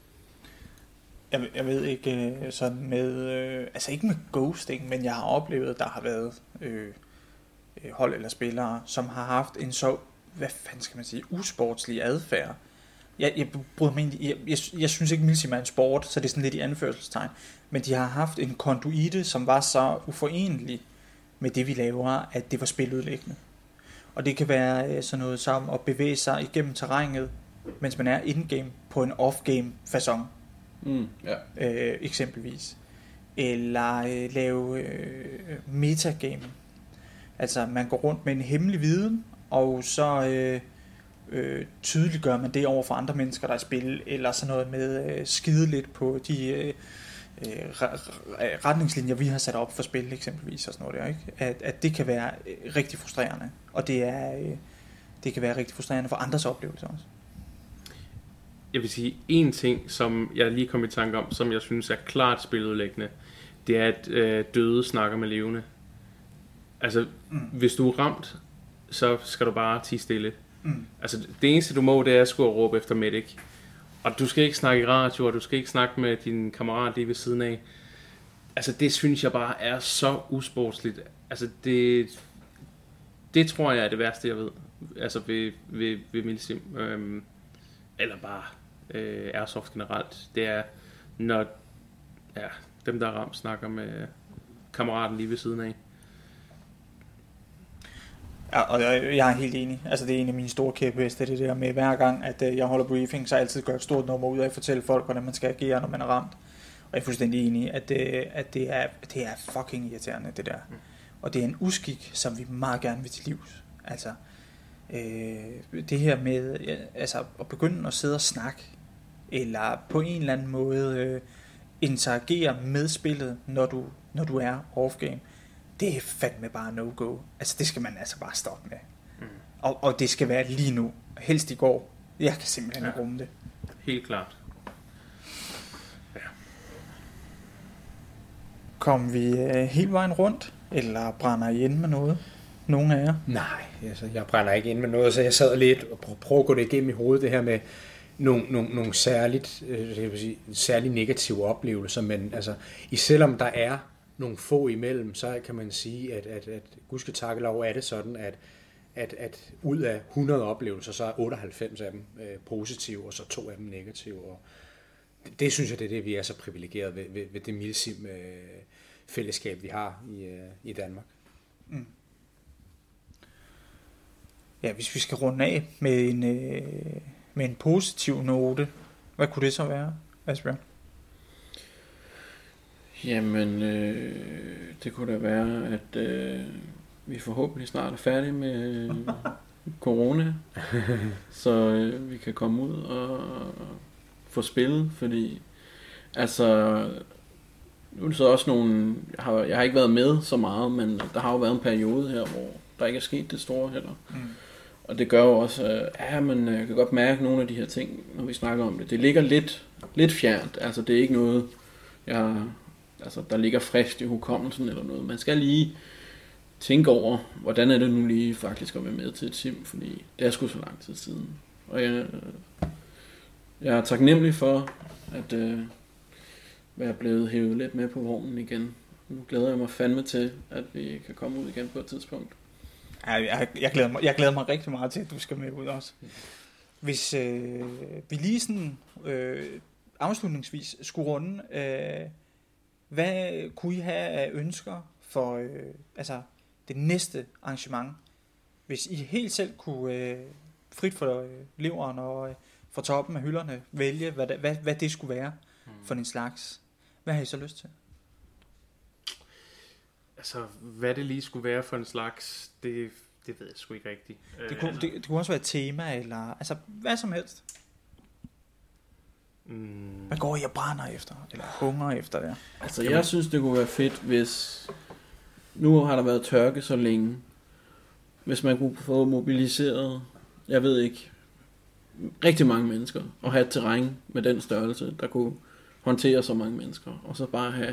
S1: Jeg ved ikke sådan med, altså ikke med ghosting, men jeg har oplevet, at der har været hold eller spillere, som har haft en så, hvad fanden skal man sige, usportslig adfærd. Jeg bryder mig egentlig, jeg synes ikke, milsim er en sport, så det er sådan lidt i anførselstegn, men de har haft en konduite, som var så uforenelig med det, vi laver, at det var spiludlæggende. Og det kan være sådan noget som at bevæge sig igennem terrænet, mens man er in-game på en off-game facon. Eksempelvis. Eller lave metagame. Altså man går rundt med en hemmelig viden, og så tydeliggør man det over for andre mennesker, der er i spil, eller sådan noget med skide lidt på de retningslinjer, vi har sat op for spil, eksempelvis, og sådan noget der, ikke? At det kan være rigtig frustrerende, og det kan være rigtig frustrerende for andres oplevelser også.
S3: Jeg vil sige, en ting, som jeg lige kom i tanke om, som jeg synes er klart spiludlæggende, det er, at døde snakker med levende. Altså, hvis du er ramt, så skal du bare tie stille. Altså, det eneste du må, det er at skulle råbe efter medic. Og du skal ikke snakke i radio, og du skal ikke snakke med din kammerat lige ved siden af. Altså, det synes jeg bare er så usportsligt. Altså, det tror jeg er det værste, jeg ved. Altså, ved milsim. Eller bare Airsoft generelt. Det er, når dem, der er ramt, snakker med kammeraten lige ved siden af.
S1: Ja, og jeg er helt enig. Altså det er en af mine store kæpheste, det der med hver gang, at jeg holder briefing, så altid gør et stort nummer ud af at fortælle folk, hvordan man skal agere, når man er ramt. Og jeg er fuldstændig enig, at det er fucking irriterende, det der. Og det er en uskik, som vi meget gerne vil til livs. Altså, det her med altså, at begynde at sidde og snakke, eller på en eller anden måde interagere med spillet, når du er off-game, det er fandme bare no-go. Altså det skal man altså bare stoppe med. Og det skal være lige nu. Helst i går. Jeg kan simpelthen ikke rumme det.
S3: Helt klart. Ja.
S1: Kom vi hele vejen rundt, eller brænder I ind med noget? Nogen af jer?
S6: Nej, altså, jeg brænder ikke ind med noget, så jeg sad lidt og prøvede at gå det igennem i hovedet, det her med nogle særligt negative oplevelser, men altså, selvom der er nogle få imellem, så kan man sige, at gudske takkelov er det sådan, at ud af 100 oplevelser, så er 98 af dem positive, og så 2 af dem negative. Og det synes jeg, det er det, vi er så privilegeret ved det milsim fællesskab, vi har i Danmark.
S1: Ja, hvis vi skal runde af med en positiv note, hvad kunne det så være, Asbjørn?
S4: Jamen, det kunne da være, at vi forhåbentlig snart er færdige med corona, så vi kan komme ud og få spillet, fordi altså Nu er det så også nogle... Jeg har ikke været med så meget, men der har jo været en periode her, hvor der ikke er sket det store heller. Og det gør jo også, man kan godt mærke nogle af de her ting, når vi snakker om det. Det ligger lidt fjernt. Altså det er ikke noget, der ligger frisk i hukommelsen eller noget. Man skal lige tænke over, hvordan er det nu lige faktisk at være med til et sim, fordi det er sgu så lang tid siden. Og jeg er taknemmelig for at være blevet hævet lidt med på vognen igen. Nu glæder jeg mig fandme til, at vi kan komme ud igen på et tidspunkt.
S1: Jeg glæder mig rigtig meget til, at du skal med ud også. Hvis vi lige sådan afslutningsvis skulle runde, hvad kunne I have af ønsker for det næste arrangement? Hvis I helt selv kunne frit for leveren og fra toppen af hylderne vælge, hvad det skulle være for en slags. Hvad har I så lyst til?
S3: Altså, hvad det lige skulle være for en slags, det ved jeg sgu ikke rigtigt.
S1: Det kunne også være et tema, eller hvad som helst. Hvad går I og brænder efter, eller hungrer efter der?
S4: Altså, jeg synes, det kunne være fedt, hvis... Nu har der været tørke så længe. Hvis man kunne få mobiliseret, jeg ved ikke, rigtig mange mennesker, og have et terræn med den størrelse, der kunne håndtere så mange mennesker, og så bare have,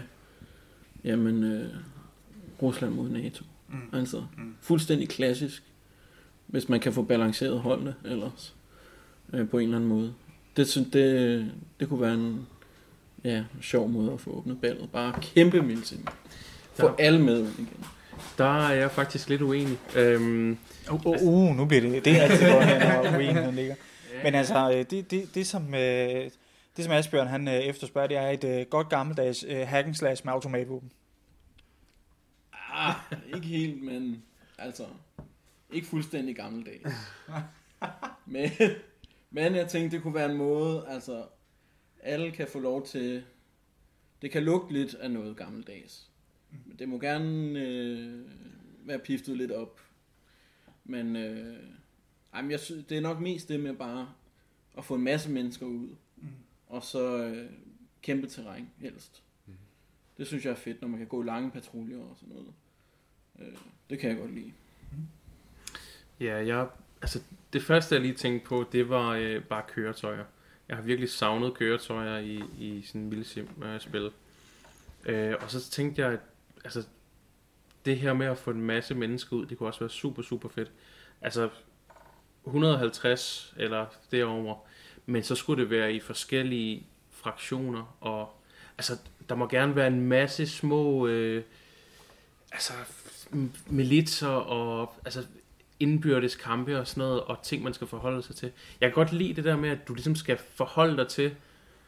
S4: Rusland mod NATO. Altså, fuldstændig klassisk, hvis man kan få balanceret holdene ellers, på en eller anden måde. Det kunne være en sjov måde at få åbnet ballet. Bare kæmpe milsim. Få alle med igen.
S3: Der er jeg faktisk lidt uenig.
S1: Nu bliver det er altid godt, når uenigheden ligger. Men altså, det som Asbjørn han efterspørger, det er et godt gammeldags hack and slash med automatvåben.
S4: Ikke helt, men altså, ikke fuldstændig gammeldags. Men jeg tænkte, det kunne være en måde, altså, alle kan få lov til, det kan lugte lidt af noget gammeldags. Men det må gerne være piftet lidt op. Men det er nok mest det med bare at få en masse mennesker ud, og så kæmpe terræn helst. Det synes jeg er fedt, når man kan gå lange patruljer og sådan noget. Det kan jeg godt lide.
S3: Ja, det første jeg lige tænkte på, det var bare køretøjer. Jeg har virkelig savnet køretøjer i sådan en milsim-spil. Og så tænkte jeg, at det her med at få en masse mennesker ud, det kunne også være super, super fedt. 150 eller derover, men så skulle det være i forskellige fraktioner, og der må gerne være en masse små militser og indbyrdes kampe og sådan noget, og ting man skal forholde sig til. Jeg kan godt lide det der med, at du ligesom skal forholde dig til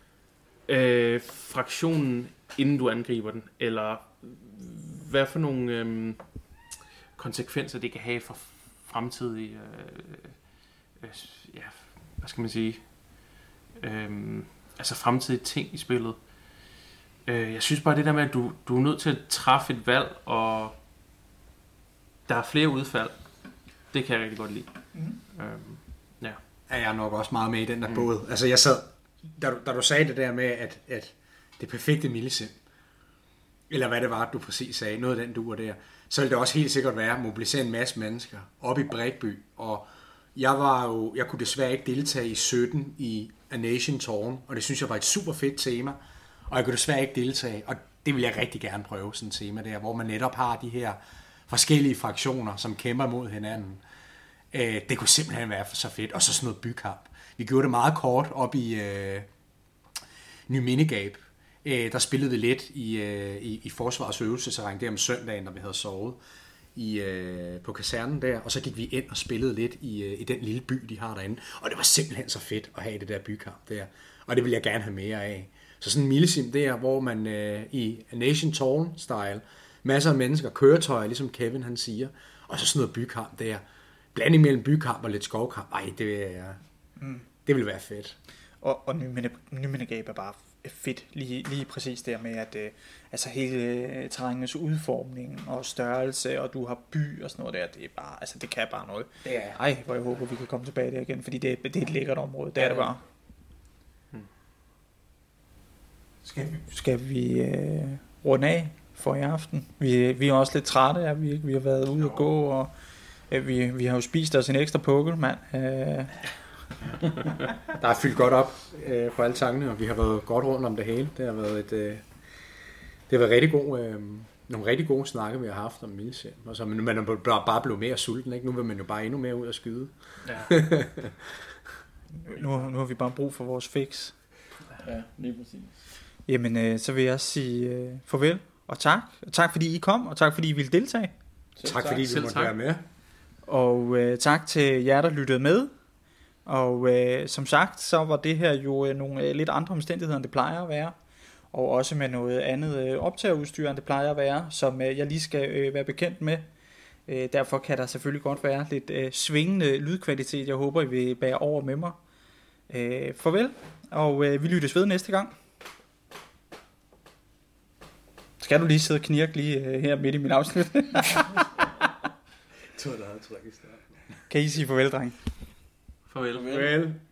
S3: fraktionen, inden du angriber den, eller hvad for nogle konsekvenser det kan have for fremtidige hvad skal man sige, fremtidige ting i spillet. Jeg synes bare det der med, at du er nødt til at træffe et valg, og der er flere udfald. Det kan jeg rigtig godt lide.
S6: Ja, jeg er nok også meget med i den der båd. Altså jeg sad, da du sagde det der med, at det perfekte millisim, eller hvad det var, du præcis sagde, noget af den duer der, så ville det også helt sikkert være at mobilisere en masse mennesker op i Brækby, og jeg kunne desværre ikke deltage i 17 i A Nation Torn, og det synes jeg var et super fedt tema, og jeg kunne desværre ikke deltage, og det vil jeg rigtig gerne prøve, sådan et tema der, hvor man netop har de her forskellige fraktioner, som kæmper mod hinanden. Det kunne simpelthen være så fedt, og så sådan noget bykamp. Vi gjorde det meget kort op i Ny Minigab. Der spillede vi lidt i forsvarets øvelsesterræn der om søndagen, når vi havde sovet på kasernen der, og så gik vi ind og spillede lidt i den lille by, de har derinde, og det var simpelthen så fedt at have det der bykamp der, og det vil jeg gerne have mere af. Så sådan en millisim der, hvor man i Nation Torn style, masser af mennesker, køretøjer, ligesom Kevin han siger, og så sådan noget bykamp der, blanding mellem bykamp og lidt skovkamp, det vil være fedt.
S1: Og Ny Minigab er bare fedt, lige præcis der med, at hele terrænets udformning og størrelse, og du har by og sådan noget der, det er bare, det kan bare noget. Hvor jeg håber, vi kan komme tilbage der igen, fordi det er et lækkert område, det er det bare. Skal vi runde af for i aften. Vi er også lidt trætte, er vi ikke? Vi har været ude at gå, og vi har jo spist os en ekstra pukkel, mand.
S6: Der er fyldt godt op på alle tankene, og vi har været godt rundt om det hele. Det har været rigtig nogle rigtig gode snakke, vi har haft om Milsim. Og så man er bare blevet mere sulten, ikke? Nu vil man jo bare endnu mere ud og skyde.
S3: Ja.
S1: Nu har vi bare brug for vores fix.
S4: Ja, lige præcis.
S1: Jamen, så vil jeg sige farvel og tak. Og tak fordi I kom, og tak fordi I ville deltage.
S6: Tak fordi vi måtte være med.
S1: Og tak til jer, der lyttede med. Og som sagt, så var det her jo nogle lidt andre omstændigheder, end det plejer at være. Og også med noget andet optagerudstyr, end det plejer at være, som jeg lige skal være bekendt med. Derfor kan der selvfølgelig godt være lidt svingende lydkvalitet. Jeg håber, I vil bære over med mig. Farvel, og vi lyttes ved næste gang. Skal du lige sidde og knirke lige her midt i min afsnit?
S6: Jeg tror, der havde tryk i starten.
S1: Kan I sige farvel, dreng?
S3: Farvel.
S6: Farvel.